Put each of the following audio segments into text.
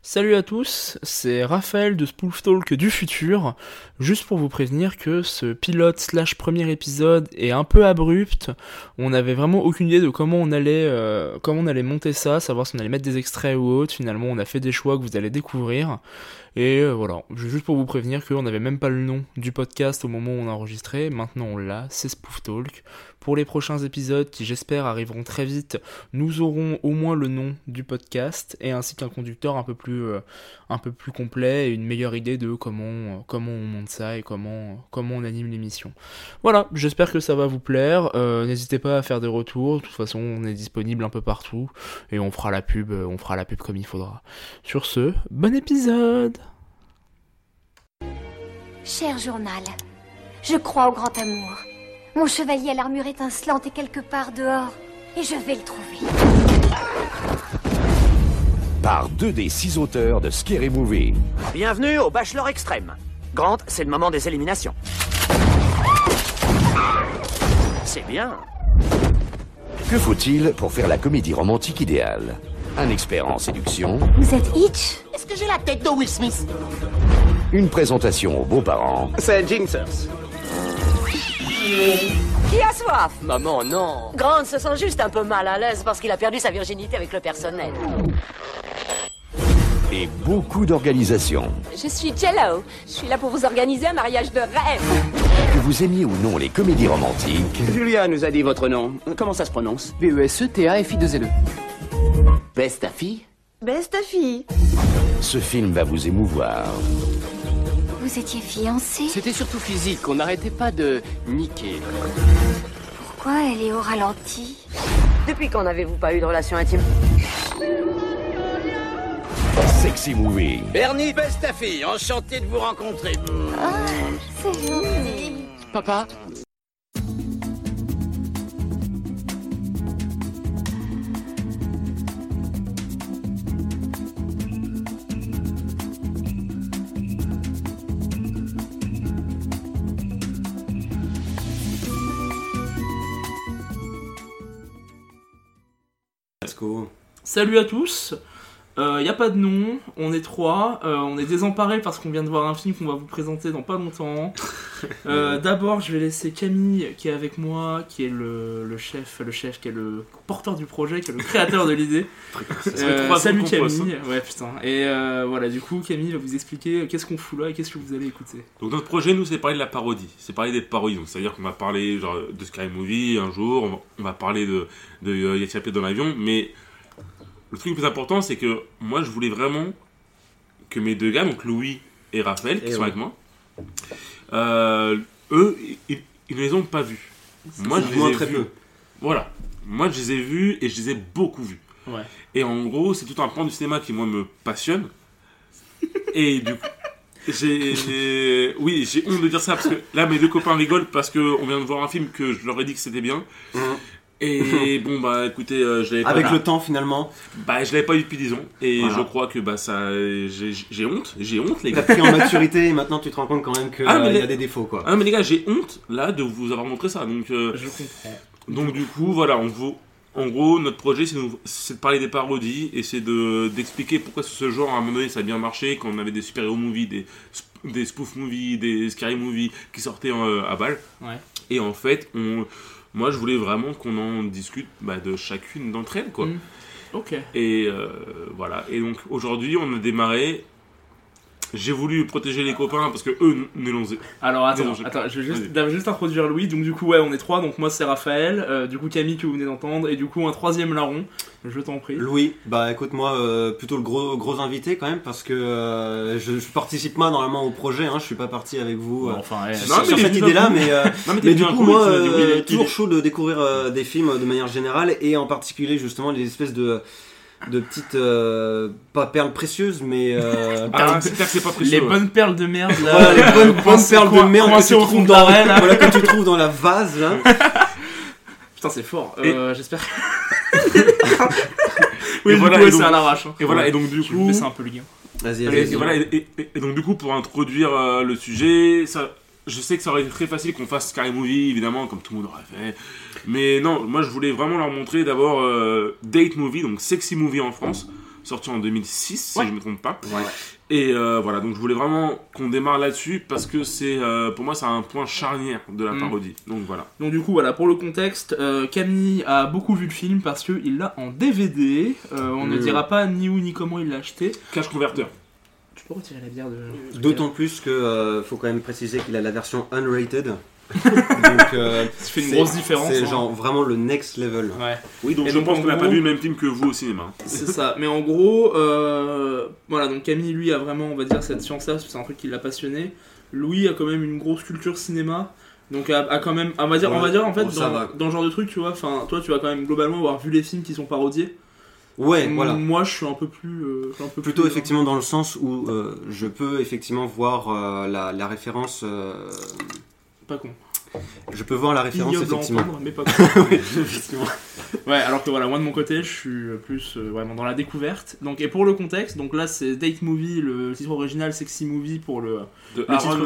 Salut à tous, c'est Raphaël de Spoof Talk du futur, juste pour vous prévenir que ce pilote / premier épisode est un peu abrupt. On n'avait vraiment aucune idée de comment on allait monter ça, savoir si on allait mettre des extraits ou autre. Finalement on a fait des choix que vous allez découvrir. Et voilà, juste pour vous prévenir qu'on n'avait même pas le nom du podcast au moment où on a enregistré, maintenant on l'a, c'est Spoof Talk. Pour les prochains épisodes qui j'espère arriveront très vite, nous aurons au moins le nom du podcast et ainsi qu'un conducteur un peu plus complet et une meilleure idée de comment on monte ça et comment on anime l'émission. Voilà, j'espère que ça va vous plaire, n'hésitez pas à faire des retours, de toute façon on est disponible un peu partout et on fera la pub comme il faudra. Sur ce, bon épisode. Cher journal, je crois au grand amour. Mon chevalier à l'armure étincelante est quelque part dehors, et je vais le trouver. Par 2 des 6 auteurs de Scary Movie. Bienvenue au Bachelor Extrême. Grant, c'est le moment des éliminations. C'est bien. Que faut-il pour faire la comédie romantique idéale? Un expert en séduction. Vous êtes Hitch? Est-ce que j'ai la tête de Will Smith? Une présentation aux beaux-parents. C'est Jinxers. Qui a soif? Maman, non. Grant se sent juste un peu mal à l'aise parce qu'il a perdu sa virginité avec le personnel. Et beaucoup d'organisation. Je suis Jello. Je suis là pour vous organiser un mariage de rêve. Que vous aimiez ou non les comédies romantiques, Julia nous a dit votre nom. Comment ça se prononce? B-E-S-E-T-A-F-I-2-L-E. Bess ta fille? Baisse ta fille. ce film va vous émouvoir. Vous étiez fiancés? C'était surtout physique, on n'arrêtait pas de niquer. Pourquoi elle est au ralenti? Depuis quand n'avez-vous pas eu de relation intime? Sexy Movie. Bernie, baisse ta fille, enchanté de vous rencontrer. Ah, c'est gentil. Papa? Salut à tous, y a pas de nom, on est 3, on est désemparés parce qu'on vient de voir un film qu'on va vous présenter dans pas longtemps. D'abord je vais laisser Camille qui est avec moi, qui est le chef, qui est le porteur du projet, qui est le créateur de l'idée. Salut Camille, ouais putain. Et voilà, du coup Camille va vous expliquer qu'est-ce qu'on fout là et qu'est-ce que vous allez écouter. Donc notre projet, nous, c'est parler de la parodie, c'est parler des parodies. Donc c'est-à-dire qu'on va parler genre de Scary Movie un jour, on va parler de Yeti dans l'avion, mais le truc le plus important, c'est que moi, je voulais vraiment que mes deux gars, donc Louis et Raphaël, qui sont avec moi, eux, ils ne les ont pas vus. Moi, je les ai vus. Peu. Voilà. Moi, je les ai vus et je les ai beaucoup vus. Ouais. Et en gros, c'est tout un pan du cinéma qui, moi, me passionne. Et du coup, j'ai honte de dire ça parce que là, mes deux copains rigolent parce qu'on vient de voir un film que je leur ai dit que c'était bien. Et bon bah écoutez, je l'avais pas avec le temps finalement. Bah je l'avais pas eu depuis 10 ans et voilà. Je crois que bah ça j'ai honte les gars. T'as pris en maturité et maintenant tu te rends compte quand même que y a des défauts quoi. Ah mais les gars, j'ai honte là de vous avoir montré ça donc je comprends. Donc du coup voilà, en gros notre projet c'est de parler des parodies et c'est d'expliquer pourquoi ce genre à un moment donné ça a bien marché quand on avait des super-héros movies, des spoof movies, des scary movies qui sortaient à balle. Ouais. Et en fait moi, je voulais vraiment qu'on en discute de chacune d'entre elles, quoi. Ok. Et voilà. Et donc, aujourd'hui, on a démarré. J'ai voulu protéger les copains parce que eux ne l'ont. Alors attends, je vais juste introduire Louis. Donc du coup ouais, on est 3. Donc moi c'est Raphaël, du coup Camille que vous venez d'entendre et du coup un troisième larron. Je t'en prie. Louis, bah écoute moi plutôt le gros invité quand même parce que je participe pas normalement au projet. Je suis pas parti avec vous sur cette idée-là, mais du coup moi toujours chaud de découvrir des films de manière générale et en particulier justement les espèces de petites pas perles précieuses mais c'est pas précieux, les bonnes perles de merde là, voilà, les bonnes perles de merde que tu trouves dans la vase là. Putain c'est fort. J'espère. Oui, voilà, c'est à l'arrache. Et voilà, et donc du coup c'est un peu le gain. Vas-y. Et donc du coup pour introduire le sujet, ça, je sais que ça aurait été très facile qu'on fasse Scary Movie évidemment comme tout le monde aurait fait. Mais non, moi je voulais vraiment leur montrer d'abord Date Movie, donc Sexy Movie en France, sorti en 2006, si Ouais. je me trompe pas. Ouais. Et voilà, donc je voulais vraiment qu'on démarre là-dessus parce que c'est, pour moi, c'est un point charnière de la parodie. Donc voilà. Donc du coup, voilà, pour le contexte, Camille a beaucoup vu le film parce qu'il l'a en DVD. On ne dira pas ni où ni comment il l'a acheté. Cache converteur. Tu peux retirer la bière de... D'autant plus que faut quand même préciser qu'il a la version unrated. Donc ça fait une grosse différence. C'est hein. genre vraiment le next level. Ouais. Oui, donc Et je donc, pense en qu'on n'a pas gros- vu le même film que vous au cinéma. C'est ça, mais en gros, voilà, donc Camille, lui, a vraiment, on va dire, cette science-là, parce que c'est un truc qui l'a passionné. Louis a quand même une grosse culture cinéma, donc a quand même, on va dire en fait, bon, ça va. dans ce genre de truc, tu vois, enfin, toi, tu vas quand même globalement avoir vu les films qui sont parodiés. Ouais, voilà. Moi, je suis un peu plus... Plutôt effectivement dans le sens où je peux effectivement voir la référence. Pas con. Je peux voir la référence Ignoble à effectivement. entendre, mais pas con. Oui, effectivement. Ouais, alors que voilà, moi de mon côté, je suis plus vraiment dans la découverte. Donc, et pour le contexte, donc là, c'est Date Movie, le titre original, Sexy Movie pour le De le titre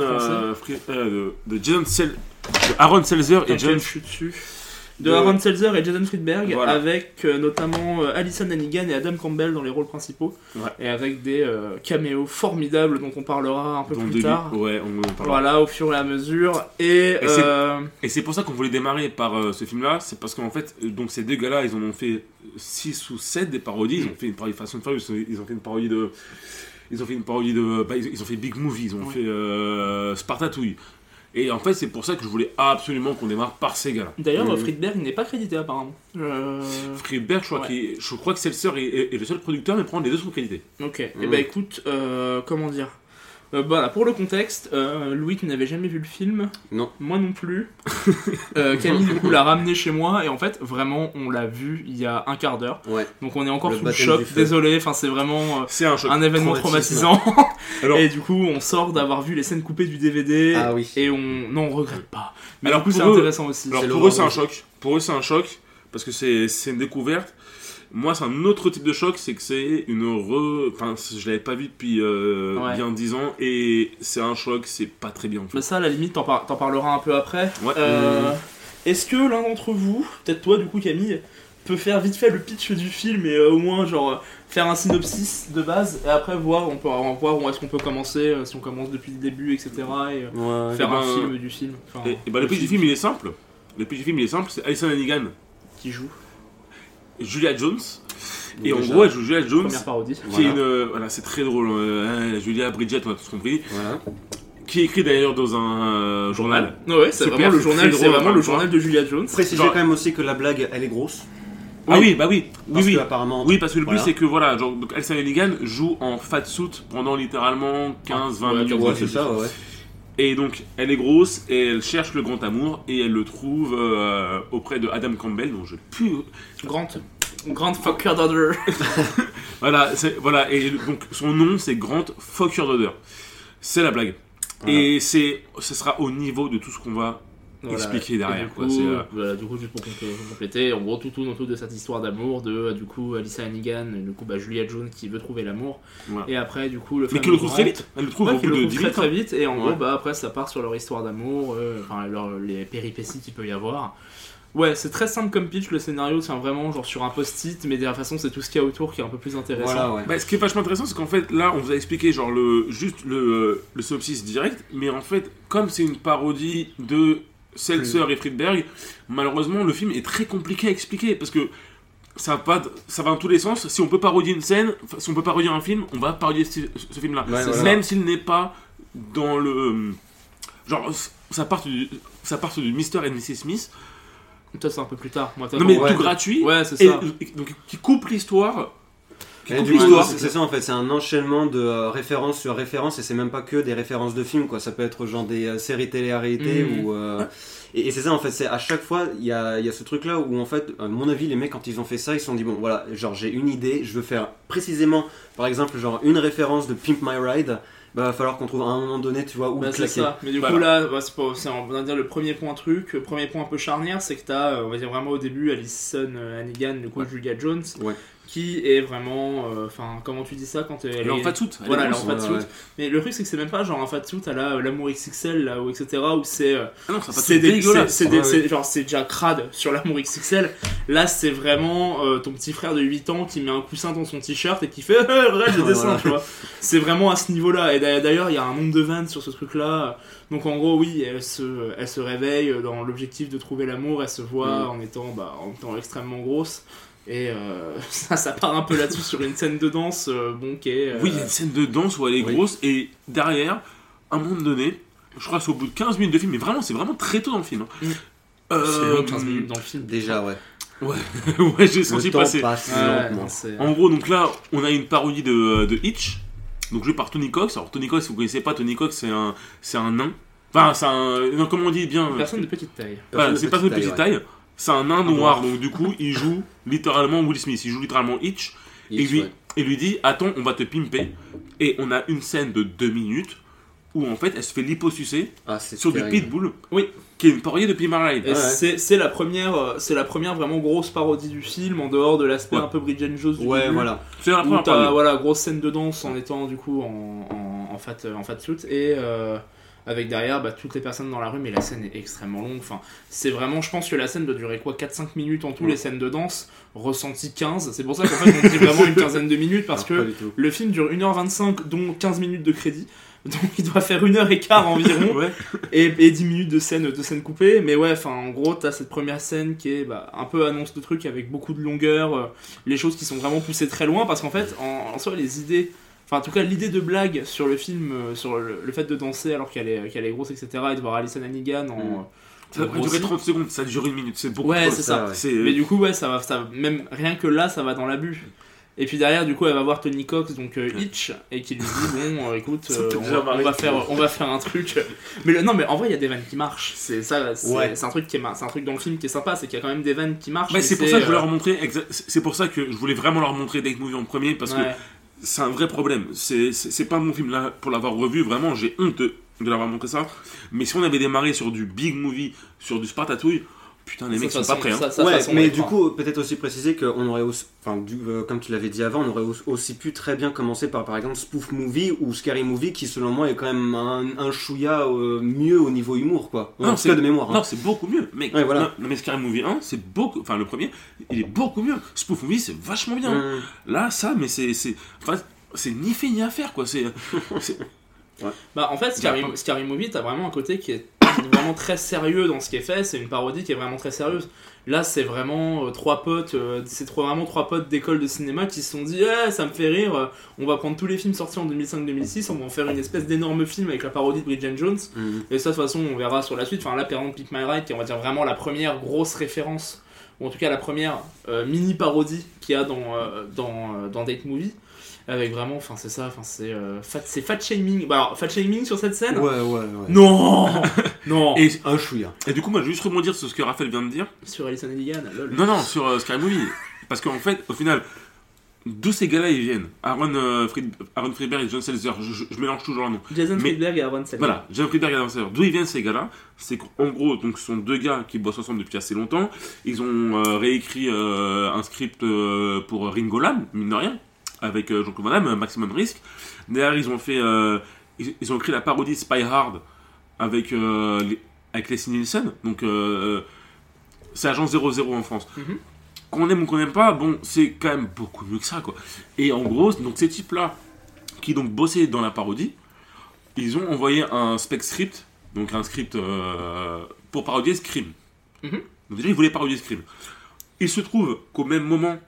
français. Aaron Seltzer et Quand John. je suis dessus. De Aaron Seltzer et Jason Friedberg, Voilà. avec notamment Alyson Hannigan et Adam Campbell dans les rôles principaux, Ouais. et avec des caméos formidables dont on parlera un peu plus tard. Ouais, on en parlera. Voilà, au fur et à mesure. Et Et c'est pour ça qu'on voulait démarrer par ce film-là, c'est parce qu'en fait, donc ces deux gars-là, ils en ont fait 6 ou 7 des parodies, ils ont fait une parodie de Fast and Furious, ils ont fait une parodie de... Ils ont fait Big Movie, ils ont fait Spartatouille. Et en fait, c'est pour ça que je voulais absolument qu'on démarre par ces gars-là. d'ailleurs, Friedberg n'est pas crédité apparemment. Friedberg, je crois que Seltzer est le seul producteur, mais prendre les deux sont crédités. Ok, et bah écoute, comment dire, voilà, pour le contexte, Louis, tu n'avais jamais vu le film. Non. Moi non plus. Camille, du coup, l'a ramené chez moi, et en fait, vraiment, on l'a vu il y a un quart d'heure. Ouais. Donc on est encore Le sous le baptême choc, du feu. désolé, enfin c'est vraiment C'est un choc. un événement traumatisant. Alors- Et du coup, on sort d'avoir vu les scènes coupées du DVD, Ah oui. et on regrette pas. Mais Alors, du coup, c'est pour eux- intéressant aussi. Alors C'est pour l'horreur eux, c'est un rouge. choc. Pour eux, c'est un choc, parce que c'est une découverte. Moi, c'est un autre type de choc, c'est que c'est Enfin, je l'avais pas vu depuis bien 10 ans, et c'est un choc, c'est pas très bien en fait. Mais ça, à la limite, t'en parleras un peu après. Ouais. Est-ce que l'un d'entre vous, peut-être toi du coup Camille, peut faire vite fait le pitch du film et au moins genre faire un synopsis de base et après voir, on peut voir où est-ce qu'on peut commencer, si on commence depuis le début, etc. et Ouais. faire un ben, film du film. Enfin, Et bah, le pitch du film, il est simple. Le pitch du film, il est simple, c'est Alyson Hannigan, qui joue. Julia Jones. Et en Déjà, gros, elle joue Julia Jones, Première parodie. qui est voilà, c'est très drôle. Julia Bridget, on a tous compris. Voilà. Qui est écrit d'ailleurs dans un journal. Ouais, c'est Super, vraiment le c'est journal, très c'est drôle, vraiment encore le une fois. journal de Julia Jones. Préciser Genre- quand même aussi que la blague, elle est grosse. Ah oui, bah oui. Parce Oui, que oui. apparemment. Oui, parce que le but Voilà. c'est que voilà, genre, donc Alyson Hannigan joue en fat suit pendant littéralement 15-20 Ouais, minutes. Ouais, c'est ça, ouais. Et donc, elle est grosse et elle cherche le grand amour et elle le trouve auprès de Adam Campbell, dont je plus. Grant Fucker Daughter. Voilà, et donc son nom c'est Grant Fuck Your Daughter. C'est la blague. Voilà. Et ce sera au niveau de tout ce qu'on va expliquer derrière. Et du coup, quoi. C'est, voilà, du coup, juste pour compléter, en gros, tout autour de cette histoire d'amour de, du coup, Alyson Hannigan, du coup, Julia Jones qui veut trouver l'amour, voilà. et après, du coup, le Mais qui le trouve très vite. Elle le trouve au qui bout le de trouve 10 très minutes. très vite, et en Ouais. gros, bah, après, ça part sur leur histoire d'amour, les péripéties qu'il peut y avoir. Ouais, c'est très simple comme pitch, le scénario tient vraiment genre sur un post-it, mais de la façon, c'est tout ce qu'il y a autour qui est un peu plus intéressant. Voilà, ouais. Bah, ce qui est vachement intéressant, c'est qu'en fait, là, on vous a expliqué genre le synopsis direct, mais en fait, comme c'est une parodie de Seltzer et Friedberg, malheureusement, le film est très compliqué à expliquer parce que ça va dans tous les sens. Si on peut parodier une scène, si on peut parodier un film, on va parodier ce film-là, Ouais, voilà. même s'il n'est pas dans le genre ça part du Mr. et Mrs. Smith. Toi, c'est un peu plus tard. Moi, Non mais ouais. tout gratuit. Ouais, c'est Et ça. donc qui coupe l'histoire. Et du coup, c'est ça en fait, c'est un enchaînement de références sur références et c'est même pas que des références de films quoi, ça peut être genre des séries télé-réalité ou et c'est ça en fait, c'est à chaque fois il y a ce truc là où en fait à mon avis les mecs quand ils ont fait ça ils se sont dit bon voilà genre j'ai une idée, je veux faire précisément par exemple genre une référence de Pimp My Ride. Bah, va falloir qu'on trouve à un moment donné, tu vois, où Bah, c'est claquer. ça. Mais du coup, là, bah, c'est on va dire le premier point premier point un peu charnière, c'est que t'as, on va dire vraiment au début, Alyson Hannigan, du coup, Julia Jones, qui est vraiment, enfin, comment tu dis ça quand elle est en fatsuit. Voilà, elle est en fatsuit. Ouais. Mais le truc c'est que c'est même pas genre un fatsuit à l'amour XXL là ou etc. où c'est c'est déjà crade sur l'amour XXL. Là c'est vraiment ton petit frère de 8 ans qui met un coussin dans son t-shirt et qui fait regarde le dessin, tu vois. C'est vraiment à ce niveau-là. Et d'ailleurs il y a un nombre de vannes sur ce truc-là. Donc en gros oui, elle se réveille dans l'objectif de trouver l'amour. Elle se voit en étant extrêmement grosse. Et ça part un peu là-dessus sur une scène de danse qui est... Oui, il y a une scène de danse où elle est grosse et derrière, à un moment donné, je crois que c'est au bout de 15 minutes de film, mais vraiment, c'est vraiment très tôt dans le film. C'est 15 minutes dans le film. Déjà, ouais. Ouais, j'ai senti passer. En gros, donc là, on a une parodie de Hitch, donc joué par Tony Cox. Alors Tony Cox, si vous connaissez pas, Tony Cox, c'est un nain. Enfin, c'est un... Comment on dit bien... Une personne de petite taille. Voilà, c'est pas de petite taille. C'est un nain noir, donc du coup, il joue littéralement Will Smith. Il joue littéralement Hitch. Et lui dit, attends, on va te pimper. Et on a une scène de 2 minutes où en fait, elle se fait liposucer sur du pitbull. Oui. Qui est une parodie de Pimp My Ride. C'est la première vraiment grosse parodie du film, en dehors de l'aspect un peu Bridget Jones du début. Voilà. C'est la première parodie. Voilà, grosse scène de danse en étant du coup en fatsuit et... avec derrière toutes les personnes dans la rue, mais la scène est extrêmement longue. Enfin, c'est vraiment, je pense que la scène doit durer 4-5 minutes en tout, les scènes de danse, ressenti 15. C'est pour ça qu'en fait on dit vraiment une quinzaine de minutes, parce que le film dure 1h25, dont 15 minutes de crédit. Donc il doit faire 1h15 environ, et 10 minutes de scène coupée. Mais ouais, enfin en gros, t'as cette première scène qui est un peu annonce de truc avec beaucoup de longueur, les choses qui sont vraiment poussées très loin, parce qu'en fait, en soi, les idées... Enfin, en tout cas, l'idée de blague sur le film, sur le fait de danser alors qu'elle est grosse, etc., et de voir Alyson Hannigan en... Ça va durer 30 secondes, ça dure 1 minute, c'est beaucoup. Ouais, c'est ça. Mais du coup, ça même rien que là, ça va dans l'abus. Et puis derrière, du coup, elle va voir Tony Cox, donc Hitch, et qui lui dit bon, écoute, on va faire un truc. Mais non, mais en vrai, il y a des vannes qui marchent. C'est un truc c'est un truc dans le film qui est sympa, c'est qu'il y a quand même des vannes qui marchent. C'est pour ça que je voulais leur montrer. C'est pour ça que je voulais vraiment leur montrer Date Movie en premier, parce que c'est un vrai problème. C'est pas mon film là pour l'avoir revu. Vraiment, j'ai honte de l'avoir montré ça. Mais si on avait démarré sur du big movie, sur du Spartatouille, putain, les mecs sont pas prêts. Mais du coup, peut-être aussi préciser qu'on aurait aussi, comme tu l'avais dit avant, on aurait aussi pu très bien commencer par exemple Spoof Movie ou Scary Movie, qui selon moi est quand même un chouïa mieux au niveau humour, quoi. En tout cas de mémoire. Non, c'est beaucoup mieux. Mec, non, mais Scary Movie 1, c'est beaucoup. Enfin, le premier, il est beaucoup mieux. Spoof Movie, c'est vachement bien. Là, ça, mais c'est ni fait ni à faire, quoi. En fait, Scary Movie, t'as vraiment un côté qui est vraiment très sérieux dans ce qui est fait. C'est une parodie qui est vraiment très sérieuse. Là, c'est vraiment trois potes d'école de cinéma qui se sont dit ça me fait rire, on va prendre tous les films sortis en 2005-2006, on va en faire une espèce d'énorme film avec la parodie de Bridget Jones. Et ça, de toute façon, on verra sur la suite. Enfin, là, par exemple, Pimp My Ride, qui est, on va dire, vraiment la première grosse référence, ou en tout cas la première mini parodie qu'il y a dans Date Movie. Avec vraiment, c'est ça, c'est fat shaming. Alors, fat shaming sur cette scène ? Ouais. Non. Et un chouïa. Et du coup, moi, je vais juste rebondir sur ce que Raphaël vient de dire. Sur Alyson Hannigan, lol. Non, sur Scary Movie. Parce qu'en fait, au final, d'où ces gars-là ils viennent ? Aaron Friedberg et John Seltzer. Je mélange toujours leurs noms. Jason Friedberg et Aaron Seltzer. Voilà, Jason Friedberg et Aaron Seltzer. D'où ils viennent ces gars-là ? C'est qu'en gros, donc, ce sont deux gars qui bossent ensemble depuis assez longtemps. Ils ont réécrit un script pour Ringo Lam, mine de rien, avec Jean-Claude Van Damme, Maximum Risk. Derrière, ils ont fait, ils ont écrit la parodie Spy Hard avec Leslie Nielsen. Donc, c'est Agent 00 en France. Qu'on aime ou qu'on n'aime pas, bon, c'est quand même beaucoup mieux que ça, quoi. Et en gros, donc ces types-là, qui donc bossaient dans la parodie, ils ont envoyé un spec script, donc un script pour parodier Scream. Donc déjà, ils voulaient parodier Scream. Il se trouve qu'au même moment,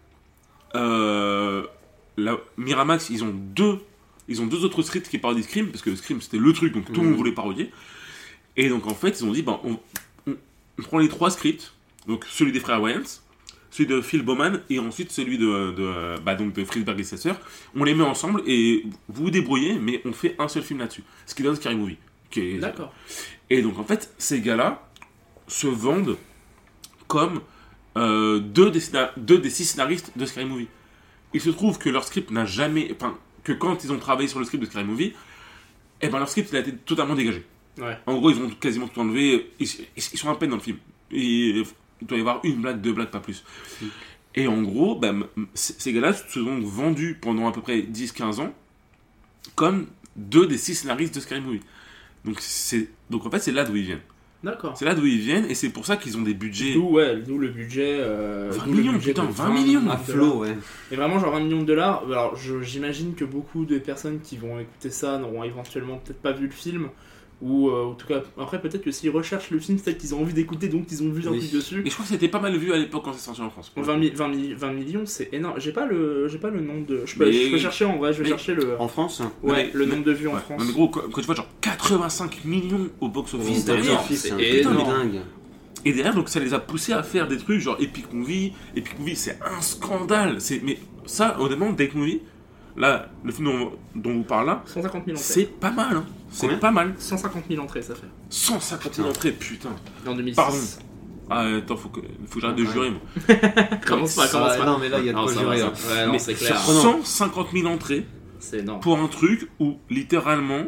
Miramax, ils ont deux autres scripts qui parodient Scream, parce que Scream c'était le truc, donc tout le monde voulait parodier. Et donc en fait, ils ont dit, on prend les trois scripts, donc celui des frères Wayans, celui de Phil Bowman, et ensuite celui de Friedberg et Seltzer. On les met ensemble et vous vous débrouillez, mais on fait un seul film là-dessus. Ce qui donne Scary Movie. D'accord. Et donc en fait, ces gars-là se vendent comme deux des 6 scénaristes de Scary Movie. Il se trouve que leur script n'a jamais... Enfin, que quand ils ont travaillé sur le script de Scary Movie, leur script il a été totalement dégagé. Ouais. En gros, ils ont quasiment tout enlevé. Ils sont à peine dans le film. Il doit y avoir une blague, 2 blagues, pas plus. Et en gros, ces gars-là se sont vendus pendant à peu près 10-15 ans comme 2 des 6 scénaristes de Scary Movie. Donc en fait, c'est là d'où ils viennent. D'accord. C'est là d'où ils viennent et c'est pour ça qu'ils ont des budgets. D'où le budget. 20 millions, putain, 20 millions à flot, ouais. Et vraiment, genre 20 millions de dollars. Alors, j'imagine que beaucoup de personnes qui vont écouter ça n'auront éventuellement peut-être pas vu le film. Ou en tout cas, après, peut-être que s'ils recherchent le film, peut-être qu'ils ont envie d'écouter, donc ils ont vu un truc dessus. Et je crois que c'était pas mal vu à l'époque quand c'est sorti en France. 20 millions, c'est énorme. J'ai pas le nom de. Je peux chercher en vrai, je vais chercher le. En France ? Ouais, le nombre de vues en France. Mais gros, quand tu vois genre 85 millions au box-office derrière, c'est énorme. Et derrière, donc ça les a poussés à faire des trucs genre Epic Movie. Epic Movie, c'est un scandale. Mais ça, honnêtement, Date Movie, là, le film dont vous parlez là, 150 000 entrées. C'est pas mal, hein. C'est pas mal. 150 000 entrées, ça fait. 150 000 entrées, putain. En 2006. Pardon. Ah, attends, faut que j'arrête de jurer, moi. Commence pas. Non, mais là, il y a de quoi jurer. Ouais, non, c'est clair. 150 000 entrées. C'est énorme. Pour un truc où, littéralement,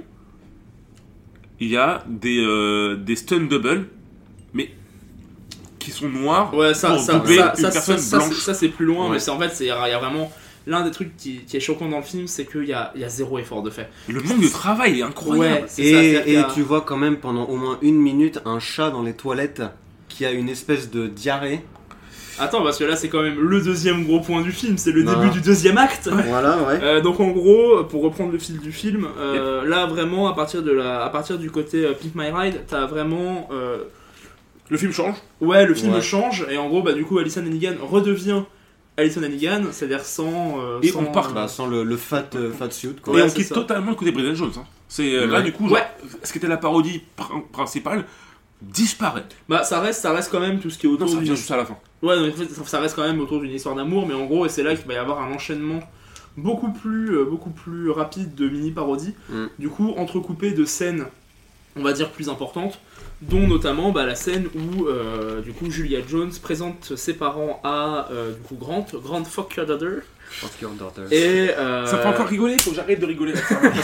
il y a des stunt doubles, mais qui sont noirs pour doubler une personne blanche. Ça, c'est plus loin, mais en fait, il y a vraiment... L'un des trucs qui est choquant dans le film, c'est qu'il y a zéro effort de fait. Et le manque de travail est incroyable. Ouais, et tu vois quand même pendant au moins 1 minute un chat dans les toilettes qui a une espèce de diarrhée. Attends, parce que là c'est quand même le deuxième gros point du film, c'est le début du deuxième acte. Voilà, ouais. Donc en gros, pour reprendre le fil du film, là vraiment à partir du côté Pimp My Ride, t'as vraiment... Le film change. Ouais, le film change, et en gros, du coup, Alyson Hannigan redevient Alyson Hannigan, c'est-à-dire sans le fat suit, quoi. Et on quitte totalement le côté Bridget Jones. Hein. C'est là du coup, ce qui était la parodie principale disparaît. Ça reste quand même tout ce qui est autour. Non, ça vient juste à la fin. Ouais, donc, en fait, ça reste quand même autour d'une histoire d'amour, mais en gros, et c'est là qu'il va y avoir un enchaînement beaucoup plus rapide de mini parodies. Du coup, entrecoupé de scènes, on va dire plus importantes. Dont notamment la scène où du coup Julia Jones présente ses parents à du coup Grant Fuck Your Daughter. Et ça fait encore rigoler, faut que j'arrête de rigoler.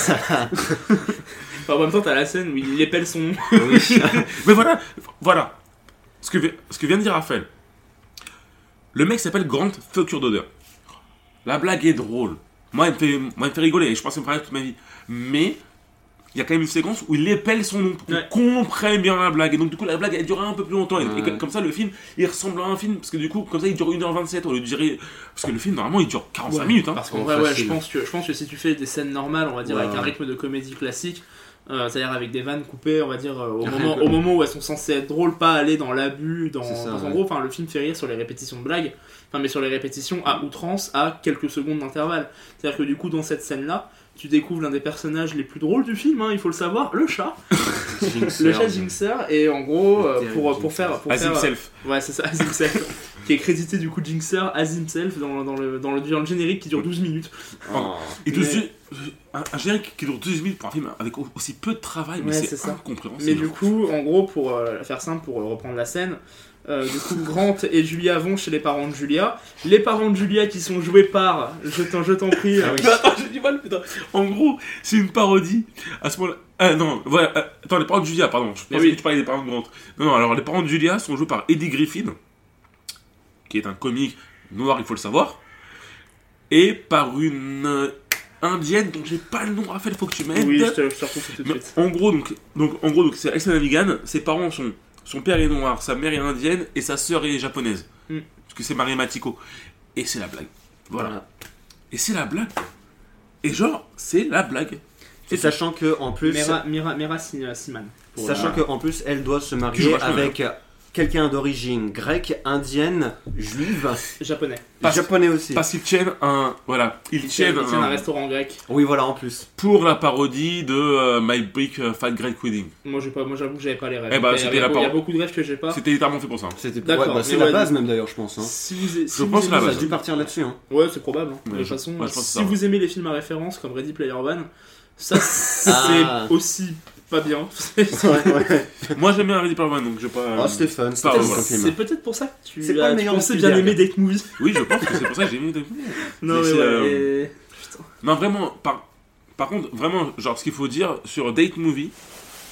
En même temps t'as la scène où il épelle son nom. Mais voilà ce que vient de dire Raphaël. Le mec s'appelle Grant Fuck Your Daughter. La blague est drôle. Moi elle me fait rigoler et je pense qu'elle me fera toute ma vie. Mais il y a quand même une séquence où il épelle son nom pour qu'on comprenne bien la blague. Et donc, du coup, la blague, elle dure un peu plus longtemps. Et comme ça, le film, il ressemble à un film. Parce que du coup, comme ça, il dure 1h27 au lieu de durer... Parce que le film, normalement, il dure 45 minutes. Hein. Parce qu'en vrai, je pense que si tu fais des scènes normales, on va dire, avec un rythme de comédie classique, c'est-à-dire avec des vannes coupées, on va dire, au moment où elles sont censées être drôles, pas aller dans l'abus, en gros, le film fait rire sur les répétitions de blagues, mais sur les répétitions à outrance, à quelques secondes d'intervalle. C'est-à-dire que du coup, dans cette scène-là, tu découvres l'un des personnages les plus drôles du film, il faut le savoir, le chat. Le chat Jinxer, et en gros, pour faire... As himself. Ouais, c'est ça, As himself. Qui est crédité du coup Jinxer as himself dans le générique qui dure 12 minutes. Un générique qui dure 12 minutes pour un film avec aussi peu de travail, mais c'est incompréhensible. Mais du coup, en gros, pour faire simple, pour reprendre la scène, du coup, Grant et Julia vont chez les parents de Julia. Les parents de Julia qui sont joués par, je t'en prie. Attends, j'ai du mal, putain. En gros, c'est une parodie. À ce moment-là. Non, voilà. Attends, les parents de Julia, pardon. Je pensais que tu parlais des parents de Grant. Non, alors les parents de Julia sont joués par Eddie Griffin, qui est un comique noir, il faut le savoir, et par une indienne dont j'ai pas le nom. Raphaël, faut que tu m'aides. Oui, je te retrouve tout de suite. En gros, donc c'est Alyson Hannigan. Ses parents sont... Son père est noir, sa mère est indienne et sa sœur est japonaise. Parce que c'est Marie Matiko. Et c'est la blague. Voilà. Et c'est la blague. Et genre, c'est la blague. Et sachant que en plus... Mira Siman. Sachant qu'en plus, elle doit se marier avec quelqu'un d'origine grecque, indienne, juive... Japonais aussi. Parce qu'ils tiennent un... Voilà. Ils tiennent un restaurant grec. Oui, voilà, en plus. Pour la parodie de My Big Fat Great Wedding. Moi, j'avoue que j'avais pas les rêves. Il y a beaucoup de rêves que j'ai pas. C'était littéralement fait pour ça. C'est la base même d'ailleurs, je pense. Je pense que la base. Ça a dû partir là-dessus. Ouais, c'est probable. De toute façon, si vous aimez les films à référence comme Ready Player One, ça c'est aussi... pas bien. Moi j'aime bien Ready Player One, donc je vais pas... c'était fun, c'est peut-être pour ça que tu pensais bien aimer Date Movie. Oui, je pense que c'est pour ça que j'ai aimé Date Movie. Non, mais Non, vraiment, par contre, vraiment, genre ce qu'il faut dire sur Date Movie,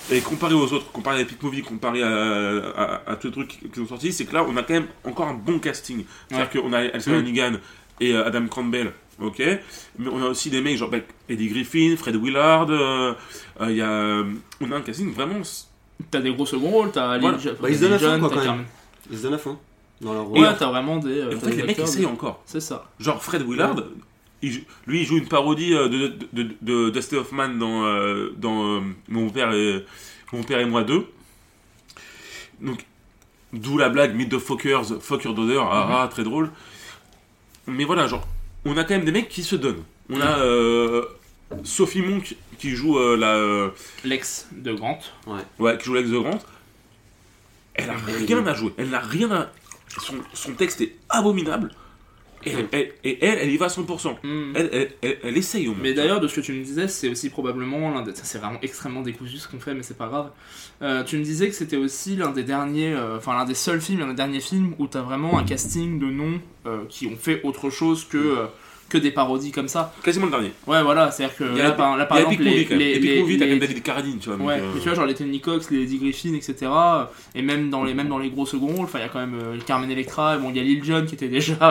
Et comparé aux autres, comparé à Epic Movie, comparé à tous les trucs qui sont sortis, c'est que là, on a quand même encore un bon casting. C'est-à-dire qu'on a Alyson Hannigan et Adam Campbell, ok, mais on a aussi des mecs genre Eddie Griffin, Fred Willard, on a un casting vraiment... T'as des gros second rôles, t'as ils se donnent à fond, quoi, quand même. Ils se donnent à fond. Dans leur rôle. Ouais, t'as vraiment des... en fait, les mecs essayent encore. C'est ça. Genre Fred Willard... Lui, il joue une parodie de Dusty Hoffman dans Mon père et moi 2. Donc, d'où la blague Meet the Fuckers, Fuck Your Daughter, très drôle. Mais voilà, genre, on a quand même des mecs qui se donnent. On a Sophie Monk qui joue l'ex de Grant. Ouais, qui joue l'ex de Grant. Elle a rien à jouer. Elle n'a rien à... Son texte est abominable. Et elle y va à 100%. Elle essaye au moins. Mais d'ailleurs, de ce que tu me disais, c'est aussi probablement ça c'est vraiment extrêmement décousu ce qu'on fait, mais c'est pas grave. Tu me disais que c'était aussi l'un des seuls films, l'un des derniers films où t'as vraiment un casting de noms qui ont fait autre chose que des parodies comme ça. Quasiment le dernier. Ouais, voilà, c'est-à-dire que là, par exemple, Epic Movie, t'as quand même David Carradine, tu vois. Ouais, mais tu vois, genre les Tony Cox, les Eddie Griffin, etc. Et même dans les gros second rôles, il y a quand même Carmen Electra, bon, il y a Lil Jon qui était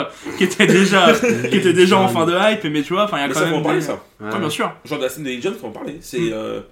déjà en fin de hype, mais tu vois, il y a quand même. Faut en parler, ça. Ouais, bien sûr. Genre de la scène de Lil Jon, faut en parler. C'est.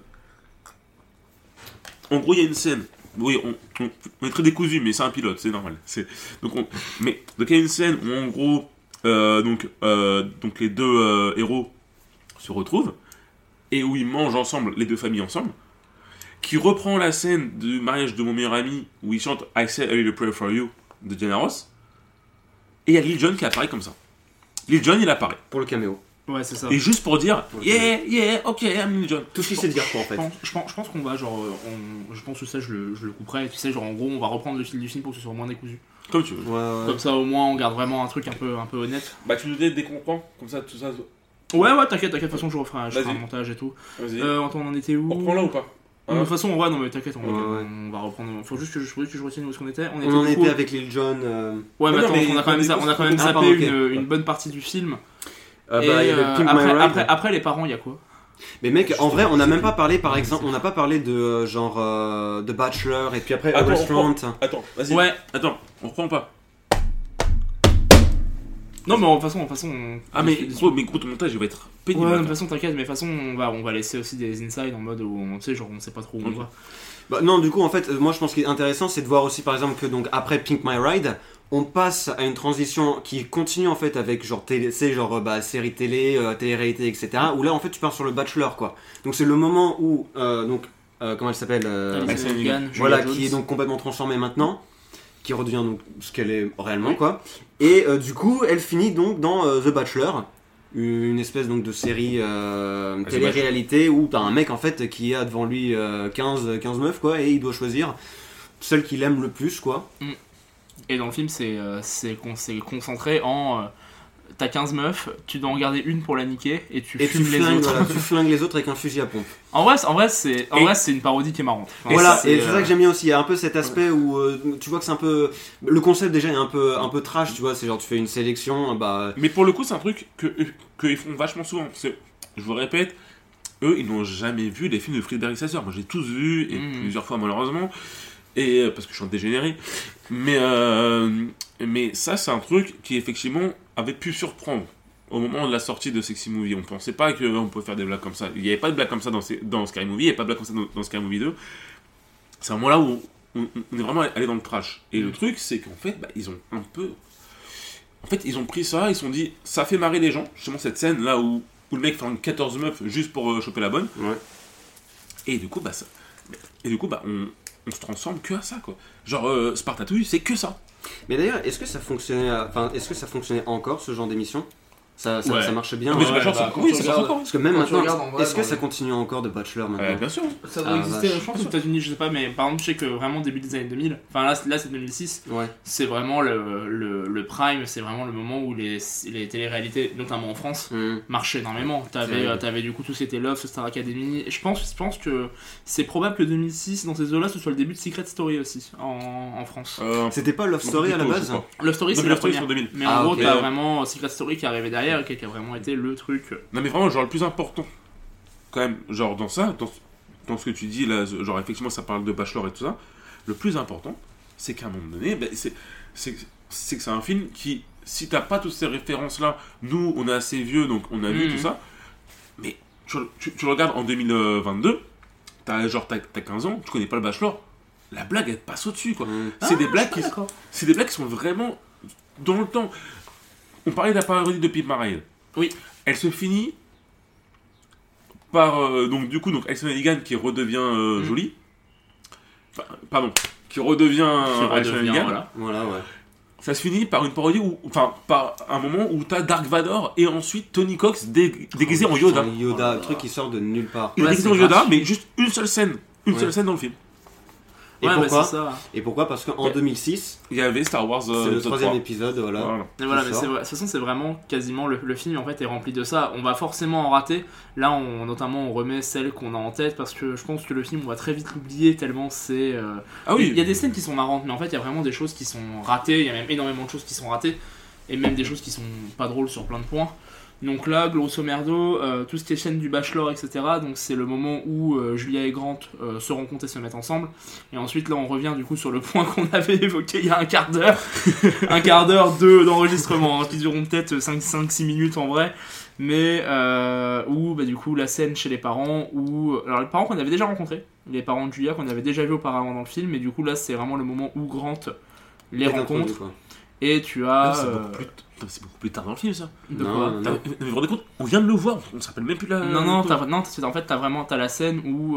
En gros, il y a une scène. Oui, on est très décousu, mais c'est un pilote, c'est normal. Donc il y a une scène où en gros. Donc les deux héros se retrouvent et où ils mangent ensemble, les deux familles ensemble, qui reprend la scène du mariage de mon meilleur ami où ils chantent I Say I Will Pray For You de Diana Ross, et il y a Lil Jon qui apparaît comme ça. Lil Jon, il apparaît pour le caméo. Ouais, c'est ça. Et juste pour dire ok, I'm Lil Jon. Tout ce qu'il sait dire, quoi, en fait. Je pense qu'on va genre je pense que ça je le couperai, tu sais, genre en gros on va reprendre le fil du film pour que ce soit moins décousu. Comme tu veux. Ouais. Comme ça au moins on garde vraiment un truc un peu honnête. Bah tu nous dis dès qu'on reprend, comme ça tout ça. Ouais, t'inquiète, de toute façon je referai un montage et tout. Vas-y. Attends, on en était où? On reprend là ou pas? De toute façon, non mais t'inquiète, on va reprendre. Faut juste que je retienne où est-ce qu'on était. On en était avec Lil Jon. Ouais, mais attends, on a quand même zappé une bonne partie du film. Après les parents, il y a quoi? Mais mec, en vrai, on n'a même pas parlé, par exemple, on n'a pas parlé de genre de Bachelor et puis après Restaurant. Attends, vas-y. Ouais, attends, on reprend pas. Non, mais de toute façon. Mais gros, ton montage il va être pénible. Ouais, de toute façon, t'inquiète, mais de toute façon, on va laisser aussi des insides en mode où tu sais, genre on sait pas trop où on va. Bah, non, du coup, en fait, moi je pense qu'il est intéressant, c'est de voir aussi par exemple que donc après Pink My Ride, on passe à une transition qui continue en fait avec genre série télé, télé-réalité, etc. Où là en fait tu pars sur le Bachelor, quoi. Donc c'est le moment où comment elle s'appelle voilà, qui est donc complètement transformée maintenant, qui redevient donc ce qu'elle est réellement, quoi. Et du coup elle finit donc dans The Bachelor, une espèce donc de série télé-réalité où t'as un mec en fait qui a devant lui 15 meufs, quoi, et il doit choisir celle qu'il aime le plus, quoi. Et dans le film, c'est concentré en... t'as 15 meufs, tu dois en garder une pour la niquer, et tu fumes les autres. Voilà, tu flingues les autres avec un fusil à pompe. En vrai, c'est une parodie qui est marrante. Enfin, voilà, et c'est ça que j'aime bien aussi. Il y a un peu cet aspect où tu vois que c'est un peu... Le concept déjà est un peu trash, tu vois. C'est genre tu fais une sélection, bah... Mais pour le coup, c'est un truc qu'ils font vachement souvent. Je vous répète, eux, ils n'ont jamais vu les films de Friedberg et sa sœur. Moi, j'ai tous vu, et plusieurs fois malheureusement. Et parce que je suis un dégénéré, mais ça c'est un truc qui effectivement avait pu surprendre au moment de la sortie de Sexy Movie. On pensait pas qu'on pouvait faire des blagues comme ça. Il n'y avait pas de blagues comme ça dans Scary Movie, il n'y avait pas de blagues comme ça dans Scary Movie 2. C'est un moment là où on est vraiment allé dans le trash. Et le truc c'est qu'en fait ils ont un peu... En fait ils ont pris ça, ils se sont dit ça fait marrer les gens, justement cette scène là où le mec fait 14 meufs juste pour choper la bonne. Ouais. Et du coup on se transforme que à ça, quoi. Genre Spartatouille, c'est que ça. Mais d'ailleurs, est-ce que ça fonctionnait encore, ce genre d'émission? Ça marche bien. Mais Bachelor, ça marche encore. Parce que même maintenant, est-ce que ça continue encore de Bachelor maintenant? Bien sûr. Ça doit exister, je pense, aux États-Unis, je sais pas, mais par exemple, je sais que vraiment début des années 2000, enfin là c'est 2006, c'est vraiment le prime, c'est vraiment le moment où les téléréalités, notamment en France, marchaient énormément. T'avais du coup tout ce qui était Love, Star Academy, et je pense que c'est probable que 2006, dans ces eaux-là, ce soit le début de Secret Story aussi, en France. C'était pas Love Story à la base? Love Story, c'est la première. 2000. Mais en gros, t'as vraiment Secret Story qui est arrivé derrière, et qui a vraiment été le truc. Non mais vraiment, genre le plus important quand même, genre dans ça, dans ce que tu dis, là, genre effectivement ça parle de Bachelor et tout ça, le plus important, c'est qu'à un moment donné, c'est que c'est un film qui, si t'as pas toutes ces références-là, nous on est assez vieux, donc on a vu tout ça, mais tu le regardes en 2022, t'as 15 ans, tu connais pas le Bachelor, la blague elle passe au-dessus, quoi. C'est des blagues qui sont vraiment dans le temps. On parlait de la parodie de Pimp My Ride. Oui. Elle se finit par donc Alison Hannigan qui redevient jolie. Qui redevient Alison Hannigan. Voilà, ouais. Ça se finit par une parodie par un moment où t'as Dark Vador et ensuite Tony Cox déguisé en Yoda. Yoda, le truc qui sort de nulle part. Il est déguisé en Yoda, mais juste une seule scène dans le film. Et pourquoi Et pourquoi? Parce qu'en 2006, il y avait Star Wars. C'est le 3e épisode, voilà. Et voilà, mais c'est vrai. De toute façon, c'est vraiment quasiment le film en fait est rempli de ça. On va forcément en rater. Là, notamment, on remet celle qu'on a en tête parce que je pense que le film, on va très vite l'oublier tellement c'est. Ah oui. Il y a des scènes qui sont marrantes, mais en fait, il y a vraiment des choses qui sont ratées. Il y a même énormément de choses qui sont ratées et même des choses qui sont pas drôles sur plein de points. Donc là, grosso merdo, tout ce qui est chaîne du Bachelor, etc. Donc c'est le moment où Julia et Grant se rencontrent et se mettent ensemble. Et ensuite, là, on revient du coup sur le point qu'on avait évoqué il y a un quart d'heure. Un quart d'heure d'enregistrement, qui dureront peut-être 5-6 minutes en vrai. Mais où, du coup, la scène chez les parents, alors les parents qu'on avait déjà rencontrés, les parents de Julia qu'on avait déjà vus auparavant dans le film. Et du coup, là, c'est vraiment le moment où Grant les rencontre. Et tu as... C'est beaucoup plus tard dans le film, ça. De quoi ? Vous vous rendez compte ? On vient de le voir, on ne se rappelle même plus la... Non, en fait, t'as la scène où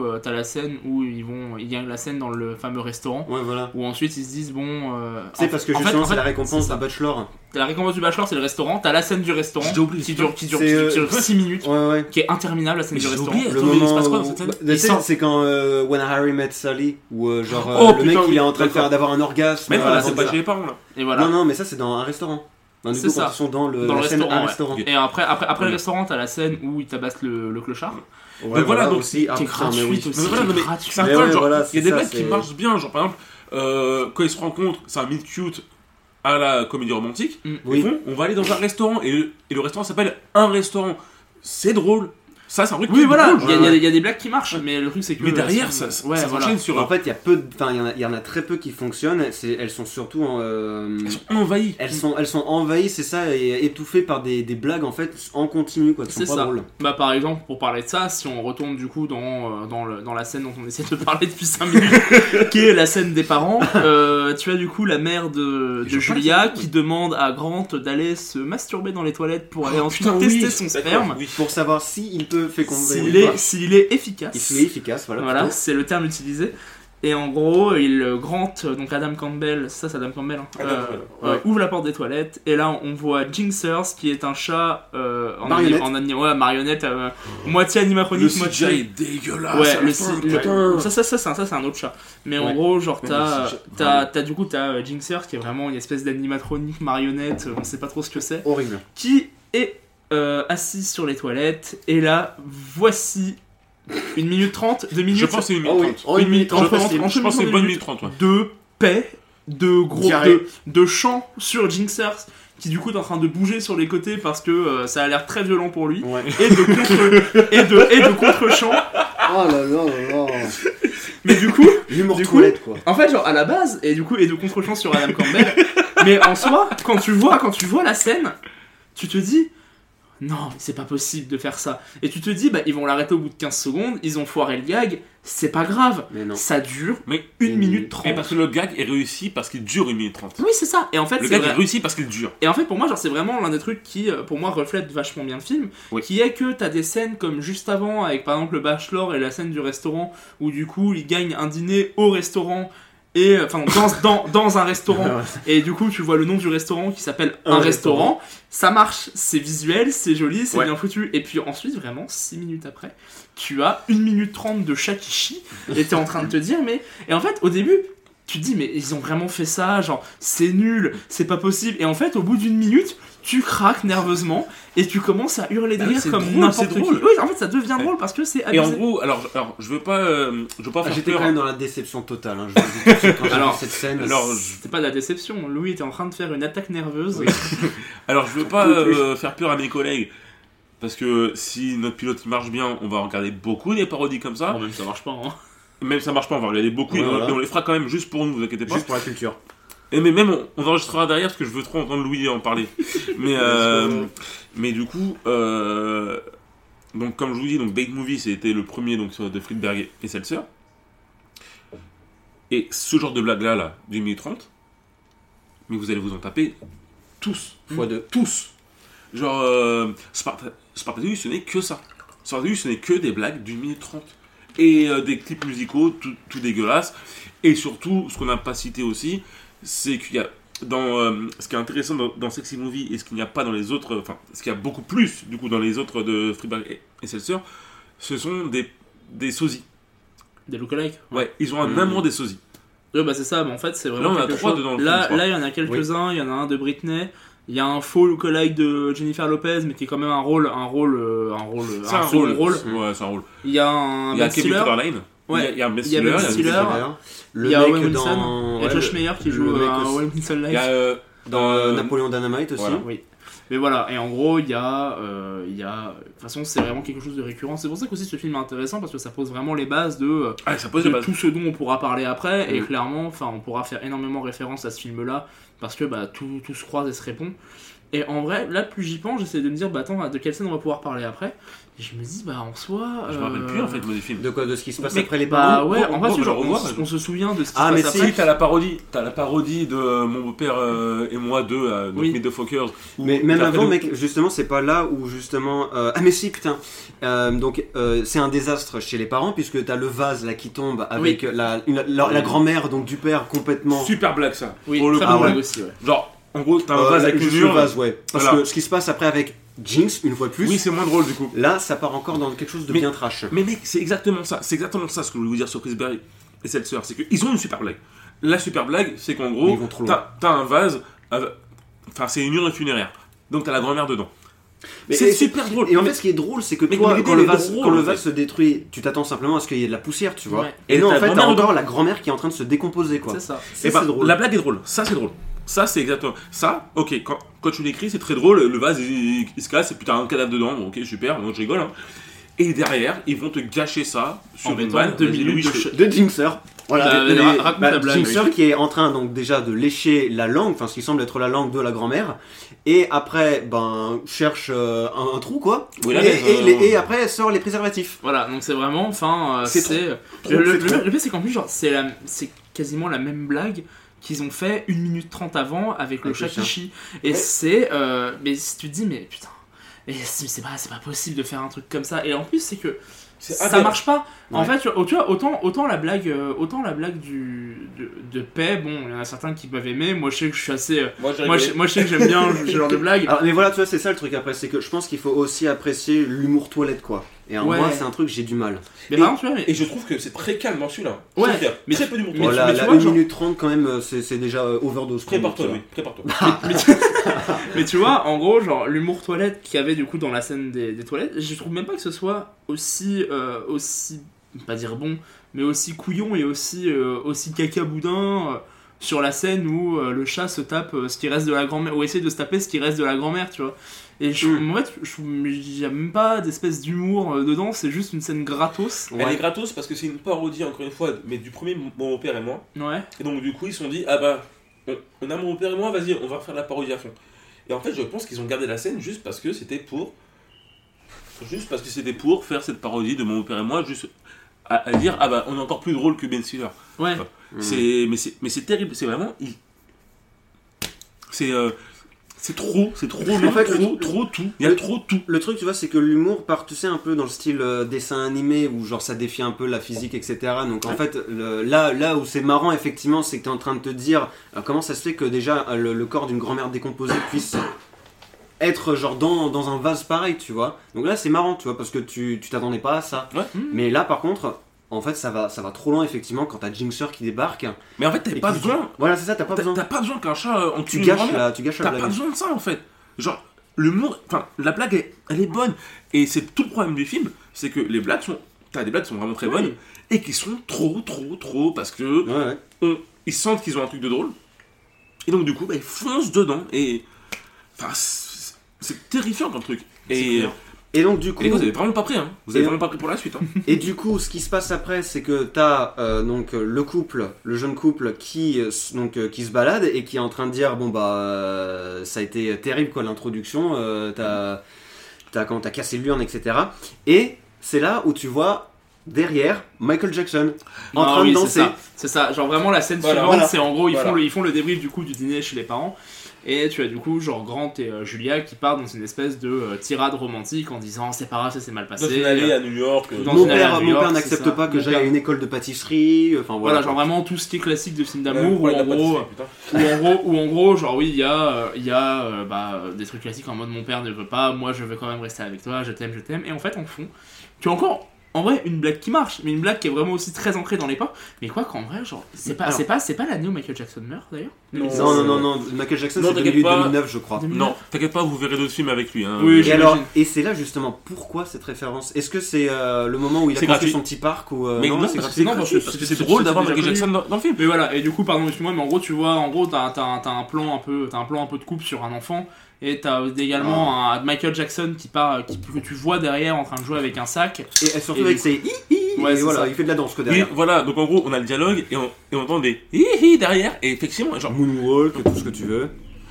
ils gagnent la scène dans le fameux restaurant. Ouais, voilà. Où ensuite ils se disent c'est parce que justement c'est la récompense d'un Bachelor. La récompense du Bachelor, c'est le restaurant. T'as la scène du restaurant qui dure 6 minutes, qui est interminable, la scène du restaurant. Le moment, il se passe quoi dans cette scène ? C'est quand When Harry Met Sally, où le mec il est en train d'avoir un orgasme. Mais voilà, c'est pas chez les parents là. Et voilà. Non, mais ça c'est dans un restaurant. C'est ça. Ils sont dans le restaurant. Et après le restaurant, t'as la scène où ils tabassent le clochard. Ouais, voilà, donc qui est gratuit aussi. C'est un peu genre, il y a des blagues qui marchent bien, genre par exemple, quand ils se rencontrent, c'est un meet cute à la comédie romantique. Ils font, on va aller dans un restaurant et le restaurant s'appelle Un Restaurant. C'est drôle. Ça, c'est un truc qui est drôle. Il y a des blagues qui marchent, mais le truc c'est que. Mais derrière, ça fonctionne sur. En fait, il y en a très peu qui fonctionnent. Elles sont surtout. Elles sont envahies. Elles sont envahies, c'est ça, et étouffées par des blagues en fait en continu, quoi. Qui sont pas drôles. Par exemple, pour parler de ça, si on retourne du coup dans la scène dont on essaie de parler depuis 5 minutes, qui est la scène des parents, tu as du coup la mère de Julia qui demande à Grant d'aller se masturber dans les toilettes pour aller ensuite tester son sperme. Pour savoir s'il peut s'il est efficace. Il est efficace, voilà, c'est le terme utilisé. Et en gros, Grant, donc Adam Campbell, c'est Adam Campbell, ouvre la porte des toilettes, et là on voit Jinxers, qui est un chat marionnette, moitié animatronique, le moitié... Le CGI est dégueulasse. Ça c'est un autre chat. Mais en gros, genre t'as Jinxers, qui est vraiment une espèce d'animatronique marionnette, on sait pas trop ce que c'est. Horrible. Qui est assise sur les toilettes, et là, voici 1 minute 30, 2 minutes. Je pense que c'est 1 minute 30. 1 minute 30. Je pense que c'est une bonne minute 30. De paix, de chant sur Jinxers, qui du coup est en train de bouger sur les côtés parce que ça a l'air très violent pour lui, et de contre-chant. Oh là là là là. Mais du coup, toilette, quoi. En fait, genre à la base, et de contre-chant sur Adam Campbell, mais en soi, quand tu vois la scène, tu te dis. Non, c'est pas possible de faire ça. Et tu te dis, ils vont l'arrêter au bout de 15 secondes, ils ont foiré le gag, c'est pas grave. Mais non. Ça dure 1 minute 30. Et parce que le gag est réussi parce qu'il dure 1 minute 30. Oui, c'est ça. Et en fait, le gag est réussi parce qu'il dure. Et en fait, pour moi, c'est vraiment l'un des trucs qui, pour moi, reflète vachement bien le film. Qui est que t'as des scènes comme juste avant, avec par exemple le Bachelor et la scène du restaurant, où du coup, ils gagnent un dîner au restaurant. Et enfin dans un restaurant, et du coup tu vois le nom du restaurant qui s'appelle Un restaurant. Ça marche, c'est visuel, c'est joli, c'est bien foutu. Et puis ensuite, vraiment 6 minutes après, tu as 1 minute 30 de chat qui chie, et t'es en train de te dire et en fait au début tu te dis mais ils ont vraiment fait ça, genre c'est nul, c'est pas possible. Et en fait au bout d'1 minute tu craques nerveusement et tu commences à hurler de rire comme n'importe qui. Oui, en fait ça devient drôle parce que c'est abusé. Et en gros, alors je veux pas faire j'étais peur. quand même dans la déception totale, hein. Je vous dis quand j'ai vu cette scène. C'était pas de la déception, Louis était en train de faire une attaque nerveuse. Oui. Alors je veux pas faire peur à mes collègues, Parce que si notre pilote marche bien, on va regarder beaucoup des parodies comme ça. Même ça marche pas, hein. Même ça marche pas, on va regarder beaucoup, et on les fera quand même juste pour nous, vous inquiétez pas. Juste pour la culture. Et mais même on enregistrera derrière parce que je veux trop entendre Louis en parler. mais du coup, donc comme je vous dis, donc Bait Movie c'était le premier donc de Friedberg et Seltzer. Et ce genre de blague là, du 1 minute 30, mais vous allez vous en taper tous. x2. Tous. Genre Spartacus ce n'est que ça. Spartacus ce n'est que des blagues d'1 minute 30. Et des clips musicaux tout dégueulasses. Et surtout, ce qu'on n'a pas cité aussi, c'est qu'il y a ce qui est intéressant dans Sexy Movie et ce qu'il n'y a pas dans les autres, enfin ce qu'il y a beaucoup plus du coup dans les autres de Friedberg et Seltzer, ce sont des sosies. Des lookalikes. Ouais, ils ont un amour des sosies. Ouais, bah c'est ça, mais en fait c'est vraiment là, on a 3 dedans. Là il y en a quelques-uns, il y en a un de Britney. Il y a un faux lookalike de Jennifer Lopez, mais qui est quand même un rôle. C'est un rôle. Ouais, c'est un rôle. Il y a un Ben Stiller. Ouais. Il y a un Ben Stiller. Il y a Owen Wilson. Il y a Josh Meyer qui joue Owen Wilson Live. Il y a dans Napoléon Dynamite aussi. Voilà. Oui. Mais voilà, et en gros, il y a de toute façon, c'est vraiment quelque chose de récurrent. C'est pour ça qu'aussi ce film est intéressant, parce que ça pose vraiment les bases de tout ce dont on pourra parler après, et clairement, on pourra faire énormément référence à ce film-là, parce que tout se croise et se répond. Et en vrai, là, plus j'y pense, j'essaie de me dire, attends, de quelle scène on va pouvoir parler après. Et je me dis, en soi. Je me rappelle plus en fait, moi, des films. De quoi? De ce qui se passe après les parents? Ouais, en fait, on se souvient de ce qui se passe après. Si, t'as la parodie de Mon beau-père et moi 2, donc Meet the Fockers. Mais même avant, mec, justement, c'est pas là où justement. Ah, mais si, putain. Donc, c'est un désastre chez les parents, puisque t'as le vase là qui tombe avec la grand-mère donc du père complètement. Super blague ça. Oui, pour le coup, aussi, ouais. Genre, en gros, t'as un vase avec une mur. Parce que ce qui se passe après avec Jinx, une fois de plus. Oui, c'est moins drôle du coup. Là, ça part encore dans quelque chose de bien trash. Mais mec, c'est exactement ça ce que je voulais vous dire sur Friedberg et Seltzer. C'est qu'ils ont une super blague. La super blague, c'est qu'en gros, t'as un vase. Enfin, c'est une urne funéraire. Donc t'as la grand-mère dedans. C'est super drôle. Et en fait, ce qui est drôle, c'est que toi, quand le vase se détruit, tu t'attends simplement à ce qu'il y ait de la poussière, tu vois. Et non, en fait, t'as encore la grand-mère qui est en train de se décomposer, quoi. C'est ça. C'est drôle. La blague est drôle. Ça, c'est drôle. Ça, c'est exactement. Ça, ok, quand tu l'écris, c'est très drôle. Le vase, il se casse, et puis t'as un cadavre dedans. Bon, ok, super, donc je rigole. Hein. Et derrière, ils vont te gâcher ça sur une vanne 2 minutes de Jinxer. Voilà, Jinxer oui. Qui est en train donc déjà de lécher la langue, enfin ce qui semble être la langue de la grand-mère, et après cherche un trou quoi, et après elle sort les préservatifs. Voilà, donc c'est vraiment, le pire c'est qu'en plus genre c'est quasiment la même blague qu'ils ont fait 1 minute 30 avant avec le Shakishi, et c'est mais si tu te dis mais putain, et c'est pas possible de faire un truc comme ça, et en plus c'est que ça marche pas. En fait, tu vois, autant la blague de paix, bon, il y en a certains qui peuvent aimer. Moi, je sais que je suis assez. Moi, je sais que j'aime bien ce genre de blague. Alors, mais voilà, tu vois, c'est ça le truc après, c'est que je pense qu'il faut aussi apprécier l'humour toilette, quoi. Et moi, c'est un truc, j'ai du mal. Et je trouve que c'est très calme dans celui-là. Ouais, mais très peu d'humour toilette. La 1 minute 30, quand même, c'est déjà overdose. Prépare-toi. Mais tu vois, en gros, genre, l'humour toilette qu'il y avait du coup dans la scène des toilettes, je trouve même pas que ce soit aussi pas dire bon, mais aussi couillon et aussi caca boudin sur la scène où le chat se tape ce qui reste de la grand-mère, ou essaie de se taper ce qui reste de la grand-mère, tu vois. Et en fait, il n'y a même pas d'espèce d'humour dedans, c'est juste une scène gratos. Elle est gratos parce que c'est une parodie, encore une fois, mais du premier Mon beau-père et moi. Ouais. Et donc du coup, ils se sont dit, on a Mon beau-père et moi, vas-y, on va faire la parodie à fond. Et en fait, je pense qu'ils ont gardé la scène juste parce que c'était pour faire cette parodie de Mon beau-père et moi, juste à dire on est encore plus drôle que Ben Stiller. Ouais. Mais c'est terrible, c'est vraiment c'est trop en fait, trop tout. Il y a trop tout. Le truc, tu vois, c'est que l'humour part, tu sais, un peu dans le style dessin animé où genre ça défie un peu la physique, etc. Donc en fait, là où c'est marrant, effectivement, c'est que t'es en train de te dire comment ça se fait que déjà le corps d'une grand-mère décomposée puisse être genre dans un vase pareil, tu vois. Donc là, c'est marrant, tu vois, parce que tu t'attendais pas à ça. Ouais. Mais là, par contre, en fait, ça va trop loin, effectivement, quand t'as Jinxer qui débarque. Mais en fait, t'as pas besoin. Voilà, c'est ça, t'as pas besoin qu'un chat en tu gâches la blague. T'as pas besoin de ça, en fait. Genre, l'humour, la blague, elle est bonne. Et c'est tout le problème du film, c'est que les blagues t'as des blagues qui sont vraiment très bonnes, et qui sont trop, parce que ils sentent qu'ils ont un truc de drôle. Et donc, du coup, ils foncent dedans, et. Enfin, c'est terrifiant comme truc. Et Et donc du coup, vous avez vraiment pas pris, hein. Vous avez vraiment pas pris pour la suite. Hein. Et du coup, ce qui se passe après, c'est que t'as donc le jeune couple qui se balade et qui est en train de dire bon bah ça a été terrible quoi l'introduction, t'as cassé l'urne, etc. Et c'est là où tu vois derrière Michael Jackson en train de danser. C'est ça. Genre vraiment la scène suivante, c'est en gros ils font le débrief du coup du dîner chez les parents. Et tu as du coup genre Grant et Julia qui partent dans une espèce de tirade romantique en disant c'est pas grave, ça s'est mal passé. Dans une allée à New York. Mon père n'accepte pas que j'aille à une école de pâtisserie. Enfin voilà, genre vraiment tout ce qui est classique de film d'amour où en gros genre oui il y a des trucs classiques en mode mon père ne veut pas, moi je veux quand même rester avec toi, je t'aime. Et en fait en fond tu as encore en vrai une blague qui marche, mais une blague qui est vraiment aussi très ancrée dans l'époque. Mais quoi qu'en vrai, genre, c'est pas l'année où Michael Jackson meurt d'ailleurs. Non, Michael Jackson c'est 2009 je crois. 2009. Non, t'inquiète pas, vous verrez d'autres films avec lui. Hein. Oui, et c'est là justement pourquoi cette référence. Est-ce que c'est le moment où il a construit son petit parc ou mais non, c'est gratuit parce que c'est drôle d'avoir Michael Jackson dans le film. Mais voilà, et du coup, pardon, excuse-moi, mais en gros, tu vois, t'as un plan un peu de coupe sur un enfant. Et t'as également un Michael Jackson que tu vois derrière en train de jouer avec un sac. Et surtout avec ses ouais, et voilà, ça. Il fait de la danse que derrière. Oui, voilà, donc en gros on a le dialogue et on entend des hi derrière et effectivement genre moonwalk, tout ce que tu veux.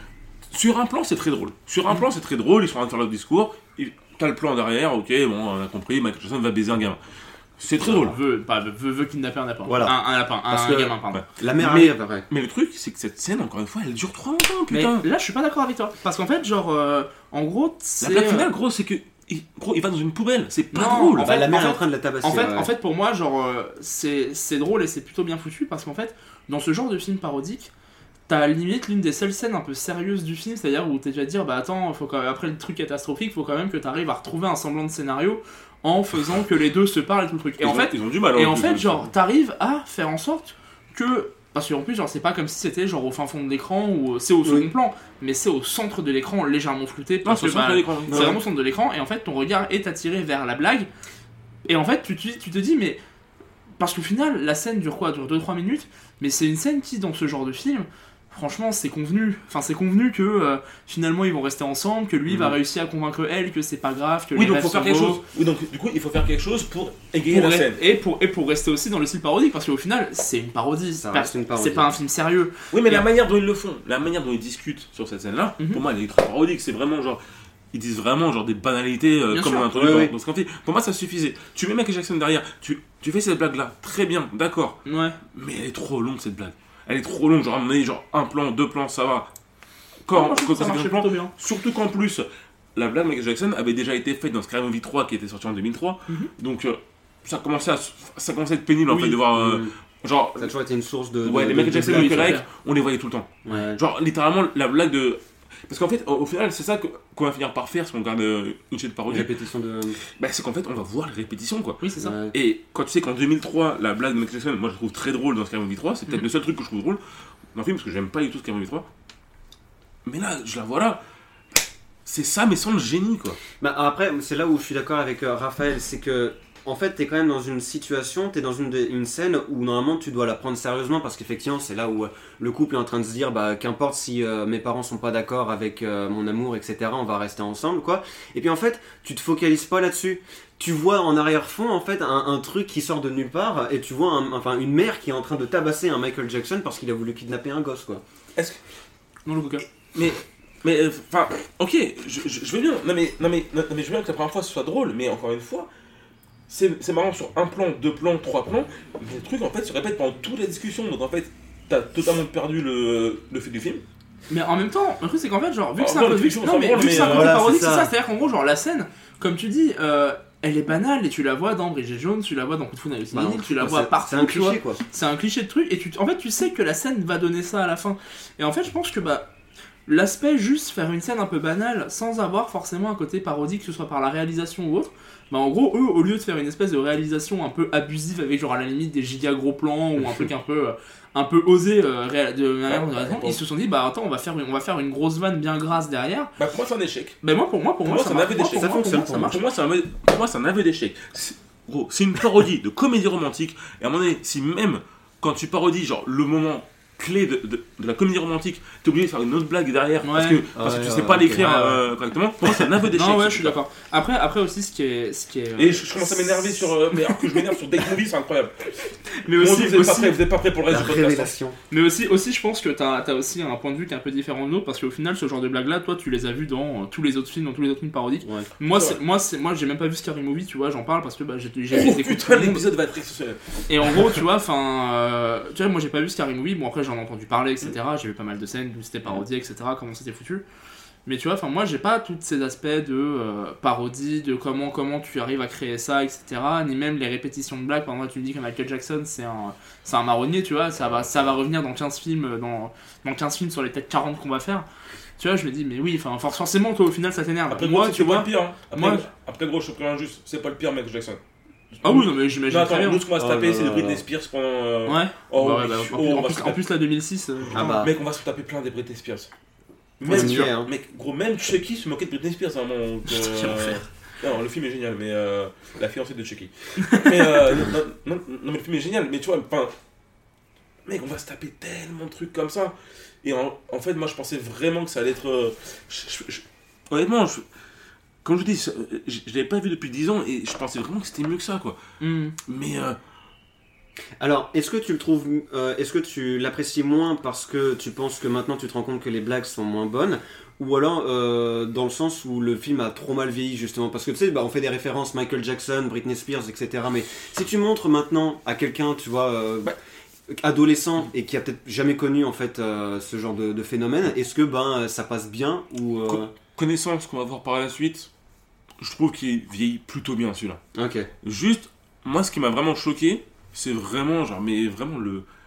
Sur un plan c'est très drôle. Ils sont en train de faire leur discours, t'as le plan derrière, ok bon on a compris, Michael Jackson va baiser un gamin. C'est très drôle. Veut kidnapper un lapin. Voilà. Un lapin, un gamin, pardon. La mère arrive après. Mais le truc, c'est que cette scène, encore une fois, elle dure trop longtemps, putain. Mais là, je suis pas d'accord avec toi. Parce qu'en fait, genre, en gros, c'est. La blague finale, gros, c'est que. Il va dans une poubelle, c'est pas drôle. En fait, la mère est en train de la tabasser. En fait, pour moi, genre, c'est drôle et c'est plutôt bien foutu parce qu'en fait, dans ce genre de film parodique, t'as limite l'une des seules scènes un peu sérieuses du film, c'est-à-dire où t'es déjà à dire, bah attends, après le truc catastrophique, faut quand même que t'arrives à retrouver un semblant de scénario en faisant que les deux se parlent et tout le truc. Et ils ont du mal. Et en fait, genre, t'arrives à faire en sorte que. Parce qu'en plus, genre, c'est pas comme si c'était genre au fin fond de l'écran ou c'est au second plan, mais c'est au centre de l'écran, légèrement flouté. Parce que c'est vraiment au centre de l'écran, et en fait, ton regard est attiré vers la blague. Et en fait, tu te dis, mais. Parce qu'au final, la scène dure 2-3 minutes, mais c'est une scène qui, dans ce genre de film. Franchement, c'est convenu. Enfin, c'est convenu que finalement ils vont rester ensemble, que lui va réussir à convaincre elle que c'est pas grave, que les rêves sont beaux. Oui, donc du coup, il faut faire quelque chose pour égayer la scène. Et pour rester aussi dans le style parodique, parce qu'au final, c'est une parodie. C'est pas un film sérieux. Oui, mais la manière dont ils le font, la manière dont ils discutent sur cette scène-là, pour moi, elle est très parodique. C'est vraiment genre. Ils disent vraiment genre des banalités comme on a entendu dans ce film. Pour moi, ça suffisait. Tu mets Michael Jackson derrière, tu fais cette blague-là, très bien, d'accord. Ouais. Mais elle est trop longue cette blague. Elle est trop longue, genre à un moment donné, genre un plan, deux plans, ça va. Ça marchait plutôt bien. Surtout qu'en plus, la blague Michael Jackson avait déjà été faite dans Scary Movie 3 qui était sorti en 2003. Donc ça commençait à être pénible en fait de voir. Genre, ça a toujours été une source de. Ouais, les Michael Jackson et Michael on les voyait tout le temps. Ouais. Genre littéralement la blague de. Parce qu'en fait, au final, c'est ça qu'on va finir par faire si on regarde une chaîne de parodie. Répétition de. Bah, c'est qu'en fait, on va voir les répétitions, quoi. Oui, c'est ça. Ouais. Et quand tu sais qu'en 2003, la blague de Michael Jackson, moi je la trouve très drôle dans Scary Movie 3, c'est peut-être le seul truc que je trouve drôle dans le film, parce que j'aime pas du tout Scary Movie 3. Mais là, je la vois là. C'est ça, mais sans le génie, quoi. Bah, après, c'est là où je suis d'accord avec Raphaël, c'est que. En fait, t'es quand même dans une situation, t'es dans une scène où normalement tu dois la prendre sérieusement parce qu'effectivement c'est là où le couple est en train de se dire bah qu'importe si mes parents sont pas d'accord avec mon amour, etc. On va rester ensemble, quoi. Et puis en fait, tu te focalises pas là-dessus. Tu vois en arrière-fond en fait un truc qui sort de nulle part et tu vois une mère qui est en train de tabasser un Michael Jackson parce qu'il a voulu kidnapper un gosse, quoi. Est-ce que non le coca. Mais enfin, ok, je veux bien. Non mais je veux bien que la première fois ce soit drôle, mais encore une fois. C'est marrant sur un plan, deux plans, trois plans, mais le truc en fait se répète pendant toute la discussion, donc en fait t'as totalement perdu le fait du film. Mais en même temps, le truc c'est qu'en fait, genre, vu que c'est un peu parodique, c'est ça, c'est-à-dire qu'en gros, genre la scène, comme tu dis, elle est banale et tu la vois dans Bridget Jones, tu la vois dans Coup de foudre hallucinogène, tu la vois partout. C'est un cliché, quoi. C'est un cliché de truc, et en fait, tu sais que la scène va donner ça à la fin. Et en fait, je pense que l'aspect juste faire une scène un peu banale sans avoir forcément un côté parodique, que ce soit par la réalisation ou autre, bah en gros eux au lieu de faire une espèce de réalisation un peu abusive avec genre à la limite des giga gros plans ou un truc un peu osé ils se sont dit bah attends on va faire une grosse vanne bien grasse derrière. Bah pour moi c'est un échec. Bah pour moi c'est un aveu d'échec. Ça fonctionne. Pour moi c'est un aveu d'échec. Gros, c'est une parodie de comédie romantique et à un moment donné si même quand tu parodies genre le moment clé de la comédie romantique, t'es obligé de faire une autre blague derrière parce que tu sais pas l'écrire correctement. Pour moi, c'est un aveu d'échec. Non, ouais, je suis d'accord. Après aussi, ce qui est. Et je commence à m'énerver sur. Mais alors que je m'énerve sur Date Movie, c'est incroyable. Mais aussi, vous êtes pas prêts pour le reste du podcast. Mais aussi, je pense que t'as aussi un point de vue qui est un peu différent de nous, parce qu'au final, ce genre de blague-là, toi, tu les as vus dans tous les autres films parodiques. Ouais. Moi, j'ai même pas vu Scary Movie, tu vois, j'en parle parce que j'ai vu putain, l'épisode va être exceptionnel. Et en gros, tu vois, moi j'ai pas vu Scary Movie, bon après j'en ai entendu parler, etc. J'ai vu pas mal de scènes où c'était parodié, etc. Comment c'était foutu. Mais tu vois, moi j'ai pas tous ces aspects de parodie, de comment tu arrives à créer ça, etc. Ni même les répétitions de blagues. Par exemple, tu me dis que Michael Jackson c'est un marronnier, tu vois, ça va revenir dans 15 films, dans 15 films sur les peut-être 40 qu'on va faire. Tu vois, je me dis, mais oui, forcément, toi au final ça t'énerve. Après, moi, tu vois, le pire. Hein. Après, gros, je suis injuste, c'est pas le pire Michael Jackson. Ah oui, non, mais j'imagine très bien. Nous, ce qu'on va se taper, c'est le Britney Spears pendant. Ouais. En plus, la 2006. Mec, on va se taper plein des Britney Spears. Même Chucky se moquait de Britney Spears à un moment. Non, le film est génial, mais la fiancée de Chucky. Mais non, mais le film est génial, mais tu vois, mec, on va se taper tellement de trucs comme ça. Et en fait, moi, je pensais vraiment que ça allait être. Honnêtement, comme je dis, je l'avais pas vu depuis 10 ans et je pensais vraiment que c'était mieux que ça, quoi. Mais. Alors, est-ce que tu le trouves. Est-ce que tu l'apprécies moins parce que tu penses que maintenant tu te rends compte que les blagues sont moins bonnes? Ou alors dans le sens où le film a trop mal vieilli, justement? Parce que tu sais, on fait des références Michael Jackson, Britney Spears, etc. Mais si tu montres maintenant à quelqu'un, tu vois. Adolescent et qui a peut-être jamais connu en fait ce genre de phénomène, est-ce que ça passe bien ou Connaissant ce qu'on va voir par la suite, je trouve qu'il vieillit plutôt bien celui-là. Ok. Juste, moi ce qui m'a vraiment choqué, c'est vraiment vraiment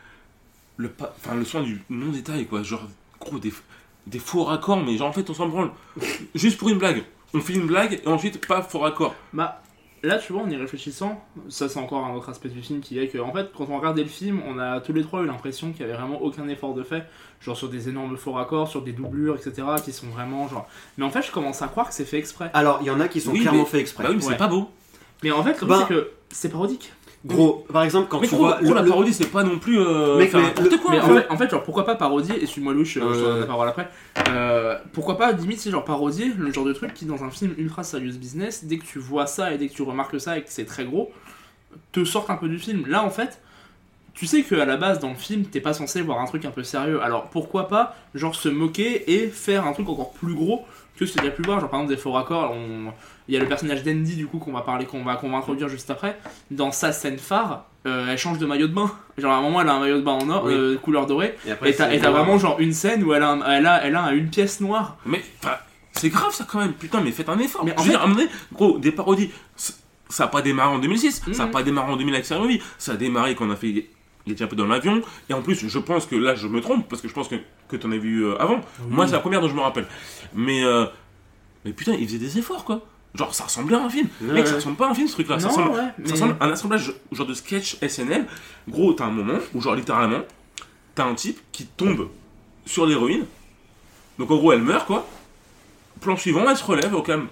le soin du non-détail, quoi. Genre gros des faux raccords, mais genre en fait on s'en branle. Juste pour une blague. On fait une blague et ensuite pas faux raccord. Là, tu vois, en y réfléchissant, ça c'est encore un autre aspect du film qui est que, en fait, quand on regardait le film, on a tous les trois eu l'impression qu'il y avait vraiment aucun effort de fait, genre sur des énormes faux raccords, sur des doublures, etc., qui sont vraiment genre. Mais en fait, je commence à croire que c'est fait exprès. Alors, il y en a qui sont clairement faits exprès. Bah oui, mais c'est pas beau. Mais en fait, le truc c'est que c'est parodique. Gros, par exemple, quand tu vois. La parodie, c'est pas non plus. N'importe quoi. Mais en fait, genre, pourquoi pas parodier, et suis-moi louche, je te donne la parole après. Pourquoi pas, limite, c'est genre parodier le genre de truc qui, dans un film ultra serious business, dès que tu vois ça et dès que tu remarques ça et que c'est très gros, te sortent un peu du film. Là, en fait, tu sais qu'à la base, dans le film, t'es pas censé voir un truc un peu sérieux. Alors, pourquoi pas, genre, se moquer et faire un truc encore plus gros que ce que tu as pu voir. Genre, par exemple, des faux raccords, il y a le personnage d'Andy, du coup, qu'on va introduire juste après. Dans sa scène phare, elle change de maillot de bain. Genre, à un moment, elle a un maillot de bain en or, couleur dorée. Et t'as vraiment, genre, une scène où elle a une pièce noire. Mais, c'est grave, ça, quand même. Putain, mais faites un effort. Mais je veux dire, à un moment donné, gros, des parodies, ça a pas démarré en 2006, ça a pas démarré en 2000 avec Scary Movie. Ça a démarré quand on a fait... Il était un peu dans l'avion, et en plus, je pense que là, je me trompe, parce que je pense que t'en as vu avant. Moi, c'est la première dont je me rappelle. Mais putain, il faisait des efforts, quoi. Genre, ça ressemblait à un film. Mec, ça ressemble pas à un film, ce truc-là. Ça ressemble à un assemblage genre de sketch SNL. Gros, t'as un moment où, genre, littéralement, t'as un type qui tombe sur l'héroïne. Donc, en gros, elle meurt, quoi. Plan suivant, elle se relève au calme.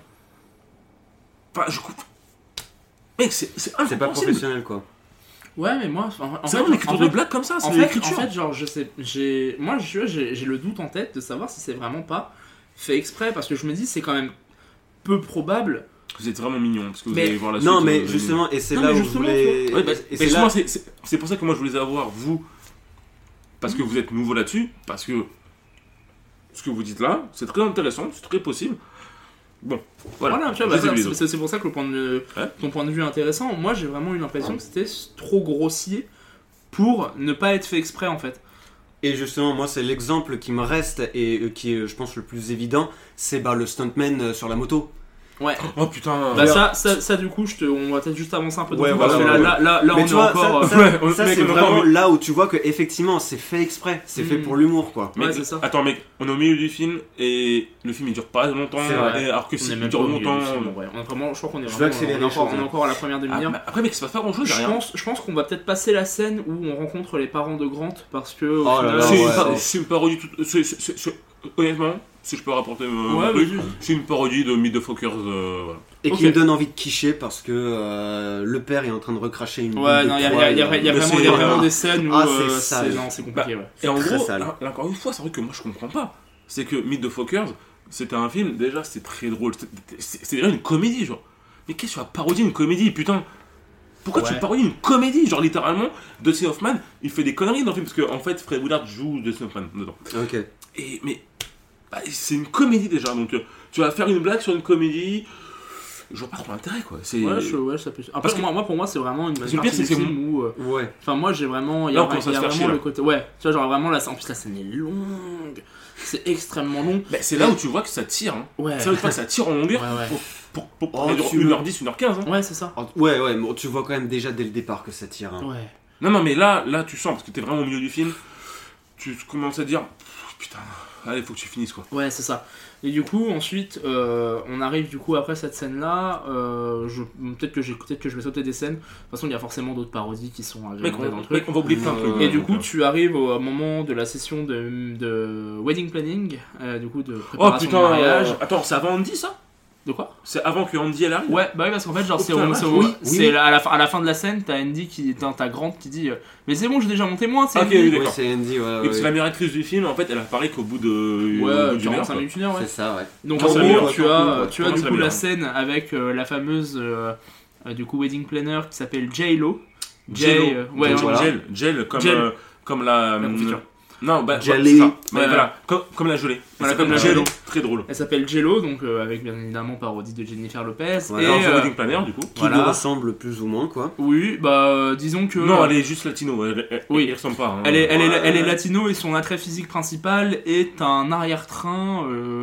Enfin, je coupe. Mec, c'est incompréhensible. C'est pas professionnel, quoi. Ouais, mais moi, c'est vraiment l'écriture de blague comme ça, c'est l'écriture. En fait, genre, je sais, j'ai le doute en tête de savoir si c'est vraiment pas fait exprès, parce que je me dis, c'est quand même peu probable. Vous êtes vraiment mignon, parce que vous allez voir la suite. Non, mais justement, et c'est là où je voulais. C'est pour ça que moi je voulais avoir vous, parce que vous êtes nouveau là-dessus, parce que ce que vous dites là, c'est très intéressant, c'est très possible. Bon, voilà, tu vois, c'est pour ça que ton point de vue est intéressant. Moi, j'ai vraiment eu l'impression que c'était trop grossier pour ne pas être fait exprès, en fait. Et justement, moi, c'est l'exemple qui me reste et qui est, je pense, le plus évident, c'est le stuntman sur la moto. Ouais. Oh putain. Ça du coup, on va peut-être juste avancer un peu. Parce que là, on est encore. Ça, c'est vraiment là où tu vois que effectivement, c'est fait exprès, c'est fait pour l'humour, quoi. Mais c'est ça. Attends, mec, on est au milieu du film et le film il dure pas longtemps. Alors que s'il dure longtemps, je crois qu'on est vraiment. On est encore à la première demi-heure. Après, mec, il se passe pas grand-chose. Je pense qu'on va peut-être passer la scène où on rencontre les parents de Grant parce que. C'est une parodie. Honnêtement. Si je peux rapporter c'est une parodie de Meet the Fockers. Voilà. Et qui me donne envie de quicher parce que le père est en train de recracher une boule de non, il y a vraiment des scènes où c'est compliqué. Et en gros, là, encore une fois, c'est un truc que moi je comprends pas. C'est que Meet the Fockers, c'était un film, déjà c'est très drôle. C'est déjà une comédie, genre. Mais qu'est-ce que tu vas parodier une comédie, putain? Pourquoi tu parodies une comédie? Genre littéralement, Dustin Hoffman, il fait des conneries dans le film parce qu'en fait, Fred Willard joue Dustin Hoffman dedans. Ok. Mais c'est une comédie déjà, donc tu vas faire une blague sur une comédie. Je vois pas trop l'intérêt, quoi. Ouais, ça peut. Parce que pour moi, c'est vraiment une partie du film où. Enfin, moi, j'ai vraiment. Il y a vraiment le côté. Ouais, tu vois, genre vraiment, en plus, la scène est longue. C'est extrêmement long. C'est là où tu vois que ça tire. Hein. Ouais. C'est là où tu vois que ça tire en longueur pour 1h10, 1h15. Hein. Ouais, c'est ça. Ouais, mais tu vois quand même déjà dès le départ que ça tire. Hein. Ouais. Non, mais là, tu sens, parce que t'es vraiment au milieu du film, tu commences à dire, putain, allez, faut que tu finisses, quoi. Ouais, c'est ça. Et du coup, ensuite, on arrive du coup après cette scène-là. Peut-être que je vais sauter des scènes. De toute façon, il y a forcément d'autres parodies qui sont agrémentées dans le truc. On va oublier plein de trucs. Et du coup, tu arrives au moment de la session de wedding planning, du coup de préparation de mariage. Attends, c'est avant Andy, ça? De quoi? C'est avant que Andy elle arrive? Ouais, bah oui, parce qu'en fait, genre, c'est à la fin de la scène, t'as Andy t'as Grant qui dit mais c'est bon, j'ai déjà mon témoin, c'est Andy. Oui, c'est Andy, ouais. C'est la meilleure actrice du film, en fait, elle apparaît qu'au bout de 45 minutes, une heure, ouais. C'est ça, ouais. Donc en gros, tu as du coup la scène avec la fameuse du coup wedding planner qui s'appelle J-Lo. Gel, comme la confiture. Non, Jelly. Voilà, comme la gelée. Voilà, comme la gelée. Très drôle. Elle s'appelle J-Lo, donc avec bien évidemment parodie de Jennifer Lopez. Voilà, et wedding planner du coup. Qui lui ressemble plus ou moins, quoi. Oui, disons que. Non, elle est juste latino. Elle ressemble pas. Hein. Elle est latino et son attrait physique principal est un arrière-train,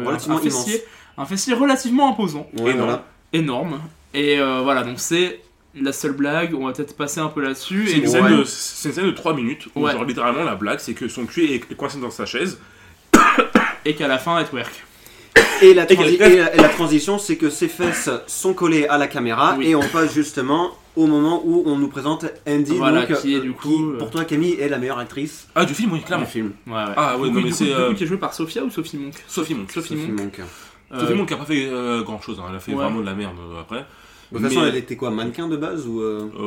un fessier relativement imposant. Ouais, énorme. Et voilà, donc c'est la seule blague, on va peut-être passer un peu là-dessus. C'est une scène de 3 minutes où genre littéralement la blague c'est que son cul est coincé dans sa chaise et qu'à la fin elle twerk. Et la transition, c'est que ses fesses sont collées à la caméra et on passe justement au moment où on nous présente Andy, voilà, donc, qui est du coup pour toi Camille est la meilleure actrice du film, oui, clairement. Du film. Ouais. Ah ouais, non, mais c'est qui est jouée par Sophia ou Sophie Monk. Sophie Monk. Sophie Monk a pas fait grand chose, hein. Elle a fait vraiment de la merde après. De toute façon, elle était quoi, mannequin de base ou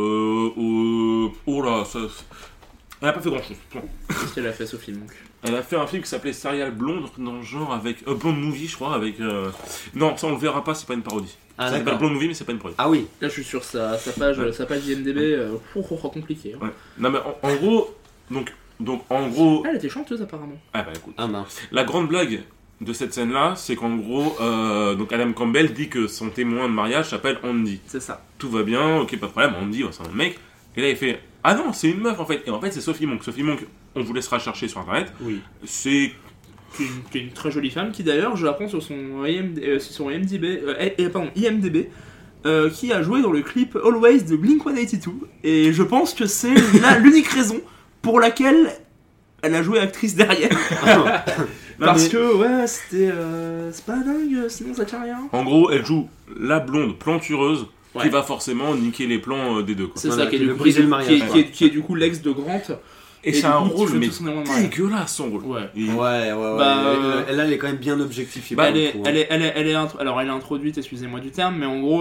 oh là, ça... Elle a pas fait grand chose. Qu'est-ce qu'elle a fait, Sophie Monk? Elle a fait un film qui s'appelait Serial Blonde, dans le genre avec Blonde Movie, je crois, avec. Non, ça on le verra pas, c'est pas une parodie. Ah, ça s'appelle Blonde Movie, mais c'est pas une parodie. Ah oui. Là, je suis sur sa page IMDb. Compliqué. Hein. Ouais. Non mais en gros, donc en gros. Elle était chanteuse apparemment. Ah bah écoute. Ah mince. La grande blague de cette scène-là, c'est qu'en gros, donc Adam Campbell dit que son témoin de mariage s'appelle Andy. C'est ça. Tout va bien, ok, pas de problème, Andy, c'est un mec. Et là, il fait ah non, c'est une meuf en fait. Et en fait, c'est Sophie Monk. Sophie Monk, on vous laissera chercher sur internet. Oui. C'est une très jolie femme qui d'ailleurs, je l'apprends sur son IMDb, qui a joué dans le clip Always de Blink-182. Et je pense que c'est l'unique raison pour laquelle elle a joué actrice derrière. Parce que c'était c'est pas dingue, sinon ça tient rien. En gros, elle joue la blonde plantureuse qui va forcément niquer les plans des deux. Quoi. C'est ça, qui est du coup l'ex de Grant. Et c'est un rôle mais dégueulasse son rôle. Ouais. Elle est quand même bien objectifiée. Elle est introduite, excusez-moi du terme, mais en gros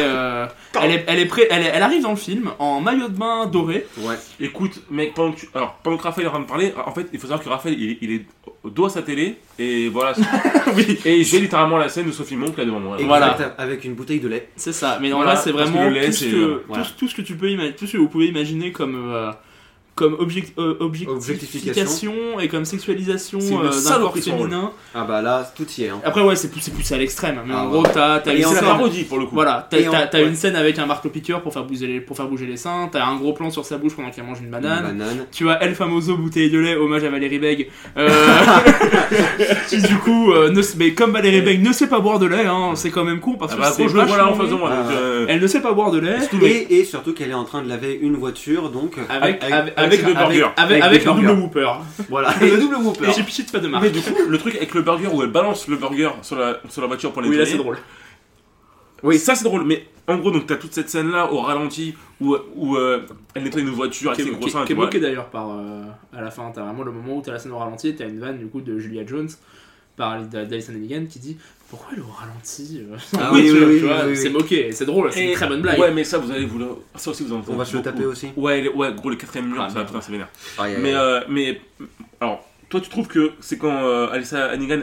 elle arrive dans le film en maillot de bain doré. Ouais. Écoute, mec, pendant que Raphaël est en train de parler, en fait, il faut savoir que Raphaël il est dos à sa télé et voilà. Oui. Et j'ai littéralement la scène de Sophie Monk là devant moi. Voilà. Avec une bouteille de lait. C'est ça. Mais là c'est vraiment tout ce que tu peux imaginer, tout ce que vous pouvez imaginer comme objectification et comme sexualisation d'un corps féminin. Ah bah là, tout y est. Hein. Après c'est plus à l'extrême. Mais en gros, t'as une scène parodie pour le coup. Voilà, t'as une scène avec un marteau-piqueur pour faire bouger les seins. T'as un gros plan sur sa bouche pendant qu'elle mange une banane. Tu as El Famoso bouteille de lait, hommage à Valérie Beg. Qui du coup, mais comme Valérie Beg ne sait pas boire de lait, hein, c'est quand même con parce que c'est je le vois là en face de moi. Elle ne sait pas boire de lait. Et surtout qu'elle est en train de laver une voiture, donc avec le burger. Avec le double Whooper. Voilà, le double Whooper. J'ai piché de pas de marque. Mais du coup, le truc avec le burger où elle balance le burger sur la voiture pour les oui, là c'est drôle. Oui, ça c'est drôle, mais en gros, donc t'as toute cette scène là au ralenti où elle nettoie une voiture avec ses gros seins. Qui est bloqué d'ailleurs par. À la fin, t'as vraiment le moment où t'as la scène au ralenti, t'as une vanne du coup de Julia Jones par d'Alyson Hannigan qui dit pourquoi elle est au ralenti oui, c'est moqué, c'est drôle, c'est une très bonne blague. Ouais, mais ça, vous allez ça aussi, vous en on va se le taper aussi. Ouais, gros, le 4ème mur, ça, putain, c'est vénère. Mais, alors, toi, tu trouves que c'est quand Alyson Hannigan,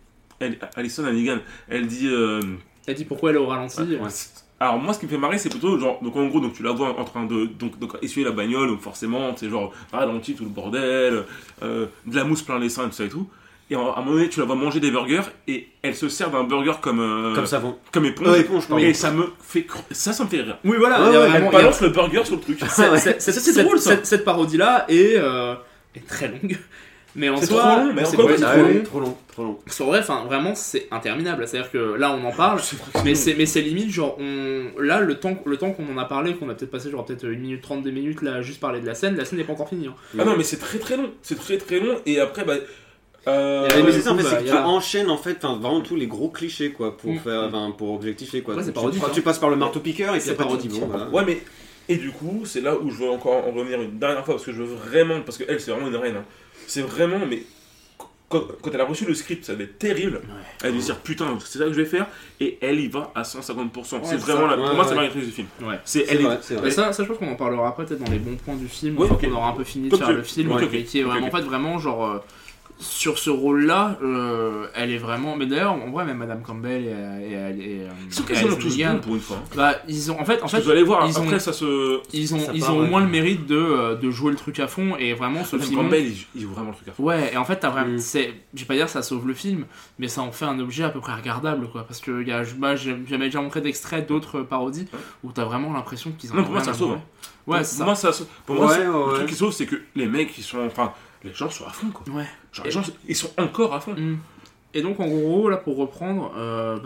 elle dit. Elle dit pourquoi elle est au ralenti. Alors, moi, ce qui me fait marrer, c'est plutôt genre. Donc, en gros, tu la vois en train de essuyer la bagnole, donc forcément, c'est genre ralenti, tout le bordel, de la mousse plein les seins et tout ça et tout. Et à un moment donné, tu la vois manger des burgers et elle se sert d'un burger comme savon. Comme éponge. Éponge, et ça me fait rire. Oui, voilà. Elle balance le burger sur le truc. C'est drôle, ça. Cette parodie-là est très longue. Mais en soi, c'est trop long. En vrai, vraiment, c'est interminable. C'est-à-dire que là, on en parle, mais c'est limite, genre, là, le temps qu'on en a parlé, qu'on a peut-être passé, genre, peut-être 1 minute 30, 2 minutes, là, juste parler de la scène n'est pas encore finie. Hein. Ah non, mais c'est très long. C'est très long, et après, bah. Mais c'est ça en fait, c'est que tu enchaînes en fait vraiment tous les gros clichés quoi pour objectifier quoi. Ouais, c'est tu passes par le marteau piqueur et puis après tu dis Ouais, mais et du coup c'est là où je veux encore en revenir une dernière fois parce que je veux vraiment, parce que elle c'est vraiment une reine, hein. C'est vraiment, mais quand elle a reçu le script ça devait être terrible. Elle devait se dire putain c'est ça que je vais faire et elle y va à 150%. C'est vraiment pour moi c'est la maîtrise du film. C'est vrai. Ça je pense qu'on en parlera après peut-être dans les bons points du film, une fois qu'on aura un peu fini de faire le film, qui est vraiment en fait vraiment genre sur ce rôle-là, elle est vraiment. Mais d'ailleurs, en vrai, même Madame Campbell et ils sont quasiment tous bons pour une fois. Bah, ils ont en fait. Vous allez voir. Après, ça se. Ils ont au moins le mérite de jouer le truc à fond et vraiment ce film. Campbell, il joue vraiment le truc à fond. Ouais, et en fait, t'as vraiment. Je vais pas dire ça sauve le film, mais ça en fait un objet à peu près regardable, quoi. Parce que j'avais déjà montré d'extraits d'autres parodies où t'as vraiment l'impression qu'ils en ont. Non, pour moi, ça sauve. Ouais, c'est ça. Pour moi, le truc qui sauve, c'est que les mecs, ils sont. Enfin, les gens sont à fond, quoi. Ouais. Genre, les gens, ils sont encore à fond. Et donc, en gros, là, pour reprendre, on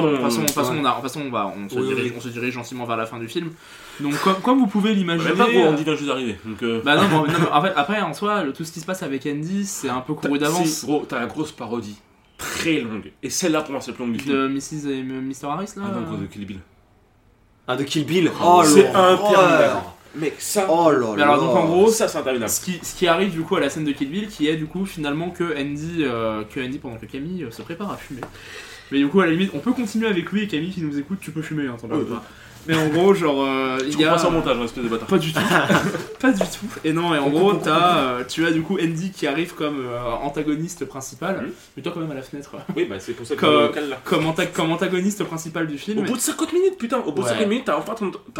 se dirige gentiment vers la fin du film. Donc, comme vous pouvez l'imaginer. Pas où Andy vient juste d'arriver. Bah non, en fait, après, en soi, tout ce qui se passe avec Andy, c'est un peu couru d'avance. Gros, t'as la grosse parodie très longue. Et celle-là, pour moi, c'est la plus longue du film. De Mrs. et Mr. Harris, là. Ah non, de Kill Bill. Ah, de Kill Bill. C'est interminable. Mec, ça. Oh là là. Alors donc en gros, ça c'est interminable. Ce qui arrive du coup à la scène de Kill Bill, qui est du coup finalement que Andy pendant que Camille se prépare à fumer. Mais du coup à la limite, on peut continuer avec lui et Camille qui nous écoute, tu peux fumer, hein, t'en parles pas. Mais en gros, genre, il y a. Tu montage, espèce de bâtard. Pas du tout. Pas du tout. Et non, et en gros, tu as du coup Andy qui arrive comme antagoniste principal. Mais toi, quand même, à la fenêtre. Oui, bah c'est pour ça que comme antagoniste principal du film. Au bout de 50 minutes, putain, au bout de 50 minutes, t'as enfin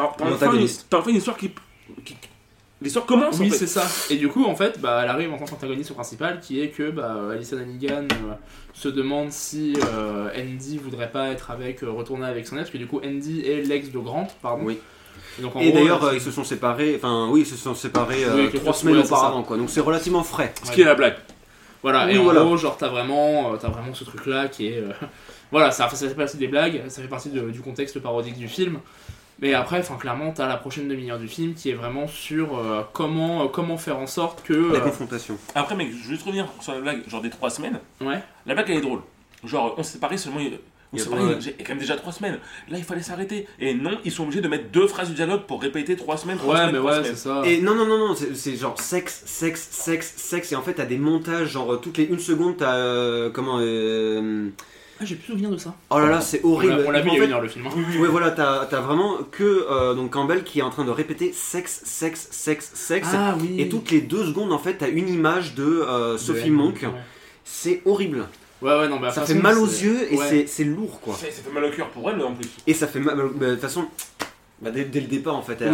une histoire qui. L'histoire commence. Oui, en fait. C'est ça. Et du coup, en fait, elle arrive en tant qu'antagoniste principal, qui est que Alyson Hannigan se demande si Andy voudrait pas retourner avec son ex, parce que du coup, Andy est l'ex de Grant, pardon. Oui. Et, donc, et d'ailleurs, ils se sont séparés. 3 semaines auparavant, quoi. Donc c'est relativement frais. Ce qui est la blague. Voilà. Oui, et en gros, genre t'as vraiment ce truc-là qui est. Voilà, ça fait partie des blagues, ça fait partie du contexte parodique du film. Mais après, clairement, t'as la prochaine demi-heure du film qui est vraiment sur comment faire en sorte que... La confrontation. Après, mec, je veux juste revenir sur la blague, genre des 3 semaines. Ouais. La blague, elle est drôle. Genre, on s'est séparés seulement... j'ai quand même déjà 3 semaines. Là, il fallait s'arrêter. Et non, ils sont obligés de mettre 2 phrases du dialogue pour répéter 3 semaines, 3 semaines, 3 semaines. C'est ça. Et non, c'est genre sexe. Et en fait, t'as des montages, genre toutes les 1 seconde, t'as... j'ai plus souvenir de ça. Oh là là, c'est horrible. On l'a vu il y a 1 heure le film. Oui, voilà, t'as vraiment que donc Campbell qui est en train de répéter sexe. Ah, oui. Et toutes les 2 secondes, en fait, t'as une image de Sophie Monk. Ouais. C'est horrible. Ouais, non, mais ça fait mal aux yeux et c'est lourd, quoi. Ça fait mal au cœur pour elle, en plus. Et ça fait mal. De toute façon. Dès le départ en fait, elle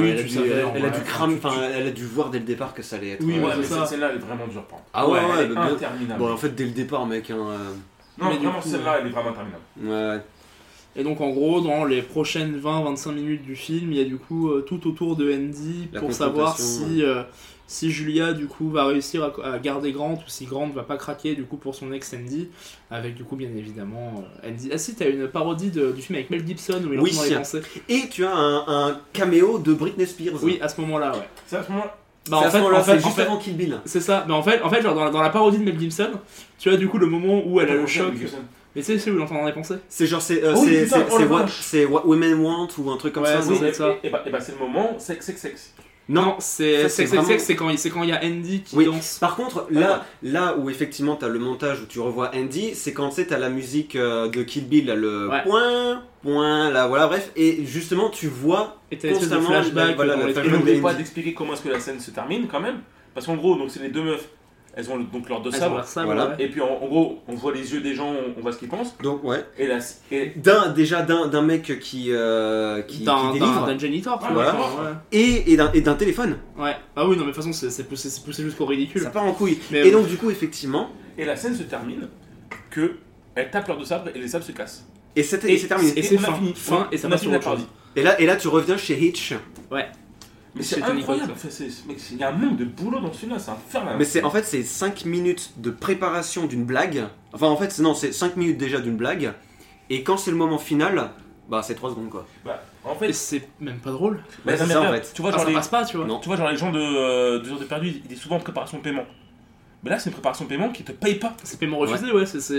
a dû voir dès le départ que ça allait être. Oui, mais cette scène-là elle est vraiment dure. Ah ouais, interminable. Bon, en fait, dès le départ, mec. Non, mais vraiment, celle-là elle est vraiment interminable. Ouais. Et donc, en gros, dans les prochaines 20-25 minutes du film, il y a du coup tout autour de Andy pour savoir si Julia du coup va réussir à garder Grant ou si Grant va pas craquer du coup pour son ex Andy, avec du coup bien évidemment Andy. Ah si, t'as une parodie du film avec Mel Gibson où il entend dans les pensées. Et tu as un caméo de Britney Spears. Oui, à ce moment-là, ouais. C'est à ce moment-là. C'est juste avant Kill Bill. C'est ça. Mais en fait genre dans la parodie de Mel Gibson, tu as du coup le moment où elle a le choc. Mais tu sais où il entend dans les pensées. C'est genre c'est What Women Want ou un truc comme ça. Oui, c'est ça. Et bah c'est le moment sexe. Non, c'est quand il y a Andy qui danse. Par contre, là où effectivement t'as le montage où tu revois Andy, c'est quand t'as la musique de Kill Bill, là, le point, là, voilà, bref, et justement tu vois constamment flashback. Je n'oublie pas d'expliquer comment est-ce que la scène se termine quand même, parce qu'en gros, donc c'est les deux meufs. Elles ont donc leurs deux sabres, voilà. Et puis en gros, on voit les yeux des gens, on voit ce qu'ils pensent. Donc Et d'un mec qui délivre, d'un géniteur, et d'un téléphone. Ouais. Ah oui, non mais de toute façon c'est poussé jusqu'au ridicule. Ça part en couille. Et donc du coup effectivement. Et la scène se termine que elles tapent leurs deux sabres et les sabres se cassent. Et c'est terminé. Et c'est fin et ça passe sur autre chose. Et là tu reviens chez Hitch. Ouais. Mais c'est incroyable, il y a un manque de boulot dans ce film-là, c'est infernal. Mais en fait, c'est 5 minutes de préparation d'une blague. Enfin, en fait, c'est 5 minutes déjà d'une blague. Et quand c'est le moment final, bah c'est 3 secondes quoi. En fait, c'est même pas drôle. C'est ça en fait. Tu vois, ça passe pas, tu vois. Non. Tu vois, genre les gens de 2 heures de perdu, ils disent souvent préparation de paiement. Mais là, c'est une préparation de paiement qui te paye pas. C'est paiement refusé, ouais. C'est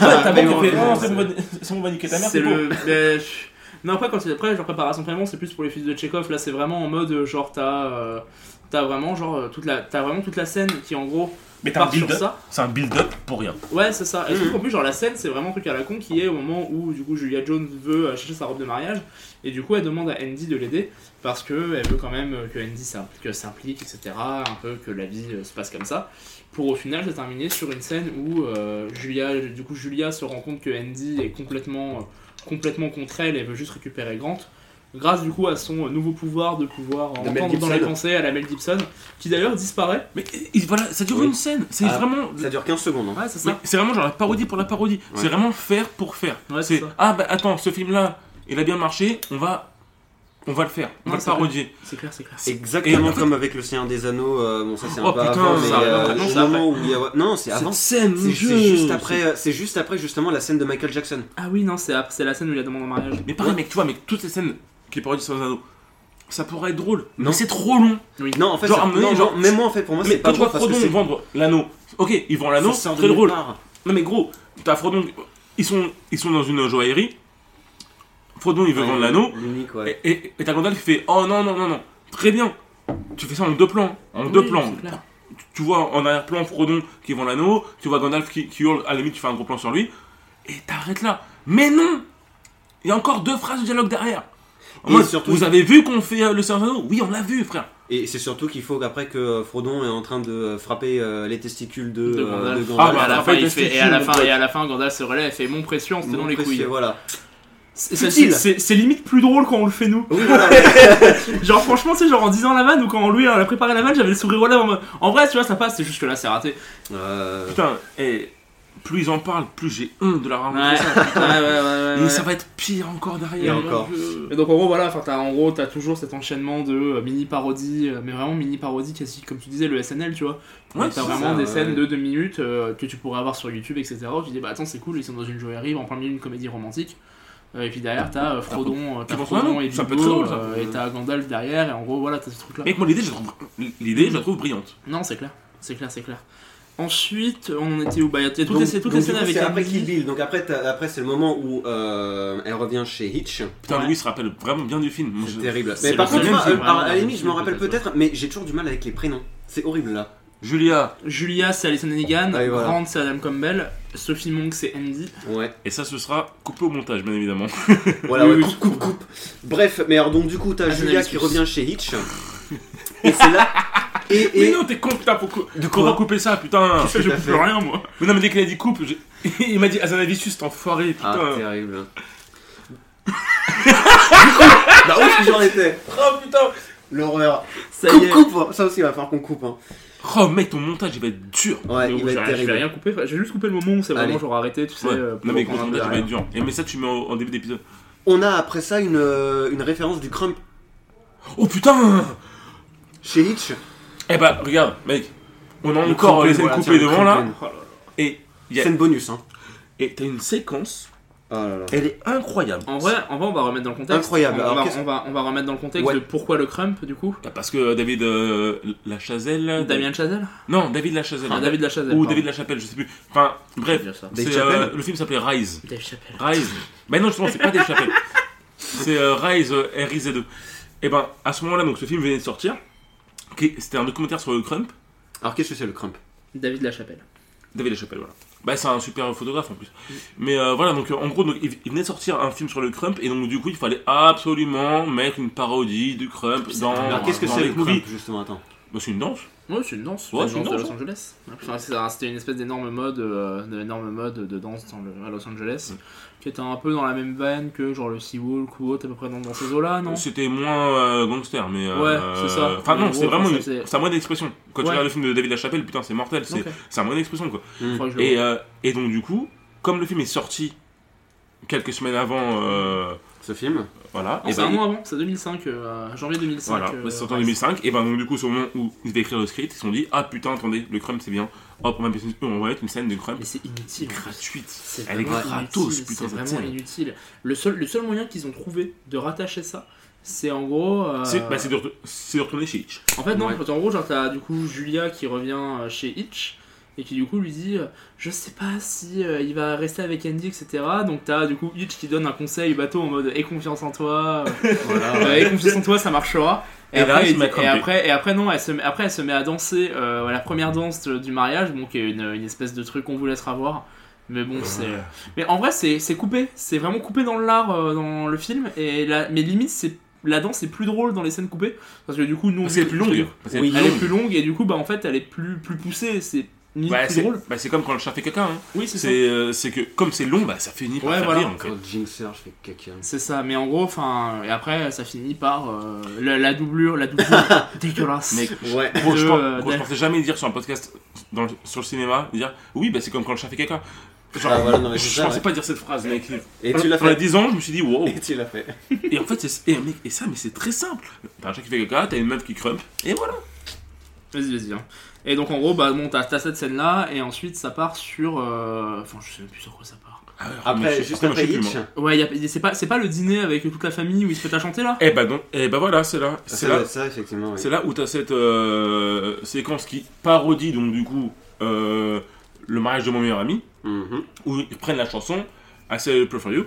on va niquer ta mère, c'est bon. Non, après, genre préparation de paiement, c'est plus pour les fils de Tchekhov. Là, c'est vraiment en mode genre t'as vraiment genre toute la scène qui en gros. Mais t'as un build-up, c'est un build-up pour rien. Ouais, c'est ça. Et je trouve qu'en plus, genre la scène, c'est vraiment un truc à la con qui est au moment où du coup Julia Jones veut chercher sa robe de mariage et du coup elle demande à Andy de l'aider parce que elle veut quand même que Andy s'implique, etc. Un peu que la vie se passe comme ça. Pour au final se terminer sur une scène où Julia se rend compte que Andy est complètement contre elle et veut juste récupérer Grant. Grâce du coup à son nouveau pouvoir de pouvoir entendre dans les pensées à la Mel Gibson, qui d'ailleurs disparaît. Mais voilà, ça dure une scène, c'est vraiment. Ça dure 15 secondes. Ouais, c'est ça. C'est vraiment genre la parodie pour la parodie. Ouais. C'est vraiment faire pour faire. Ouais, c'est ça. Ah bah attends, ce film-là, il a bien marché, on va le faire, on va le parodier. C'est clair. Exactement en fait, comme avec le Seigneur des Anneaux. Bon, ça c'est un peu avant, mais non, c'est avant. Scène, c'est juste après justement la scène de Michael Jackson. Ah oui, non, c'est la scène où il a demandé en mariage. Mais pareil, mec, tu vois, toutes ces scènes qui parodient sur les anneaux, ça pourrait être drôle, mais c'est trop long. Oui. Non, en fait, même moi, en fait, pour moi, c'est pas drôle. Mais quand tu vois Frodon vendre l'anneau, ok, ils vendent l'anneau, c'est très drôle. Non, mais gros, t'as Frodon, ils sont dans une joaillerie. Frodon, il veut vendre l'anneau. Et t'as Gandalf qui fait oh non, très bien. Tu fais ça en 2 plans. Tu vois en arrière-plan Frodon qui vend l'anneau, tu vois Gandalf qui hurle, à la limite, tu fais un gros plan sur lui, et t'arrêtes là. Mais non, il y a encore 2 phrases de dialogue derrière. Vous avez vu qu'on fait le Seigneur des Anneaux ? Oui, on l'a vu, frère. Et c'est surtout qu'il faut qu'après que Frodon est en train de frapper les testicules de Gandalf. Ah, bah, à la fin, Gandalf se relève et fait mon pression, c'était dans les couilles. Voilà. C'est limite plus drôle quand on le fait nous. Oui, voilà. Genre franchement, c'est genre en disant la vanne ou quand Louis a préparé la vanne, j'avais le sourire aux lèvres en vrai, tu vois, ça passe, c'est juste que là c'est raté. Putain, plus ils en parlent, plus j'ai honte de leur raconter ça. Et ça va être pire encore derrière. Et donc en gros voilà, t'as toujours cet enchaînement de mini parodies, mais vraiment mini parodies quasi comme tu disais le SNL, tu vois. Ouais, t'as vraiment des scènes de 2 minutes que tu pourrais avoir sur YouTube, etc. Où tu dis bah attends c'est cool, ils sont dans une joaillerie en plein milieu d'une comédie romantique. Et puis derrière t'as Frodon et Bilbo et t'as Gandalf derrière et en gros voilà t'as ce truc là. Mec moi l'idée je la trouve brillante. Non c'est clair. Ensuite on était où bah il y a toutes les scènes avec après Kill Bill, donc après c'est le moment où elle revient chez Hitch. Putain Louis se rappelle vraiment bien du film. C'est terrible. Mais par contre à la limite je m'en rappelle peut-être mais j'ai toujours du mal avec les prénoms. C'est horrible là. Julia c'est Alison Hannigan, Grant c'est Adam Campbell, Sophie Monk c'est Andy. Ouais. Et ça ce sera coupé au montage bien évidemment. Voilà, coupe. Bref, mais alors donc du coup t'as Julia qui revient chez Hitch. Et c'est là. Mais non t'es con putain, on va couper ça putain. Je coupe plus rien moi. Mais non mais dès qu'il a dit coupe, il m'a dit Azanavicius cet enfoiré putain. Ah terrible. Bah où j'en étais. Oh putain. L'horreur. Coupe. Ça aussi il va falloir qu'on coupe hein. Oh mec ton montage il va être dur. Ouais il va être terrible. Je vais rien couper, j'ai juste coupé le moment où c'est vraiment genre arrêté tu sais. Non mais ton montage il va être dur. Et mais ça tu mets en début d'épisode. On a après ça une référence du Crump. Oh putain. Chez Hitch. Eh bah regarde mec, on a encore les scènes coupées devant là. Et scène bonus hein. Et t'as une séquence. Oh là là. Elle est incroyable. En vrai, on va remettre dans le contexte. Incroyable. On va remettre dans le contexte de pourquoi le Crump du coup. Parce que David Lachazelle. Damien Chazelle. Non, David Lachazelle. David Lachazelle. Ou David Lachapelle, je sais plus. Enfin, bref. Le film s'appelait Rise. Dave Chappelle. Rise. Bah non, justement, c'est pas Dave Chappelle. C'est Rise, R-I-Z-E. Et ben, à ce moment-là, donc ce film venait de sortir. C'était un documentaire sur le Crump. Alors qu'est-ce que c'est le Crump ? David Lachapelle, voilà. Bah, c'est un super photographe en plus. Mais voilà, donc en gros, donc, il venait de sortir un film sur le Crump, et donc du coup, il fallait absolument mettre une parodie du Crump dans. Alors qu'est-ce que c'est le Crump, justement, attends ? Bah, c'est une danse. Ouais, c'est une danse. Ouais, c'est une danse de Los Angeles. Enfin, c'était une espèce d'énorme mode de danse à Los Angeles, qui était un peu dans la même veine que genre le Seawalk ou autre, à peu près dans ces eaux-là, non ? C'était moins gangster, mais. Ouais, c'est ça. Enfin, non, c'est vraiment c'est un moyen d'expression. Quand tu regardes le film de David Lachapelle, putain, c'est mortel. C'est un moyen d'expression, quoi. Et donc, du coup, comme le film est sorti quelques semaines avant. Ce film. Voilà. C'est un an avant, c'est 2005, janvier 2005. Voilà, c'est sorti en 2005, et ben donc du coup, c'est au moment où ils devaient écrire le script, ils se sont dit, ah putain, attendez, le Crump c'est bien, hop, on va mettre une scène de Crump. Mais c'est inutile. Gratuite. Elle est gratos, putain, c'est vraiment inutile. Le seul moyen qu'ils ont trouvé de rattacher ça, c'est en gros. C'est de retourner chez Hitch. En fait, non, en gros, genre, t'as du coup Julia qui revient chez Hitch. Et qui du coup lui dit je sais pas si il va rester avec Andy, etc. Donc t'as du coup Hitch qui donne un conseil bateau en mode aie confiance en toi, aie confiance en toi, ça marchera. Et après non, elle se met à danser la première danse du mariage, donc une espèce de truc qu'on vous laissera voir. Mais bon, mais en vrai c'est coupé, c'est vraiment coupé dans l'art dans le film, mais limite la danse est plus drôle dans les scènes coupées, parce que du coup nous c'est plus longue. Elle est plus longue, et du coup bah en fait elle est plus poussée, c'est plus drôle. C'est comme quand le chat fait caca, hein. Oui, c'est ça. C'est que comme c'est long, bah ça finit par faire rire. Quand Jinxer fait caca. C'est ça, mais en gros, et après ça finit par la doublure dégueulasse. Mec, je pensais jamais dire sur un podcast sur le cinéma, dire oui, bah c'est comme quand le chat fait caca. Genre, je pensais pas dire cette phrase, mec. Et tu l'as fait. Il y a 10 ans, je me suis dit wow. Et tu l'as fait. Et en fait, mais c'est très simple. T'as un chat qui fait caca, t'as une meuf qui crump, et voilà. Vas-y. Hein. Et donc en gros, bah bon, t'as cette scène-là, et ensuite ça part sur. Enfin, je sais même plus sur quoi ça part. Après Hitch. Ouais, c'est pas le dîner avec toute la famille où ils se mettent à chanter là. Et bah voilà, c'est là. C'est là, ça effectivement. C'est là où t'as cette séquence qui parodie donc du coup le mariage de mon meilleur ami, où ils prennent la chanson I Say Pray For You.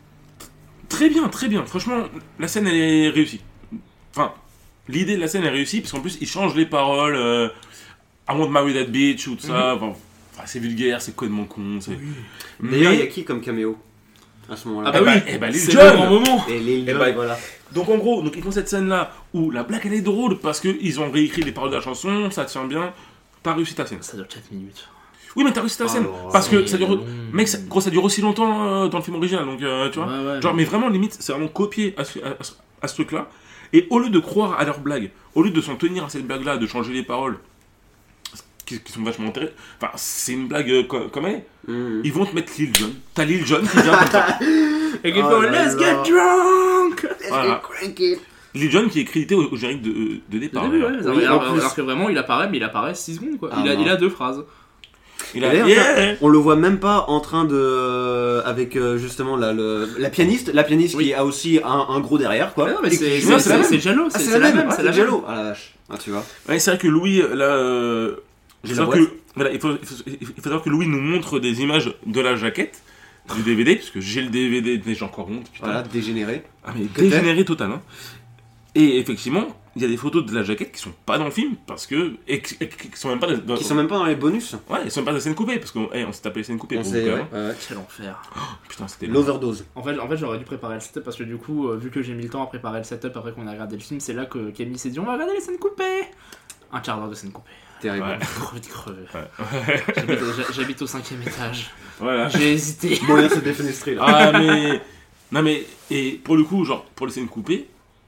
Très bien. Franchement, la scène elle est réussie. Enfin, l'idée de la scène est réussie parce qu'en plus ils changent les paroles. I want to marry that bitch ou tout ça. Enfin, c'est vulgaire, c'est complètement con. D'ailleurs, il y a qui comme caméo à ce moment-là? Ah bah oui, Lil Jon. Et Lil Jon, voilà. Donc en gros, ils font cette scène-là où la blague elle est drôle parce qu'ils ont réécrit les paroles de la chanson, ça tient bien. T'as réussi ta scène. Ça dure 4 minutes. Oui, mais t'as réussi ta scène parce que ça dure. Mec, ça dure aussi longtemps dans le film original, donc tu vois. Ouais, genre, mais vraiment, limite, c'est vraiment copié à ce truc-là. Et au lieu de croire à leur blague, au lieu de s'en tenir à cette blague-là, de changer les paroles, qui sont vachement intéressants. Enfin, c'est une blague comme elle est. Ils vont te mettre Lil Jon. T'as Lil Jon qui vient comme ça. Et qui fait let's get drunk! Let's get cranky! Lil Jon qui est crédité au générique de départ. Début, alors que vraiment, il apparaît 6 secondes, quoi. Il a 2 phrases. On le voit même pas en train de avec justement la pianiste qui a aussi un gros derrière quoi. Ouais, non, mais c'est Jallo, c'est la même, c'est la Jallo. Ah la vache. Ah tu vois. Ouais, c'est vrai que Louis là il faut savoir que Louis nous montre des images de la jaquette du DVD parce que j'ai le DVD, j'ai encore honte, putain. Voilà, dégénéré. Ah mais dégénéré total hein. Et effectivement, il y a des photos de la jaquette qui sont pas dans le film parce que qui sont même pas dans les bonus. Ouais, ils sont même pas des scènes coupées parce qu'on s'est tapé les scènes coupées. Quel enfer. Putain, c'était l'overdose. En fait, j'aurais dû préparer le setup parce que du coup, vu que j'ai mis le temps à préparer le setup après qu'on a regardé le film, c'est là que Camille s'est dit on va regarder les scènes coupées. Un quart d'heure de scènes coupées. Terrible. Crevé. J'habite au 5e étage. Voilà. J'ai hésité. Moyen se défenestrer là. Ah mais non mais et pour le coup, genre pour les scènes coupées.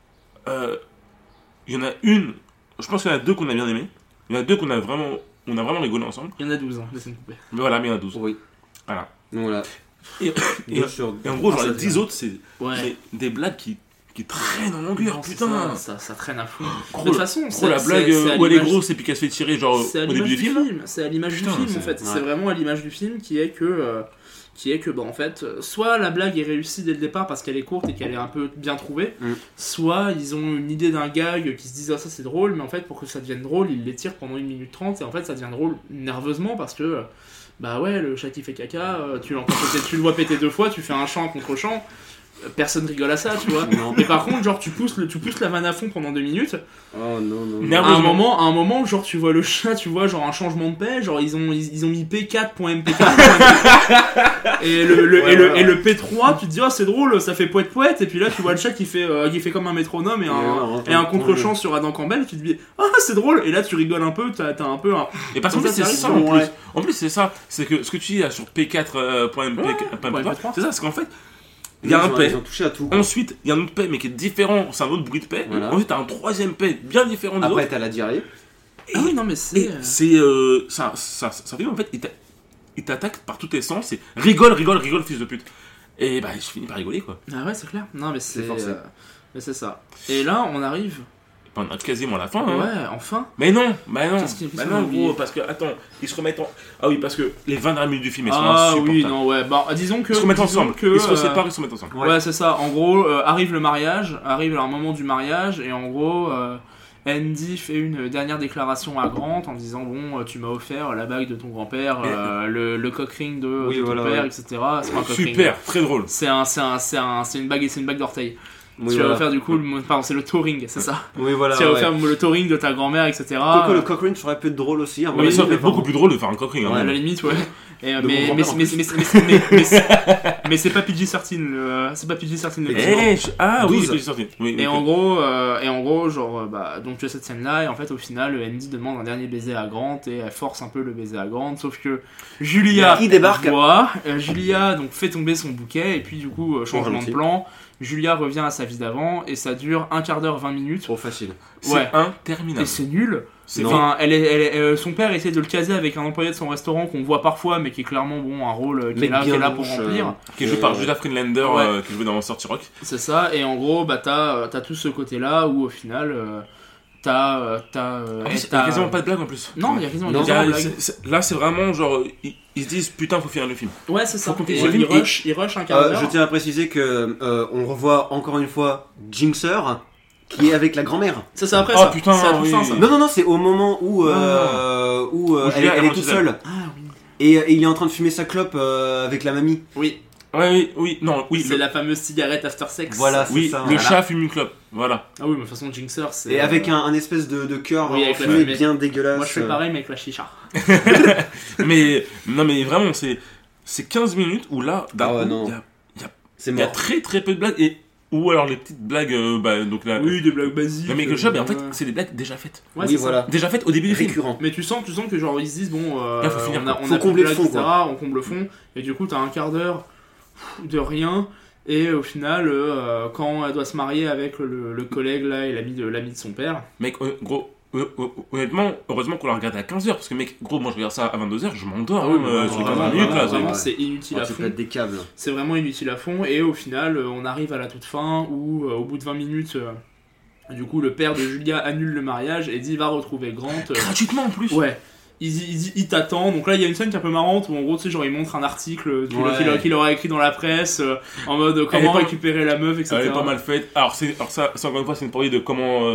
Il y en a une, je pense qu'il y en a 2 qu'on a bien aimé. Il y en a 2 on a vraiment rigolé ensemble. Il y en a 12 des scènes coupées. Mais voilà, mais il y en a 12. Oui. Voilà. Voilà. Et en gros, genre les 10 autres, c'est des blagues qui traînent en longueur, putain. Ça traîne à fond. De toute façon, la blague où elle est grosse et puis qu'elle se fait tirer genre au début du film. C'est à l'image du film en fait. C'est vraiment à l'image du film qui est que en fait, soit la blague est réussie dès le départ parce qu'elle est courte et qu'elle est un peu bien trouvée, soit ils ont une idée d'un gag qui se disent ça c'est drôle, mais en fait pour que ça devienne drôle, ils l'étirent pendant 1 minute 30 et en fait ça devient drôle nerveusement parce que bah ouais, le chat qui fait caca, tu le vois péter 2 fois, tu fais un chant contre chant. personne rigole à ça, tu vois. Mais par contre, genre, tu pousses la vanne à fond pendant 2 minutes. Oh non. À un moment, genre, tu vois le chat, tu vois, genre, un changement de paix, genre, ils ont mis P4.mp4. et le P3, tu te dis, c'est drôle, ça fait poète, et puis là, tu vois le chat qui fait comme un métronome et un contre-champ sur Adam Campbell, tu te dis, c'est drôle, et là, tu rigoles un peu, t'as un peu un. Et parce qu'en fait, c'est ça en plus. En plus, c'est ça, c'est que ce que tu dis là sur P4.mp3, c'est ça, parce qu'en fait, il y a un paix. Ensuite, il y a un autre paix, mais qui est différent. C'est un autre bruit de paix. Voilà. Ensuite, t'as un troisième paix, bien différent des autres. Après, t'as la diarrhée. Oui, non, mais c'est. Ça fait en fait, il t'attaque par tous tes sens. Et rigole, fils de pute. Et je finis par rigoler, quoi. Ah ouais, c'est clair. Non, mais c'est ça. Et là, on arrive. On a quasiment la fin. Ouais, enfin. Mais non, gros, parce que, attends, ils se remettent Ah oui, parce que les 20 dernières minutes du film, elles sont insupportables. Oui, non, ouais, disons que... Ils se remettent ensemble, ils se séparent, ils se remettent ensemble. Ouais, c'est ça, en gros, arrive un moment du mariage, et en gros, Andy fait une dernière déclaration à Grant, en disant, bon, tu m'as offert la bague de ton grand-père, le cock ring de ton père, etc. C'est pas un cock ring. Super, très drôle. C'est une bague d'orteil. Tu vas offert du coup, c'est le touring, c'est ça. Oui, voilà. Tu vas offert le touring de ta grand-mère, etc. Quoique le cock ring serait pu être drôle aussi. Mais ça serait beaucoup plus drôle de faire un cock ring. À la limite, ouais. Mais c'est pas PG-13 c'est pas PG-13 oui, c'est PG-13. Et en gros, genre, donc tu as cette scène là, et en fait, au final, Andy demande un dernier baiser à Grant, et elle force un peu le baiser à Grant, sauf que Julia Julia donc fait tomber son bouquet, et puis du coup, changement de plan. Julia revient à sa vie d'avant, et ça dure 1 quart d'heure, 20 minutes. Trop facile. Ouais. C'est interminable. Et c'est nul. Son père essaie de le caser avec un employé de son restaurant qu'on voit parfois, mais qui est clairement un rôle qui est là pour remplir. Qui est joué par Judah Friedlander, qui jouait dans Monster Rock. C'est ça, et en gros, t'as tout ce côté-là où au final. Il y a quasiment pas de blague en plus. Non, il y a quasiment pas de blague. Là, c'est vraiment genre. Ils se disent putain, faut finir le film. Ouais, c'est ça. Ils rush un quart d'heure. Je tiens à préciser que on revoit encore une fois Jinxer qui est avec la grand-mère. Ça, c'est après ça. Oh putain, c'est à toute fin, ça. Non, c'est au moment où elle est toute seule. Ah oui. Et il est en train de fumer sa clope avec la mamie. Oui. Oui. C'est la fameuse cigarette after sex. Voilà, c'est ça. Le chat fume une clope. Voilà. Ah oui, mais de toute façon, Jinxer, c'est. Et avec un espèce de cœur fumé bien dégueulasse. Moi, je fais pareil, mais avec la chicha. mais vraiment, c'est 15 minutes où là, il y a très très peu de blagues. Ou alors les petites blagues, donc là. Oui, des blagues basiques. Non, mais que le chat, en fait, c'est des blagues déjà faites. Ouais, oui, voilà. Déjà faites au début du film. Mais tu sens que genre ils se disent bon, faut finir, on a combler le fond, etc. On comble le fond, et du coup t'as un quart d'heure de rien, et au final, quand elle doit se marier avec le collègue là et l'ami de son père. Mec, gros. Honnêtement, heureusement qu'on l'a regardé à 15h, parce que mec, gros, moi je regarde ça à 22h, je m'endors sur 15 minutes là. Vraiment, c'est inutile à fond. Des câbles. C'est vraiment inutile à fond, et au final, on arrive à la toute fin où, au bout de 20 minutes, du coup, le père de Julia annule le mariage et dit va retrouver Grant. Gratuitement en plus. Ouais. Il t'attend, donc là il y a une scène qui est un peu marrante où en gros tu sais genre il montre un article qu'il aura écrit dans la presse en mode comment récupérer la meuf, etc. Elle est pas mal faite. Alors ça encore une fois c'est une parodie de comment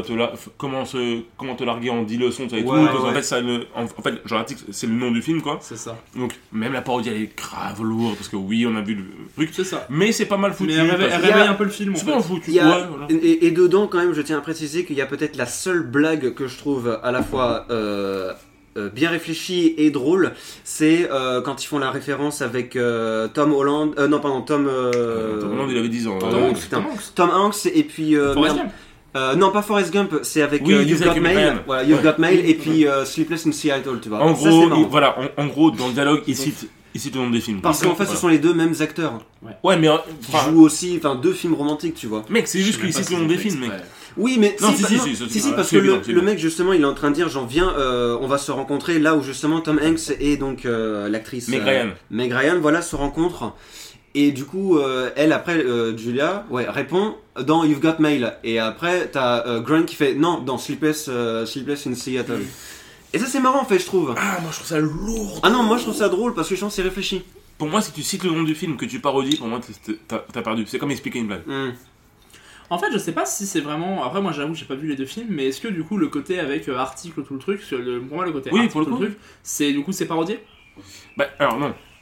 te larguer en 10 leçons et tout. En fait genre l'article c'est le nom du film quoi. C'est ça. Donc même la parodie elle est grave lourde parce que oui on a vu le truc. C'est ça. Mais c'est pas mal foutu. Mais elle réveille un peu le film. C'est pas foutu. Et dedans quand même je tiens à préciser qu'il y a peut-être la seule blague que je trouve à la fois bien réfléchi et drôle, c'est quand ils font la référence avec Tom Holland, Tom Holland il avait 10 ans. Tom Hanks et puis non pas Forrest Gump, c'est avec You've Got Mail. Voilà, You've Got Mail et puis Sleepless in Seattle, tu vois. En gros, en gros dans le dialogue il cite le nom des films. Parce qu'en fait, ce sont les deux mêmes acteurs. Ouais, mais qui jouent aussi, deux films romantiques, tu vois. Mec, c'est juste qu'il cite le nom des films, mec. Oui, mais non, si, parce que le mec justement, il est en train de dire, on va se rencontrer là où justement Tom Hanks et donc l'actrice Meg Ryan, voilà, se rencontrent. Et du coup, elle après Julia, répond dans You've Got Mail. Et après, t'as Grant qui fait non dans Sleepless in Seattle. Et ça c'est marrant en fait je trouve. Ah moi je trouve ça lourd. Ah non moi je trouve ça drôle parce que je pense que c'est réfléchi. Pour moi si tu cites le nom du film que tu parodies, pour moi t'as perdu. C'est comme expliquer une blague. En fait je sais pas si c'est vraiment... Après moi j'avoue j'ai pas vu les deux films, mais est-ce que du coup le côté avec article tout le truc, pour moi le côté oui, article pour le tout le truc, c'est du coup c'est parodié? Bah alors non.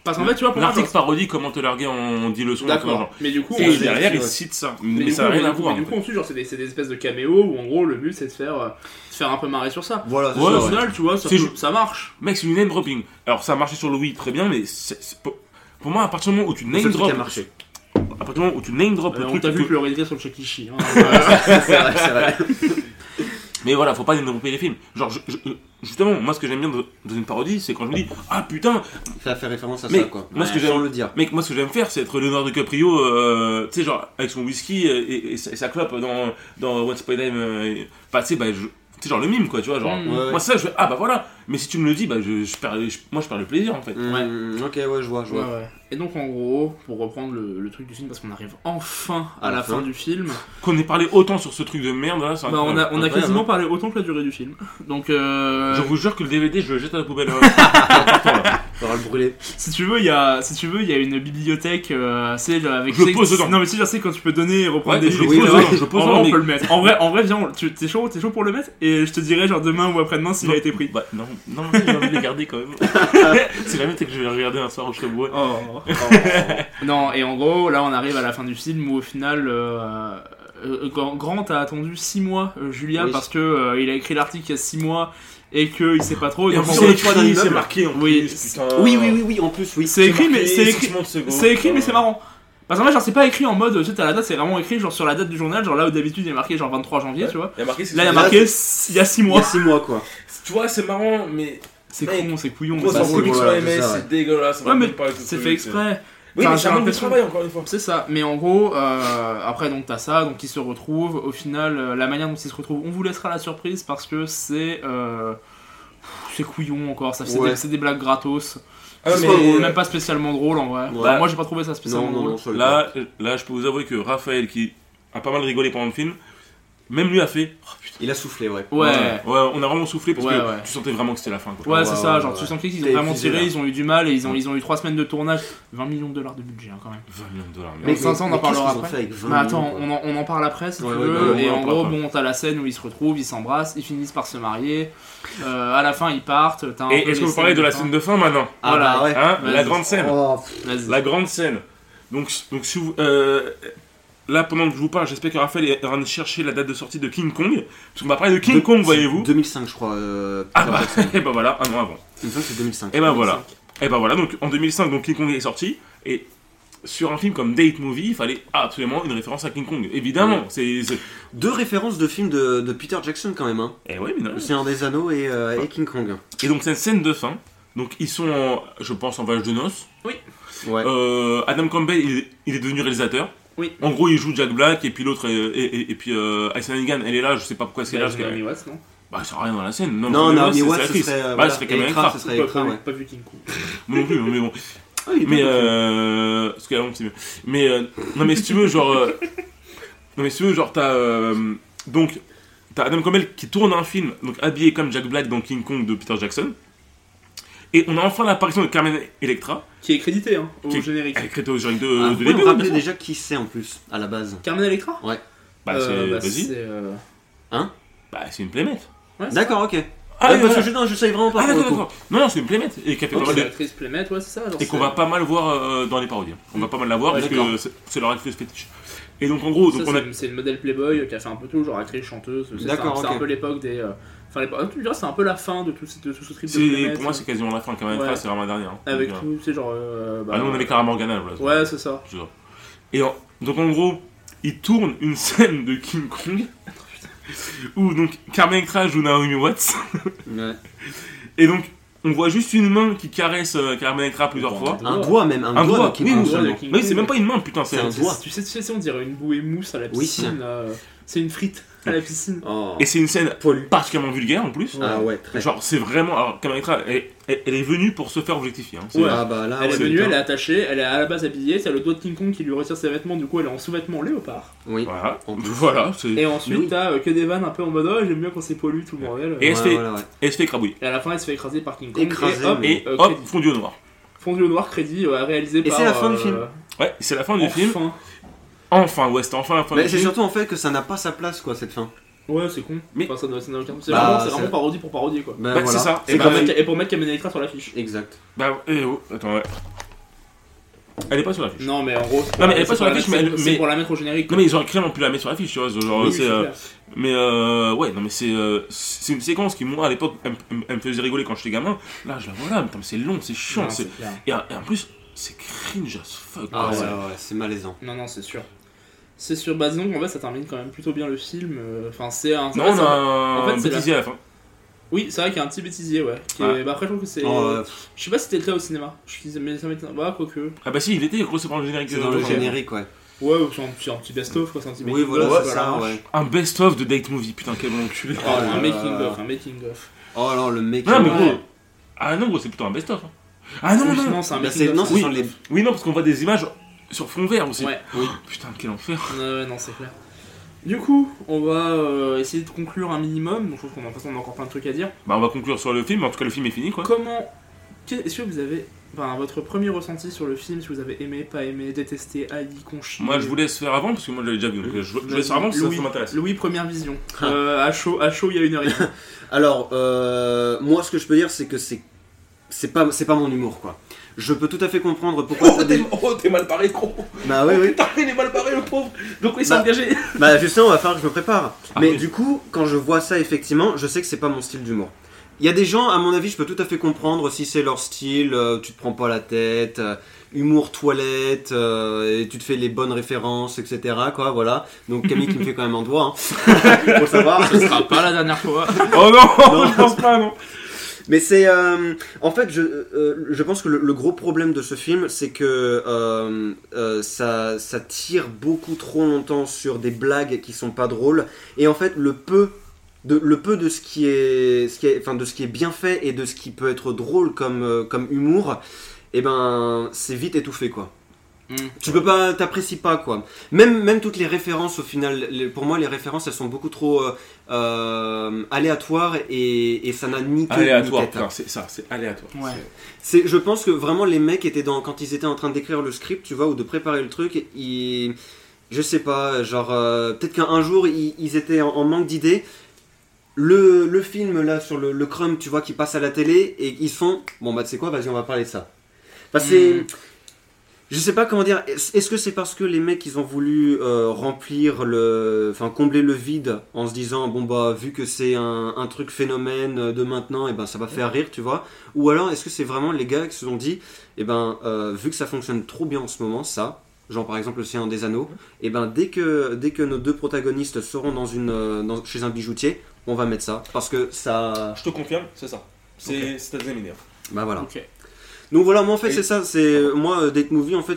Parce qu'en fait, tu vois, pour moi, l'article parodie comment te larguer en 10 leçons. D'accord. Mais du coup, et derrière, il cite ça. Mais ça n'a rien à voir. Mais du coup, ensuite, genre, c'est des espèces de caméos où en gros, le but c'est de se faire un peu marrer sur ça. Voilà, au final, tu vois, ça marche. Mec, c'est du name dropping. Alors, ça a marché sur le Wii très bien, mais pour moi, à partir du moment où tu name drop. À partir du moment où tu name drop le truc. T'as vu que le réalité sur le Shakishi. C'est vrai. Mais voilà, faut pas name dropper les films. Genre, justement, moi, ce que j'aime bien dans une parodie, c'est quand je me dis, ah putain. Ça fait référence à ça, quoi. Moi, ce que j'aime le dire. Mec, moi, ce que j'aime faire, c'est être Leonardo DiCaprio, tu sais, genre, avec son whisky et sa clope dans Once Upon a Time. Enfin, tu sais, c'est genre le mime, quoi, tu vois, genre. Moi, ça, je fais, ah bah voilà. Mais si tu me le dis, je perds le plaisir, en fait. Ok, ouais, je vois. Ouais. Et donc, en gros, pour reprendre le truc du film, parce qu'on arrive enfin à la fin du film. Qu'on ait parlé autant sur ce truc de merde, là, c'est on a quasiment parlé autant que la durée du film. Donc, je vous jure que le DVD, je le jette à la poubelle. On va le brûler. Si tu veux, il y a une bibliothèque, avec. Je pose dedans. Non, mais si, je sais, quand tu peux donner et reprendre des livres, je pose dedans, on peut le mettre. En vrai, viens, t'es chaud pour le mettre? Et je te dirai, genre, demain ou après-demain s'il a été pris. Bah, non, j'ai envie de les garder quand même. C'est jamais que je vais les regarder un soir où je serai bourré. Non, et en gros, là, on arrive à la fin du film où au final. Grant a attendu 6 mois, Julia, parce que il a écrit l'article il y a 6 mois et qu'il sait pas trop. Et en plus, c'est marqué en plus. Oui, en plus, oui. C'est écrit, mais c'est marrant. Parce qu'en fait, genre, c'est pas écrit en mode, tu sais, t'as la date, c'est vraiment écrit genre sur la date du journal, genre là où d'habitude il est marqué genre 23 janvier, tu vois. Là, il y a marqué il y a 6 mois. Il y a 6 mois, quoi. Tu vois, c'est marrant, mais. C'est con, c'est couillon. C'est dégueulasse. Ouais, mais c'est fait exprès. Oui, mais c'est un peu de travail encore une fois. C'est ça, mais en gros, après donc t'as ça, donc ils se retrouvent. Au final, la manière dont ils se retrouvent, on vous laissera la surprise parce que c'est couillon encore. Ça c'est des blagues gratos. Même pas spécialement drôle en vrai. Ouais. Moi j'ai pas trouvé ça spécialement drôle. Là, je peux vous avouer que Raphaël, qui a pas mal rigolé pendant le film, même lui a fait. Oh, putain. Il a soufflé, ouais. On a vraiment soufflé parce que tu sentais vraiment que c'était la fin. Quoi. Ouais, c'est ça. Genre, tu sentais qu'ils ont vraiment tiré, ils ont eu du mal et ils ont eu 3 semaines de tournage. $20 millions de budget, quand même. 20 millions de dollars. Mais 500, on en parlera après. Mais attends, on en parle après si tu veux. Et en gros, bon, t'as la scène où ils se retrouvent, ils s'embrassent, ils finissent par se marier. À la fin, ils partent. Et est-ce que vous parlez de la scène de fin maintenant? Voilà, ouais. La grande scène. La grande scène. Donc si vous. Là, pendant que je vous parle, j'espère que Raphaël est en train de chercher la date de sortie de King Kong. Parce qu'on va parler de King Kong, voyez-vous. 2005, je crois. Et bah voilà, un an avant. Il me semble que c'est 2005. Et bah voilà, donc en 2005, donc King Kong est sorti. Et sur un film comme Date Movie, il fallait absolument une référence à King Kong. Évidemment, c'est... 2 références de films de Peter Jackson quand même. Hein. Et ouais, mais non. Le Seigneur des Anneaux et King Kong. Et donc, c'est une scène de fin. Donc, ils sont, je pense, en voyage de noces. Oui. Ouais. Adam Campbell, il est devenu réalisateur. Oui. En gros, il joue Jack Black et puis l'autre, et puis Alison Hannigan, elle est là, je sais pas pourquoi elle est là. Naomi Watts, non? Bah, ça sert à rien dans la scène. Naomi Watts, ce serait. Bah, ce serait quand même Ekra, ce serait Ekra, ouais. Pas vu King Kong. Moi non plus, mais bon. Parce que la c'est mieux. Mais, non, mais si tu veux, genre. T'as Adam Campbell qui tourne un film, donc habillé comme Jack Black dans King Kong de Peter Jackson. Et on a enfin l'apparition de Carmen Electra. Qui est créditée au générique. Elle est créditée au générique de début. Vous rappelez déjà qui c'est en plus, à la base. Carmen Electra? Ouais. Vas-y. Hein? Bah, c'est une playmate. Ouais, d'accord, ok. Parce que je savais vraiment pas. D'accord. Non, c'est une playmate. Et qui a fait pas mal de... actrice playmate, ouais, c'est ça. Et qu'on va pas mal voir dans les parodies. On va pas mal la voir parce que c'est leur actrice fétiche. Et donc en gros, c'est une modèle Playboy qui a fait un peu tout, genre actrice, chanteuse. D'accord, c'est un peu l'époque des. Tu dirais c'est un peu la fin de tout ce trip de pour moi, c'est quasiment la fin. Quand même, c'est vraiment la dernière. Avec tout, c'est genre. Nous, on avait Clara Morgana. Ouais, c'est ça. Et donc en gros, il tourne une scène de King Kong où donc Carmen Electra joue Naomi Watts. Et donc on voit juste une main qui caresse Carmen Electra plusieurs fois. Un doigt même, un doigt de King Kong. Oui, c'est même pas une main, putain, c'est un doigt. Tu sais, on dirait une bouée mousse à la piscine. C'est une frite à la piscine. Et c'est une scène particulièrement vulgaire en plus. Ah ouais, très. Genre, c'est vraiment. Alors, Carmen Electra, elle est venue pour se faire objectifier. Hein. Ouais. Là, elle est venue, elle est attachée, elle est à la base habillée. C'est le doigt de King Kong qui lui retire ses vêtements, du coup, elle est en sous-vêtements léopard. Oui. Voilà. Et ensuite, t'as que des vannes un peu en mode j'aime bien quand c'est pollu, tout le bordel. Et elle se fait écrabouiller. Et à la fin, elle se fait écraser par King Kong. Et hop, fondu au noir. Fondu au noir, crédit réalisé par. Et c'est la fin du film. Ouais, c'est la fin du film. Enfin, ouais, c'était enfin la fin du film. C'est surtout en fait que ça n'a pas sa place, quoi, cette fin. Ouais, c'est con. Mais ça n'a aucun sens. C'est vraiment parodie pour parodier, quoi. C'est ça. Et pour mettre Carmen Electra sur l'affiche. Exact. Attends, ouais. Elle est pas sur l'affiche. Non, mais en gros. Non, mais elle est pas sur l'affiche, mais. C'est pour la mettre au générique. Non, mais ils auraient clairement pu la mettre sur l'affiche, tu vois. Genre, oui, mais ouais, non, mais c'est une séquence qui, moi, à l'époque, elle me faisait rigoler quand j'étais gamin. Là, je la vois là, mais c'est long, c'est chiant. Non, et en plus, c'est cringe as fuck. Ah ouais, c'est malaisant. Non, c'est sûr. C'est sûr, bah disons qu'en fait ça termine quand même plutôt bien le film. Enfin, c'est un. Non, on a un bêtisier à la fin. Oui, c'est vrai qu'il y a un petit bêtisier, ouais. Bah après, je trouve que c'est. Je sais pas si c'était le cas au cinéma. Mais ça m'étonne. Bah, quoique. Ah, bah si, il était, gros, c'est pas le générique. C'est dans le générique, ouais. Ouais, c'est un petit best-of, quoi. C'est un petit oui, voilà, c'est ça, ouais. Un best-of de Date Movie, putain, quel bon enculé. Un making-of. Oh non, le making-of. Non, mais gros. Ah non, gros, c'est plutôt un best-of. Ah non, c'est un making-of. Oui, non, parce qu'on voit des images sur fond vert aussi. Ouais. Oui. Putain, quel enfer. Ouais, non, c'est clair. Du coup, on va essayer de conclure un minimum. Donc, je trouve qu'on a encore plein de trucs à dire. Bah, on va conclure sur le film. En tout cas, le film est fini, quoi. Est-ce que vous avez. Enfin, votre premier ressenti sur le film, si vous avez aimé, pas aimé, détesté, haï, conchi. Moi, je vous laisse faire avant parce que moi, je l'avais déjà vu. Donc, je vous laisse faire avant parce que ça m'intéresse. Louis, première vision. À chaud, il y a 1h30. Alors, moi, ce que je peux dire, c'est que c'est pas mon humour, quoi. Je peux tout à fait comprendre pourquoi t'es mal barré, gros. Bah oui. Putain, il est mal barré, le pauvre. Donc il s'est engagé. Bah justement, on va falloir que je me prépare. Mais du coup, quand je vois ça, effectivement, je sais que c'est pas mon style d'humour. Il y a des gens, à mon avis, je peux tout à fait comprendre si c'est leur style, tu te prends pas la tête, humour toilette, et tu te fais les bonnes références, etc. Quoi, voilà. Donc Camille qui me fait quand même un doigt, hein. Faut savoir. Ce sera pas la dernière fois. Oh non, je pense pas, non. Mais c'est en fait je pense que le gros problème de ce film c'est que ça tire beaucoup trop longtemps sur des blagues qui sont pas drôles et en fait le peu de ce qui est bien fait et de ce qui peut être drôle comme humour et ben c'est vite étouffé quoi. Tu peux pas, t'apprécies pas quoi. Même toutes les références au final, pour moi les références elles sont beaucoup trop aléatoires et ça n'a ni queue aléatoire, ni tête. C'est ça, c'est aléatoire. Ouais. Je pense que vraiment les mecs étaient quand ils étaient en train d'écrire le script, tu vois, ou de préparer le truc, je sais pas, genre peut-être qu'un jour ils étaient en manque d'idées. Le film là sur le crumb, tu vois, qui passe à la télé et ils font bon bah tu sais quoi, vas-y on va parler de ça. Parce que je sais pas comment dire, est-ce que c'est parce que les mecs ils ont voulu combler le vide en se disant bon bah vu que c'est un truc phénomène de maintenant et ben ça va faire rire tu vois, ou alors est-ce que c'est vraiment les gars qui se sont dit et ben vu que ça fonctionne trop bien en ce moment ça, genre par exemple le Seigneur des Anneaux, et ben dès que nos deux protagonistes seront chez un bijoutier, on va mettre ça parce que ça. Je te confirme, c'est ça. C'est ta deuxième idée. Bah voilà. Ok. Donc voilà, moi en fait c'est ça, moi Date Movie en fait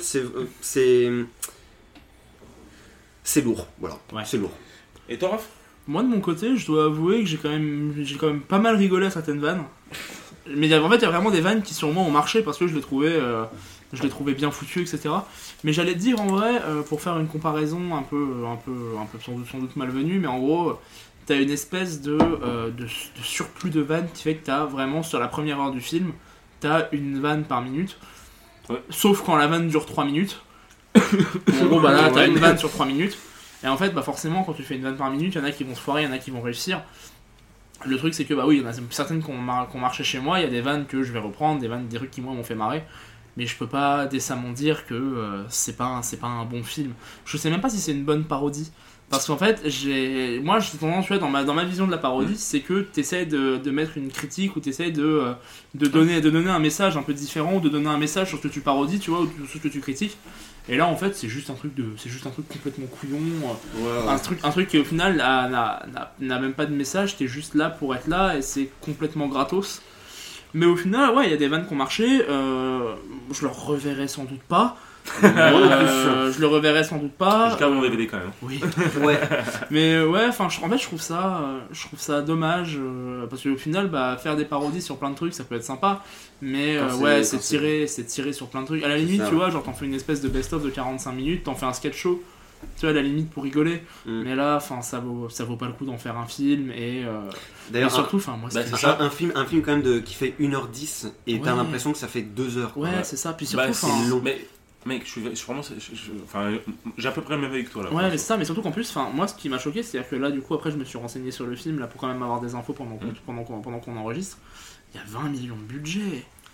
c'est lourd, voilà, ouais. C'est lourd. Et toi Raph ? Moi de mon côté, je dois avouer que j'ai quand même pas mal rigolé à certaines vannes. Mais en fait il y a vraiment des vannes qui sur moi ont marché parce que je les trouvais bien foutues, etc. Mais j'allais te dire en vrai, pour faire une comparaison un peu sans doute malvenue, mais en gros t'as une espèce de surplus de vannes qui fait que t'as vraiment sur la première heure du film t'as une vanne par minute, sauf quand la vanne dure 3 minutes. En gros, bah là, t'as une vanne sur 3 minutes. Et en fait, bah forcément, quand tu fais une vanne par minute, il y en a qui vont se foirer, il y en a qui vont réussir. Le truc, c'est que, bah oui, il y en a certaines qui ont marché chez moi, il y a des vannes que je vais reprendre, des trucs qui, moi, m'ont fait marrer. Mais je peux pas décemment dire que c'est pas un bon film. Je sais même pas si c'est une bonne parodie. Parce qu'en fait, j'ai tendance, tu vois, dans ma vision de la parodie, c'est que t'essaies de mettre une critique ou t'essaies de donner un message un peu différent ou de donner un message sur ce que tu parodies, tu vois, ou sur ce que tu critiques. Et là, en fait, c'est juste un truc complètement couillon, un truc qui au final n'a même pas de message, t'es juste là pour être là et c'est complètement gratos. Mais au final, ouais, il y a des vannes qui ont marché, je le reverrai sans doute pas. Je le reverrai sans doute pas. Jusqu'à mon DVD quand même. Oui. Ouais. Mais ouais, enfin, en fait, je trouve ça dommage parce qu'au final, bah, faire des parodies sur plein de trucs, ça peut être sympa. Mais ouais, c'est tiré sur plein de trucs. À la limite, tu vois, genre t'en fais une espèce de best-of de 45 minutes, t'en fais un sketch show. Tu vois, à la limite pour rigoler. Mais là, enfin, ça vaut pas le coup d'en faire un film et. D'ailleurs, surtout, enfin, moi, c'est ça. Un film quand même qui fait 1h10 et t'as l'impression que ça fait 2 heures. Ouais, c'est ça. Puis surtout, c'est long. Mec, je suis vraiment. J'ai à peu près le même avec toi là. Ouais, mais c'est ça, mais surtout qu'en plus, moi ce qui m'a choqué, c'est que là, du coup, après, je me suis renseigné sur le film là pour quand même avoir des infos pendant qu'on enregistre. Il y a 20 millions de budget.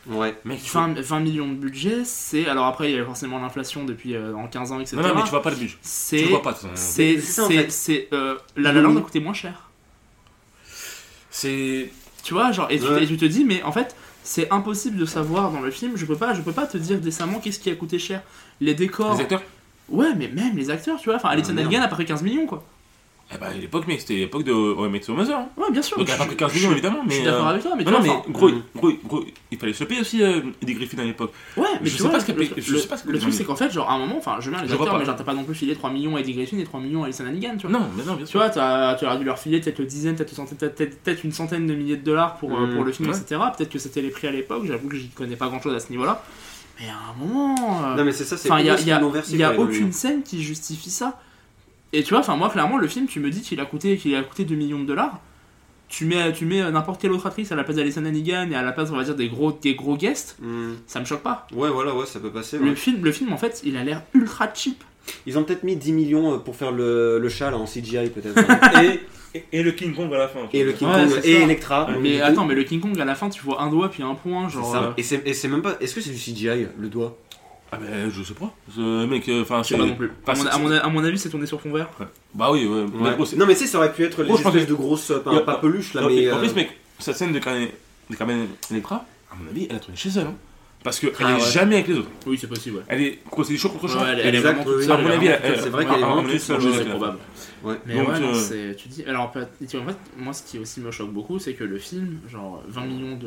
Ouais. Mec, 20 millions de budget, c'est... Alors après, il y a forcément l'inflation depuis en 15 ans, etc. Non, mais tu vois pas le budget. Tu le vois pas, La La Land a coûté moins cher. C'est... Tu vois, genre, et tu te dis, mais en fait, c'est impossible de savoir dans le film, je peux pas te dire décemment qu'est-ce qui a coûté cher. Les décors... Les acteurs. Ouais, mais même les acteurs, tu vois. Enfin, Alison Hannigan a pas pris 15 millions, quoi. Eh ben, à l'époque, mec, c'était l'époque de Metro Mother. Hein. Ouais, bien sûr. Donc, elle a pas pris 15 millions, évidemment. Mais je suis d'accord avec toi, mais gros, il fallait se payer aussi des Griffins à l'époque. Ouais, mais je sais pas ce que le truc, c'est qu'en fait, genre, à un moment, enfin, je veux bien les acteurs, mais genre, t'as pas non plus filé 3 millions à Eddie Griffin et 3 millions à Alison Hannigan, tu vois. Non, mais non, bien sûr. Tu vois, tu aurais dû leur filer peut-être une centaine de milliers de dollars pour le film, etc. Peut-être que c'était les prix à l'époque, j'avoue que j'y connais pas grand chose à ce niveau-là. Mais à un moment. Non, mais c'est ça, c'est il y a aucune scène qui justifie ça. Et tu vois, enfin moi clairement le film, tu me dis qu'il a coûté 2 millions de dollars. Tu mets n'importe quelle autre actrice à la place d'Alison Hannigan et à la place, on va dire, des gros guests, ça me choque pas. Ouais, voilà, ça peut passer. Le film en fait, il a l'air ultra cheap. Ils ont peut-être mis 10 millions pour faire le chat là en CGI peut-être. Et le King Kong à la fin. Et le King Kong et Electra. Mais attends, mais le King Kong à la fin, tu vois un doigt puis un point, genre. Et c'est même pas. Est-ce que c'est du CGI le doigt? Ah ben je sais pas. Mec, enfin c'est pas non plus. À mon avis, c'est tourné sur fond vert. Ouais. Bah oui, ouais. Non mais tu sais, ça aurait pu être les espèces de grosses pas peluches là, mais. En plus, mec, cette scène de Carmen Electra, à mon avis, elle a tourné chez elle. Hein. Parce qu'elle est jamais avec les autres. Oui, c'est possible. Ouais. Elle est c'est chaud contre chaud. Elle est vraiment toute seule. À mon avis, c'est vrai qu'elle est vraiment toute seule. C'est probable. Ouais. Mais donc, ouais, tu dis. Alors, en fait, moi, ce qui aussi me choque beaucoup, c'est que le film, genre 20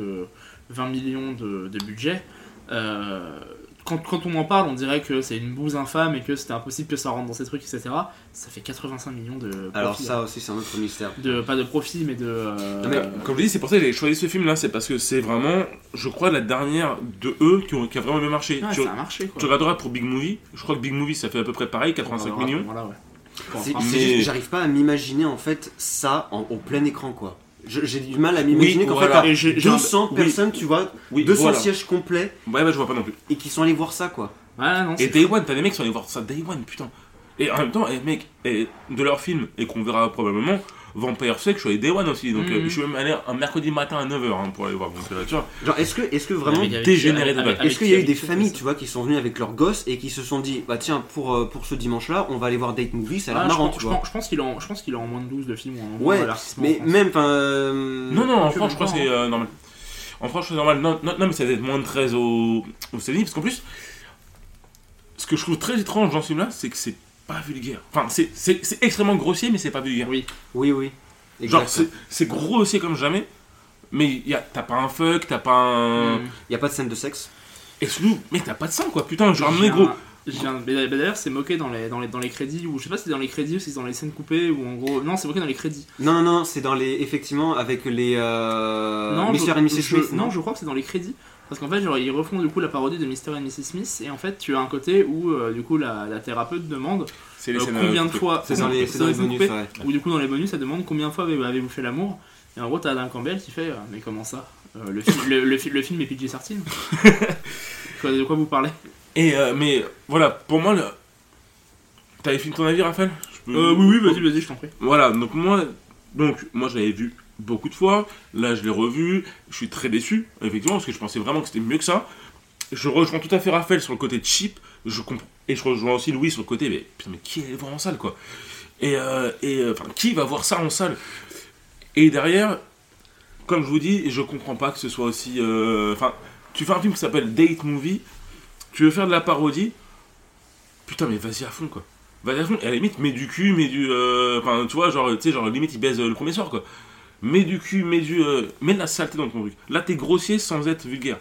millions de budget. Quand on en parle, on dirait que c'est une bouse infâme et que c'était impossible que ça rentre dans ces trucs, etc. Ça fait 85 millions de profit. Alors ça aussi, c'est un autre mystère. Pas de profit, mais de... Mais, comme je dis, c'est pour ça que j'ai choisi ce film-là. C'est parce que c'est vraiment, je crois, la dernière de eux qui a vraiment bien marché. Ouais, ça a marché, quoi. Tu regarderas pour Big Movie. Je crois que Big Movie, ça fait à peu près pareil, 85 millions. Voilà, ouais. J'arrive pas à m'imaginer, en fait, ça au plein écran, quoi. J'ai du mal à m'imaginer qu'en fait, t'as 200 personnes, tu vois, 200 sièges complets. Ouais, je vois pas non plus. Et qui sont allés voir ça, quoi. Ouais, non, et Day One, t'as des mecs qui sont allés voir ça Day One, putain. Et en même temps, mec, de leur film, et qu'on verra probablement, Vampire Sex, je suis allé Day One aussi. Donc je suis même allé un mercredi matin à 9h pour aller voir. Donc, tu vois. Genre, est-ce que vraiment dégénéré de balle. Est-ce qu'il y a eu des familles, tu vois, qui sont venues avec leurs gosses et qui se sont dit, bah tiens, pour ce dimanche-là, on va aller voir Date Movie, ça a l'air marrant, tu vois. Je pense qu'il a en moins de 12 de films ou en ouais, mais même, non, en France, je crois que c'est normal. En France, c'est normal. Non, mais ça doit être moins de 13 aux États-Unis, parce qu'en plus, ce que je trouve très étrange dans ce film-là, c'est que c'est pas vulgaire. Enfin, c'est extrêmement grossier, mais c'est pas vulgaire. Oui. Genre, c'est grossier comme jamais, mais t'as pas un fuck, t'as pas un... Y a pas de scène de sexe. Excuse-nous, mais t'as pas de sang, quoi, putain, genre, gros. D'ailleurs, c'est moqué dans les crédits, ou je sais pas si c'est dans les crédits ou si c'est dans les scènes coupées, ou en gros... Non, c'est moqué dans les crédits. Non, c'est dans les... Effectivement, avec les... Mr. et Mrs. Smith. Non, je crois que c'est dans les crédits. Parce qu'en fait, genre, ils refont du coup la parodie de Mr. et Mrs. Smith, et en fait, tu as un côté où, du coup, la thérapeute demande combien de fois... C'est dans les bonus, ouais. Ou du coup, dans les bonus, ça demande combien de fois avez-vous fait l'amour. Et en gros, t'as Adam Campbell qui fait mais comment ça le film est PG-13. De quoi vous parlez? Mais voilà, pour moi, t'avais fini ton avis, Raphaël? Oui, vas-y, je t'en prie. Voilà, donc moi je l'avais vu beaucoup de fois. Là, je l'ai revu. Je suis très déçu, effectivement, parce que je pensais vraiment que c'était mieux que ça. Je rejoins tout à fait Raphaël sur le côté cheap. Je comprends. Et je rejoins aussi Louis sur le côté, mais putain, mais qui allait voir en salle, quoi? Qui va voir ça en salle? Et derrière, comme je vous dis, je comprends pas que ce soit aussi... tu fais un film qui s'appelle Date Movie, tu veux faire de la parodie, putain, mais vas-y à fond, quoi. Vas-y à fond, et à la limite, mets du cul, mets du... tu vois, genre, limite, il baise le premier soir, quoi. Mets du cul, mets de la saleté dans ton truc. Là, t'es grossier sans être vulgaire.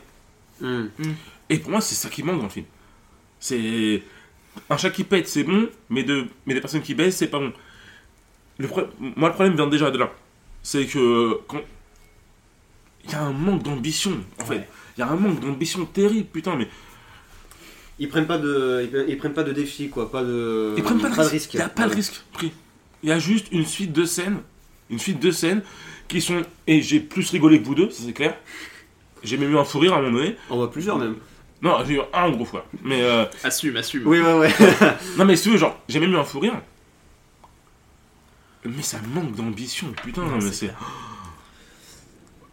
Et pour moi, c'est ça qui manque dans le film. C'est... Un chat qui pète, c'est bon, mais des personnes qui baissent, c'est pas bon. Moi, le problème vient déjà de là. C'est que... Il y a un manque d'ambition, en fait. Il y a un manque d'ambition terrible, putain, mais... Ils prennent pas de défi, quoi. Ils prennent pas de risque. Il n'y a pas de risque pris. Il y a juste une suite de scènes qui sont... Et j'ai plus rigolé que vous deux, ça c'est clair. J'ai même eu un fou rire à un moment donné. On voit plusieurs même. Non, j'ai eu un gros fois. Mais Assume. Oui, ouais. Non, mais si tu veux, genre, j'ai même eu un fou rire. Mais ça manque d'ambition, putain. Non, mais c'est...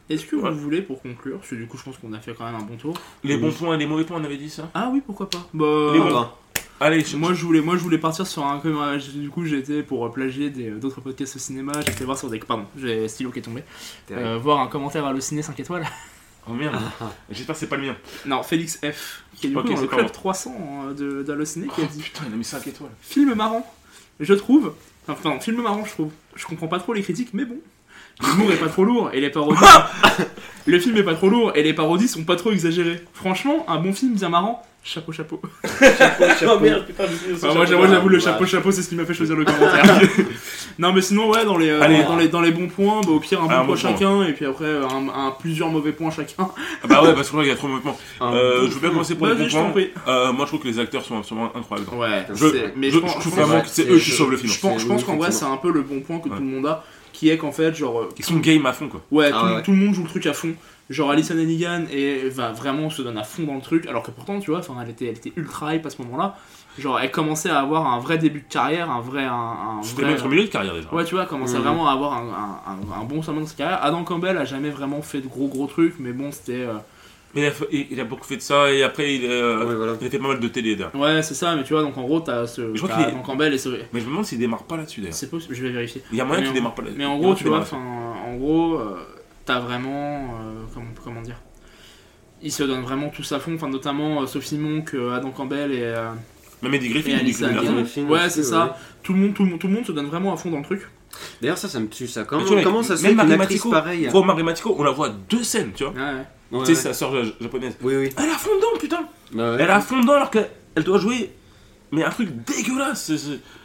Est-ce que vous voulez, pour conclure, parce que du coup je pense qu'on a fait quand même un bon tour. Les bons points et les mauvais points, on avait dit ça? Ah oui, pourquoi pas. Les bons points. Allez, moi je voulais partir sur un... Du coup j'ai été pour plagier d'autres podcasts au cinéma, j'ai été voir sur des... Pardon, j'ai stylo qui est tombé. Voir un commentaire Allociné 5 étoiles. Oh merde, j'espère que c'est pas le mien. Non, Félix F, qui est du coup dans le club 300 d'Allociné, qui a dit... Putain, il a mis 5 étoiles. Film marrant, je trouve... Enfin, film marrant, je trouve. Je comprends pas trop les critiques, mais bon. L'humour est pas trop lourd et les parodies. Le film est pas trop lourd et les parodies sont pas trop exagérées. Franchement, un bon film bien marrant. Chapeau. Oh merde, putain, moi j'avoue, le chapeau, c'est ce qui m'a fait choisir le commentaire. Non, mais sinon, ouais, dans les bons points, au pire, un bon point chacun, et puis après, plusieurs mauvais points chacun. Bah ouais, parce que là, il y a trop de mauvais points. Je veux bien commencer pour les bons points. Moi, je trouve que les acteurs sont absolument incroyables. Ouais, je trouve vraiment que c'est eux qui sauvent le film. Je pense qu'en vrai, c'est un peu le bon point que tout le monde a, qui est qu'en fait, genre. Ils sont game à fond, quoi. Ouais, tout le monde joue le truc à fond. Genre Alison Hannigan va vraiment se donne à fond dans le truc, alors que pourtant tu vois, elle était ultra hype à ce moment-là. Genre elle commençait à avoir un vrai début de carrière, C'était même son milieu de carrière déjà. Ouais, tu vois, elle commençait vraiment à avoir un bon sommet de sa carrière. Adam Campbell a jamais vraiment fait de gros trucs, mais bon, c'était. Mais il a beaucoup fait de ça et après il a fait pas mal de télé derrière. Ouais, c'est ça, mais tu vois, donc en gros t'as Adam Campbell et ce. Mais je me demande s'il démarre pas là-dessus d'ailleurs. C'est possible, je vais vérifier. Il y a moyen qu'il démarre pas là-dessus. Mais en gros, tu vois, en gros, t'as vraiment. Comment dire? Ils se donnent vraiment tous à fond, notamment Sophie Monk, Adam Campbell et. Même Eddie Griffin. Ouais, c'est ça. Tout le monde se donne vraiment à fond dans le truc. D'ailleurs, ça me tue ça. Comment ça se fait qu'une actrice pareille? Marie Matico, on la voit 2 scènes, tu vois. Tu sais, sa sœur japonaise. Oui. Elle a fond dedans, putain. Elle a fond dedans alors qu'elle doit jouer. Mais un truc dégueulasse.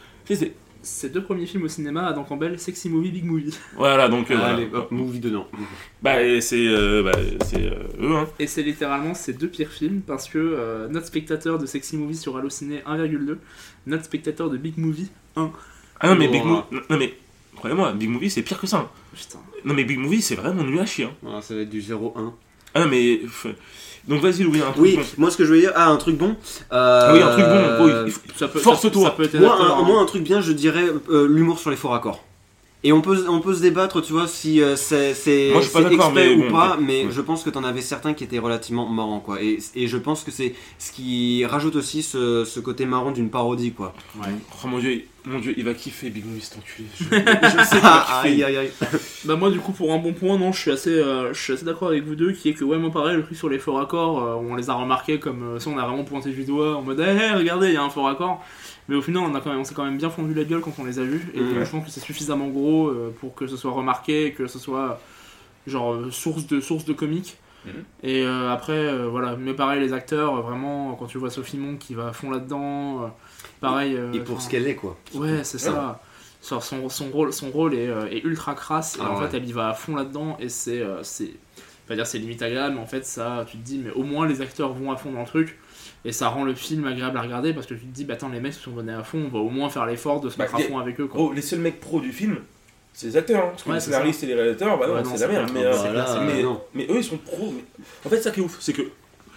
Ses 2 premiers films au cinéma, Adam Campbell, Sexy Movie, Big Movie. Voilà, donc. Allez, movie dedans. C'est eux, hein. Et c'est littéralement ces 2 pires films parce que notre spectateur de Sexy Movie sur Allociné 1,2, notre spectateur de Big Movie 1. Ah non, mais Big Movie. Non, mais croyez-moi, Big Movie c'est pire que ça. Putain. Non, mais Big Movie c'est vraiment nul à chier. Hein. Ah, ça va être du 0-1. Ah non, mais. Donc vas-y, Louis, un truc bon. Moi ce que je voulais dire, un truc bon. Oui, un truc bon. Force-toi. Moi, un truc bien, je dirais l'humour sur les faux raccords. Et on peut se débattre, tu vois, si c'est exprès ou pas, mais je pense que t'en avais certains qui étaient relativement marrants, quoi. Et je pense que c'est ce qui rajoute aussi ce côté marrant d'une parodie, quoi. Ouais. Oh mon dieu, il va kiffer Big Movie, cet enculé. Je sais pas. Aïe. Bah moi du coup pour un bon point, non, je suis assez d'accord avec vous deux, qui est que ouais, moi pareil, le truc sur les faux raccords, on les a remarqués comme ça, on a vraiment pointé du doigt en mode regardez, il y a un faux raccord. Mais au final, on s'est quand même bien fondu la gueule quand on les a vus. Et je pense que c'est suffisamment gros pour que ce soit remarqué et que ce soit genre source de comique. Et après, voilà. Mais pareil, les acteurs, vraiment, quand tu vois Sophie Monk qui va à fond là-dedans, pareil. Et pour ce qu'elle est, quoi. Ouais, c'est ça. Son rôle est ultra crasse. Et en fait, elle y va à fond là-dedans. Et c'est pas dire c'est limite agréable, mais en fait, ça, tu te dis, mais au moins les acteurs vont à fond dans le truc. Et ça rend le film agréable à regarder parce que tu te dis, bah attends, les mecs se sont donnés à fond, on va au moins faire l'effort de se mettre à fond avec eux. Quoi. Gros, les seuls mecs pros du film, c'est les acteurs. Hein, parce que les scénaristes et les réalisateurs, c'est la merde. Mais eux, ils sont pros. En fait, ça qui est ouf, c'est que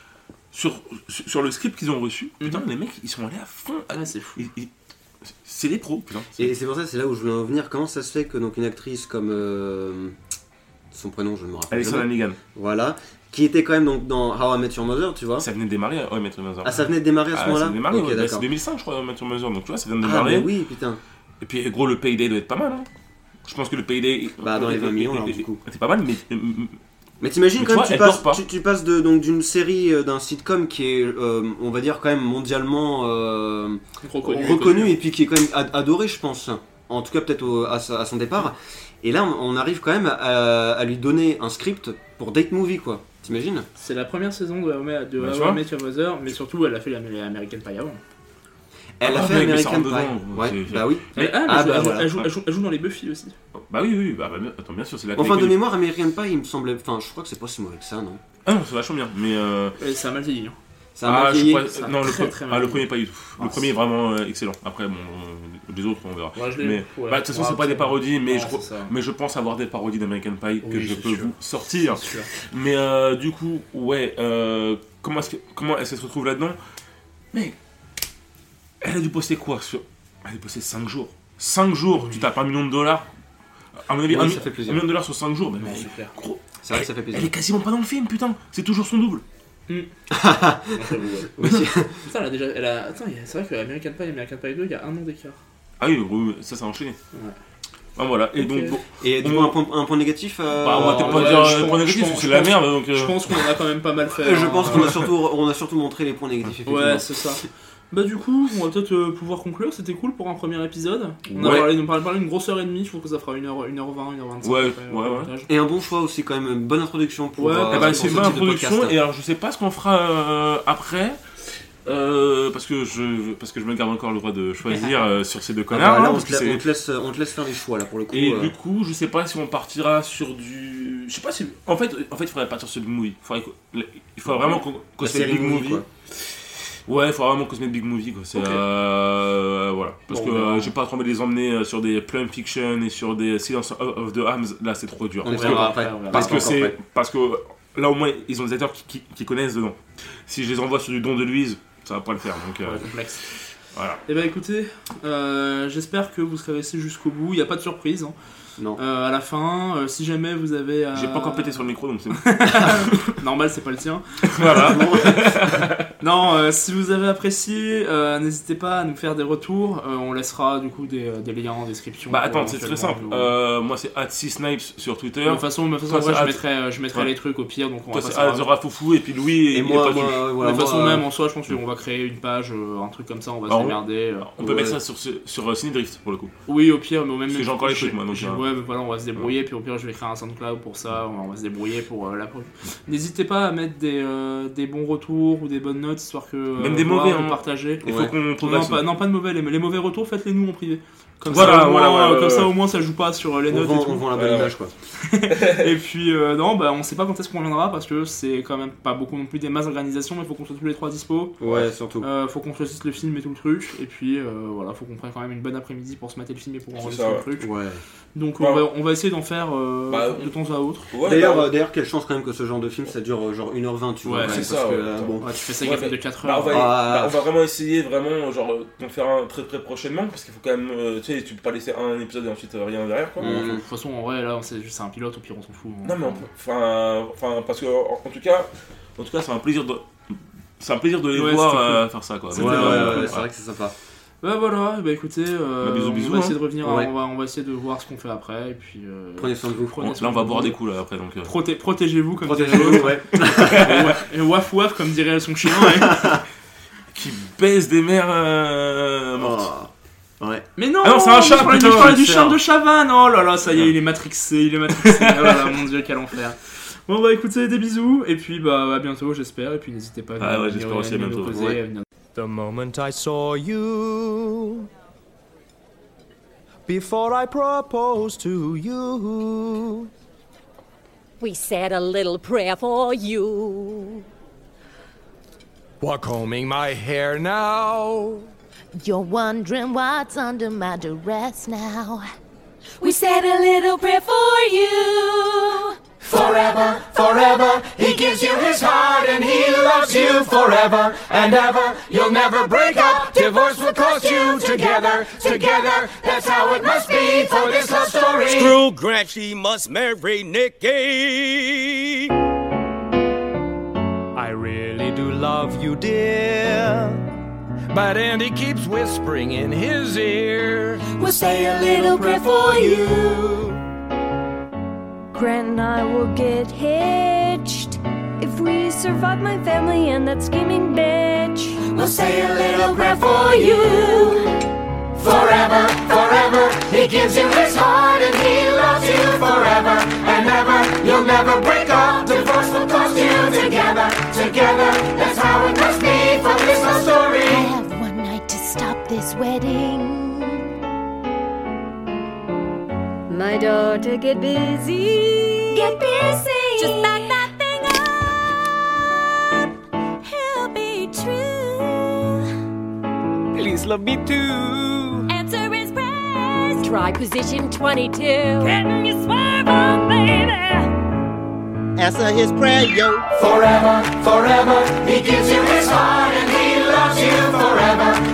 sur le script qu'ils ont reçu, putain, les mecs, ils sont allés à fond. C'est fou. C'est les pros, putain. Et c'est pour ça, c'est là où je voulais en venir. Comment ça se fait que donc une actrice comme son prénom, je ne me rappelle pas. Alison Hannigan. Voilà. Qui était quand même donc dans How I Met Your Mother, tu vois. Ça venait de démarrer How I Met Your Mother. Ah, ça venait de démarrer à ce moment-là. Ça venait de démarrer, okay, c'est 2005, je crois, How I Met Your Mother. Donc tu vois, ça vient de démarrer. Ah, mais oui, putain. Et puis, gros, le Payday doit être pas mal. Hein. Je pense que le Payday. Bah, dans les 20 millions, alors, du coup. C'est pas mal, mais. Mais t'imagines quand même, tu passes donc d'une série, d'un sitcom qui est, on va dire, quand même mondialement reconnu et puis qui est quand même adoré, je pense. En tout cas, peut-être à son départ. Et là, on arrive quand même à lui donner un script pour Date Movie, quoi. T'imagines ? C'est la première saison de How I Met Your Mother, mais surtout, elle a fait l'American Pie avant. Elle a fait American Pie. Ouais, bah oui. Elle joue dans les Buffy aussi. Bah oui, attends, bien sûr, c'est la. Enfin, de mémoire, American Pie, il me semblait. Enfin, je crois que c'est pas si mauvais que ça, non ? Ah non, c'est vachement bien, mais. Ça a mal vieilli. Ça a mal vieilli. Non, le premier pas du tout. Le premier est vraiment excellent. Après, bon, les autres, on verra. Mais de toute façon, c'est pas des parodies, mais je pense avoir des parodies d'American Pie que je peux vous sortir. Mais du coup, ouais, comment elle se retrouve là-dedans ? Mais elle a dû poster quoi ? Elle a dû poster 5 jours. 5 jours, tu tapes $1 million. À mon avis, ça fait plaisir. $1 million sur 5 jours, mais gros, c'est vrai que ça fait plaisir. Elle est quasiment pas dans le film, putain. C'est toujours son double. Putain, Attends, c'est vrai que American Pie et American Pie 2, il y a 1 an d'écart. Ah oui, ça a enchaîné. Ouais. Ah, voilà, et donc bon. Et du coup, un point négatif on va peut-être pas dire un point négatif parce que c'est la merde. Donc, je pense qu'on en a quand même pas mal fait. Je pense qu'on a surtout montré les points négatifs. Ouais, c'est ça. Bah du coup, on va peut-être pouvoir conclure, c'était cool pour un premier épisode. On a parlé d'une grosse heure et demie, je trouve que ça fera 1h20, 1h25. Ouais. Et un bon choix aussi quand même, une bonne introduction pour... c'est une bonne introduction, et alors je sais pas ce qu'on fera après, parce que je me garde encore le droit de choisir sur ces deux connards. Là, on te laisse faire les choix là pour le coup. Et du coup, je sais pas si on partira sur du... Je sais pas si... En fait, il faudrait partir sur du movie. Il faudrait vraiment qu'on se mette Big Movie. Ouais, il faut vraiment qu'on se mette Big Movie quoi. Voilà. Parce que j'ai pas trop envie de les emmener sur des Plum Fiction et sur des Silence of the Lambs. Là, c'est trop dur. Parce que là, au moins, ils ont des acteurs qui connaissent dedans. Si je les envoie sur du Don de Louise, ça va pas le faire. Donc, complexe. Voilà. Et bah écoutez, j'espère que vous serez restés jusqu'au bout. Il n'y a pas de surprise. Non. À la fin, si jamais vous avez... J'ai pas encore pété sur le micro, donc c'est bon. Normal, c'est pas le tien. Voilà. Non, si vous avez apprécié, n'hésitez pas à nous faire des retours. On laissera du coup des liens en description. Bah attends, c'est très simple. Moi c'est @6snipes sur Twitter. De toute façon, en vrai, je mettrai les trucs au pire. Donc on va passer @TheRafoufou et puis Louis et moi. De toute façon, même en soi, je pense qu'on va créer une page, un truc comme ça, on va se démerder. On peut mettre ça sur Cinedrift pour le coup. Oui, au pire, mais même. Parce que j'ai encore les trucs moi. Donc ouais, mais voilà, on va se débrouiller. Puis au pire, je vais créer un SoundCloud pour ça. On va se débrouiller pour la. N'hésitez pas à mettre des bons retours ou des bonnes notes, histoire que. Même des mauvais, partager. Il faut qu'on non, pas de mauvais. Les mauvais retours, faites-les nous en privé. Comme ça, au moins, ça joue pas sur les notes. On vend la bonne image, quoi. Et puis, on sait pas quand est-ce qu'on reviendra parce que c'est quand même pas beaucoup non plus des masses d'organisation, mais il faut qu'on soit tous les 3 dispo. Ouais, surtout. Faut qu'on choisisse le film et tout le truc. Et puis, faut qu'on prenne quand même une bonne après-midi pour se mater le film et pour enregistrer le truc. Ouais. Donc, on va essayer d'en faire de temps à autre. D'ailleurs, quelle chance quand même que ce genre de film ça dure genre 1h20, tu vois. Ouais, c'est ça. Tu fais ça de 4 heures. On va vraiment essayer d'en faire un très très prochainement parce qu'il faut quand même. Tu peux pas laisser un épisode et ensuite rien derrière quoi. De toute façon, en vrai, là, c'est un pilote, au pire, on s'en fout. Non, mais parce que en tout cas, c'est un plaisir de les voir faire ça quoi. C'est vrai que c'est sympa. Bah voilà, bah écoutez, bisous, on va essayer de revenir, on va essayer de voir ce qu'on fait après et puis prenez soin de vous. Là on va boire des coups là après donc. Protégez-vous comme dirait l'autre. Et waf waf comme dirait son chien. Qui baise des mères mortes. Ouais. Mais non, c'est un chat. Je parlais du chien de Chavannes. Oh là là, ça y est, il est matrixé. Oh là là, mon dieu, quel enfer. Bon bah écoutez, des bisous et puis à bientôt j'espère et puis n'hésitez pas à venir j'espère aussi à bientôt. The moment I saw you, before I proposed to you, we said a little prayer for you. While combing my hair now, you're wondering what's under my dress now. We said a little prayer for you. Forever, forever, he gives you his heart and he loves you forever and ever. You'll never break up, divorce will cost you together, together. That's how it must be for this love story. Screw Grant, she must marry Nicky. I really do love you, dear, but Andy keeps whispering in his ear. We'll say a little prayer for you. Grant and I will get hitched if we survive my family and that scheming bitch. We'll say a little prayer for you. Forever, forever, he gives you his heart and he loves you forever and ever. You'll never break up, divorce will cost you together, together. That's how it must be for this love story. I have one night to stop this wedding. My daughter, get busy. Get busy. Just back that thing up. He'll be true. Please love me too. Answer his prayers. Try position 22. Can you swerve on, baby? Answer his prayer, yo. Forever, forever, he gives you his heart and he loves you forever